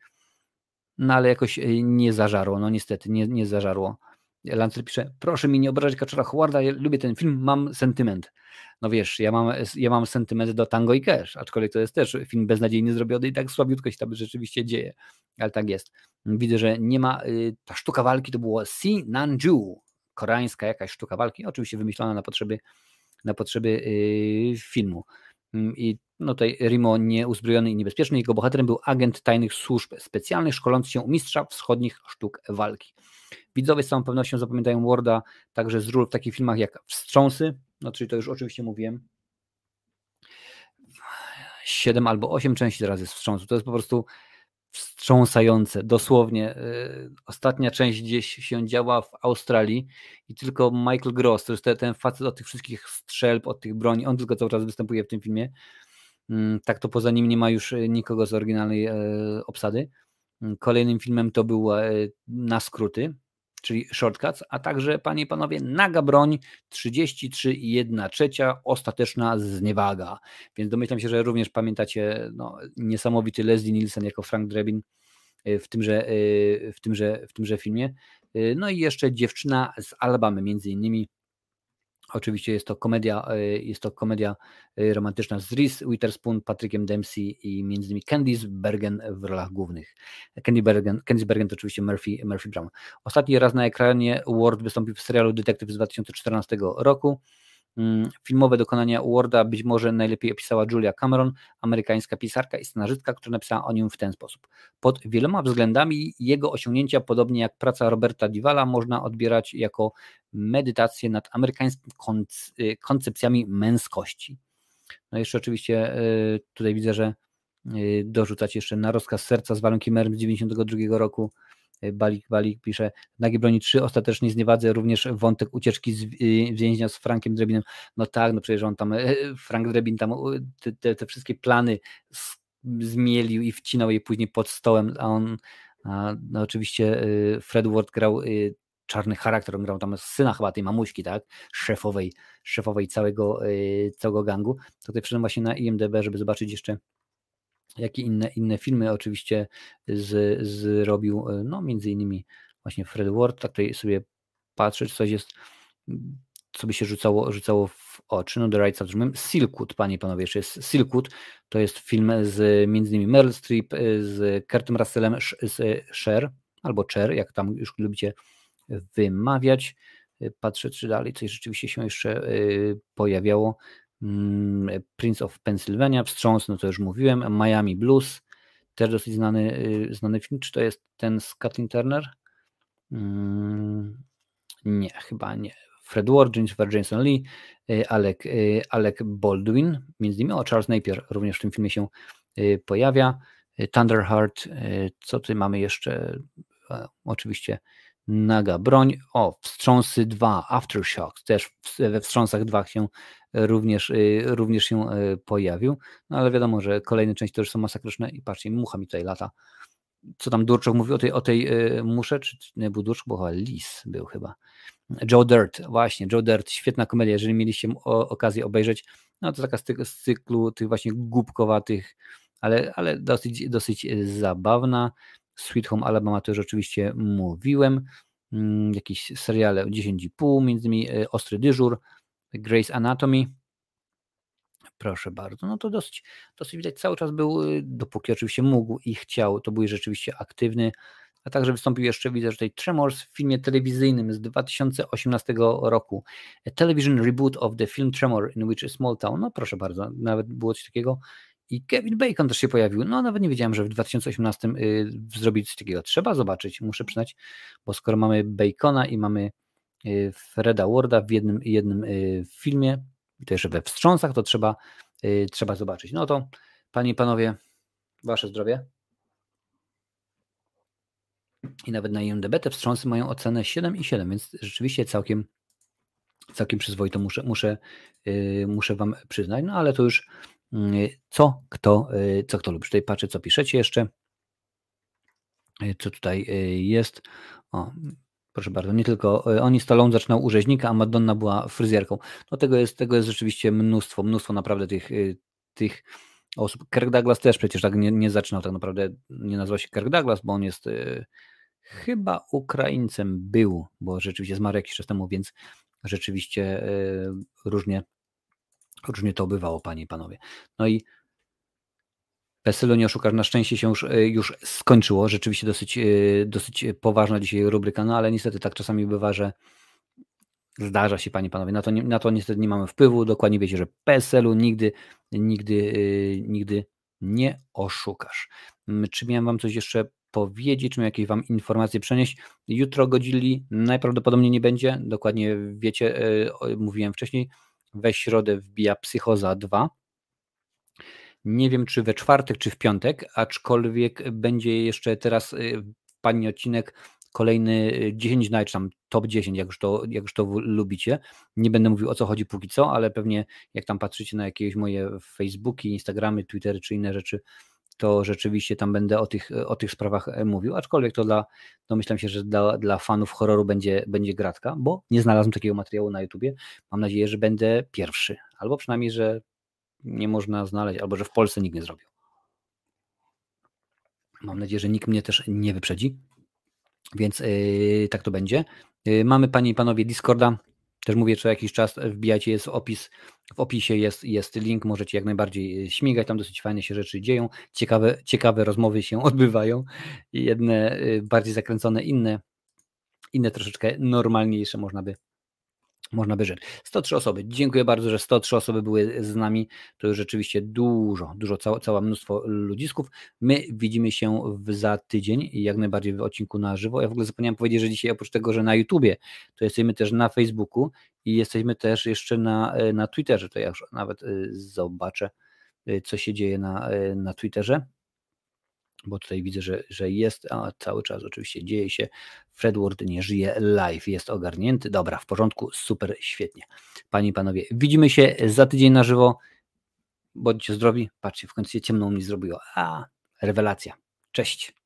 no ale jakoś nie zażarło, no niestety nie, nie zażarło. Lancer pisze, proszę mi nie obrażać Catchera Howarda, ja lubię ten film, mam sentyment. No wiesz, ja mam, ja mam sentyment do Tango i Cash, aczkolwiek to jest też film beznadziejnie zrobiony i tak słabiutko się tam rzeczywiście dzieje, ale tak jest. Widzę, że nie ma, ta sztuka walki to było Si Nanju, koreańska jakaś sztuka walki, oczywiście wymyślona na potrzeby, na potrzeby yy, filmu. I no tutaj Remo nieuzbrojony i niebezpieczny, jego bohaterem był agent tajnych służb specjalnych, szkolący się u mistrza wschodnich sztuk walki. Widzowie z całą pewnością zapamiętają Warda także z ról w takich filmach jak Wstrząsy, no czyli to już oczywiście mówiłem, siedem albo osiem części teraz jest Wstrząsu, to jest po prostu wstrząsające, dosłownie. Yy, ostatnia część gdzieś się działa w Australii i tylko Michael Gross, to jest ten, ten facet od tych wszystkich strzelb, od tych broni, on tylko cały czas występuje w tym filmie. Yy, tak to poza nim nie ma już nikogo z oryginalnej yy, obsady. Yy, kolejnym filmem to był yy, Na skróty, czyli Shortcuts, a także, panie i panowie, Naga broń, trzydzieści trzy i jedna trzecia, ostateczna zniewaga. Więc domyślam się, że również pamiętacie no, niesamowity Leslie Nielsen jako Frank Drebin w tymże, w tymże, w tymże filmie. No i jeszcze Dziewczyna z Alabamy, między innymi. Oczywiście jest to komedia, jest to komedia romantyczna z Reese Witherspoon, Patrickiem Dempsey i między innymi Candice Bergen w rolach głównych. Candice Bergen, Candice Bergen to oczywiście Murphy, Murphy Brown. Ostatni raz na ekranie Ward wystąpił w serialu Detektyw z dwa tysiące czternastego roku. Filmowe dokonania Warda być może najlepiej opisała Julia Cameron, amerykańska pisarka i scenarzystka, która napisała o nim w ten sposób. Pod wieloma względami jego osiągnięcia, podobnie jak praca Roberta Duvala, można odbierać jako medytację nad amerykańskimi koncepcjami męskości. No jeszcze oczywiście tutaj widzę, że dorzucać jeszcze Na rozkaz serca z Walem Kilmerem z dziewięćdziesiątego drugiego roku. Balik, Balik pisze, Nagie broni trzy, ostatecznie zniewadze, również wątek ucieczki z więźnia z Frankiem Drebinem. No tak, no przecież on tam, Frank Drebin tam te, te, te wszystkie plany zmielił i wcinał je później pod stołem, a on, a, no oczywiście Fred Ward grał czarny charakter, on grał tam syna chyba tej mamuśki, tak, szefowej, szefowej całego, całego gangu. To tutaj przyszedłem właśnie na I M D B, żeby zobaczyć jeszcze jakie inne, inne filmy oczywiście z, zrobił, no między innymi właśnie Fred Ward, tak tutaj sobie patrzę, czy coś jest, co by się rzucało, rzucało w oczy, no The Right Stuff, Silkwood, panie i panowie, jeszcze jest Silkwood, to jest film z między innymi Meryl Streep, z Kurtem Russellem, z Cher, albo Cher, jak tam już lubicie wymawiać. Patrzę, czy dalej coś rzeczywiście się jeszcze pojawiało. Prince of Pennsylvania, Wstrząs, no to już mówiłem, Miami Blues, też dosyć znany, znany film. Czy to jest ten z Kathleen Turner? Nie, chyba nie. Fred Ward, Jennifer Jason Lee, Alec, Alec Baldwin, między innymi o Charles Napier również w tym filmie się pojawia. Thunderheart, co tu mamy jeszcze? Oczywiście Naga Broń. O, Wstrząsy dwa, Aftershock, też we Wstrząsach dwa się również, również się pojawił. No ale wiadomo, że kolejne części to już są masakryczne i patrzcie, mucha mi tutaj lata. Co tam Durczok mówił o tej, o tej musze, czy nie był Durczok, bo chyba Lis był chyba. Joe Dirt, właśnie, Joe Dirt, świetna komedia, jeżeli mieliście o, okazję obejrzeć, no to taka z, tego, z cyklu tych właśnie głupkowatych, ale, ale dosyć, dosyć zabawna. Sweet Home Alabama to już oczywiście mówiłem, hmm, jakieś seriale dziesięć i pół, między innymi Ostry Dyżur, Grey's Anatomy, proszę bardzo, no to dosyć, dosyć widać, cały czas był, dopóki oczywiście mógł i chciał, to był rzeczywiście aktywny, a także wystąpił jeszcze, widzę, że tutaj Tremors w filmie telewizyjnym z dwa tysiące osiemnastego roku. A television reboot of the film Tremor in which a small town. No proszę bardzo, nawet było coś takiego. I Kevin Bacon też się pojawił. No nawet nie wiedziałem, że w dwa tysiące osiemnastym y, zrobić coś takiego. Trzeba zobaczyć, muszę przyznać, bo skoro mamy Bacona i mamy y, Freda Warda w jednym, jednym y, filmie, i to jeszcze we Wstrząsach, to trzeba, y, trzeba zobaczyć. No to panie i panowie, wasze zdrowie. I nawet na I M D B te Wstrząsy mają ocenę siedem i siedem, więc rzeczywiście całkiem, całkiem przyzwoito muszę, muszę, yy, muszę wam przyznać, no ale to już yy, co kto, yy, co kto lubi. Tutaj patrzę, co piszecie jeszcze, yy, co tutaj yy, jest. O, proszę bardzo, nie tylko yy, oni Stallone zaczynał u rzeźnika, a Madonna była fryzjerką. No tego jest, tego jest rzeczywiście mnóstwo, mnóstwo naprawdę tych, yy, tych osób. Kirk Douglas też przecież tak nie, nie zaczynał, tak naprawdę nie nazywa się Kirk Douglas, bo on jest yy, chyba Ukraińcem był, bo rzeczywiście zmarł jakiś czas temu, więc rzeczywiście y, różnie, różnie to bywało, panie i panowie. No i Weselu nie oszukasz, na szczęście się już, już skończyło, rzeczywiście dosyć, y, dosyć poważna dzisiaj rubryka, no ale niestety tak czasami bywa, że zdarza się, panie i panowie, na to, nie, na to niestety nie mamy wpływu, dokładnie wiecie, że P S L-u nigdy, nigdy, y, nigdy nie oszukasz. Czy miałem wam coś jeszcze powiedzieć, czy miałem jakieś wam informacje przenieść? Jutro Godzilli najprawdopodobniej nie będzie, dokładnie wiecie, yy, mówiłem wcześniej, we środę wbija Psychoza dwa. Nie wiem, czy we czwartek, czy w piątek, aczkolwiek będzie jeszcze teraz yy, wpadnie odcinek kolejny dziesięć dni, czy tam top dziesięć, jak już, to, jak już to lubicie. Nie będę mówił, o co chodzi póki co, ale pewnie jak tam patrzycie na jakieś moje Facebooki, Instagramy, Twittery czy inne rzeczy, to rzeczywiście tam będę o tych, o tych sprawach mówił, aczkolwiek to dla, domyślam się, że dla, dla fanów horroru będzie, będzie gratka, bo nie znalazłem takiego materiału na YouTubie. Mam nadzieję, że będę pierwszy, albo przynajmniej, że nie można znaleźć, albo że w Polsce nikt nie zrobił. Mam nadzieję, że nikt mnie też nie wyprzedzi, więc yy, tak to będzie. Yy, mamy, panie i panowie, Discorda. Też mówię, co jakiś czas wbijajcie, jest opis, w opisie jest, jest link, możecie jak najbardziej śmigać, tam dosyć fajne się rzeczy dzieją, ciekawe, ciekawe rozmowy się odbywają, jedne bardziej zakręcone, inne, inne troszeczkę normalniejsze można by Można by rzec. sto trzy osoby. Dziękuję bardzo, że sto trzy osoby były z nami. To już rzeczywiście dużo, dużo, całe, całe mnóstwo ludzisków. My widzimy się w, za tydzień i jak najbardziej w odcinku na żywo. Ja w ogóle zapomniałem powiedzieć, że dzisiaj oprócz tego, że na YouTubie, to jesteśmy też na Facebooku i jesteśmy też jeszcze na, na Twitterze. To ja już nawet zobaczę, co się dzieje na, na Twitterze. Bo tutaj widzę, że, że jest, a cały czas oczywiście dzieje się. Fred Ward nie żyje, live jest ogarnięty. Dobra, w porządku, super, świetnie. Panie i panowie, widzimy się za tydzień na żywo. Bądźcie zdrowi. Patrzcie, w końcu się ciemną mi zrobiło. A, rewelacja. Cześć.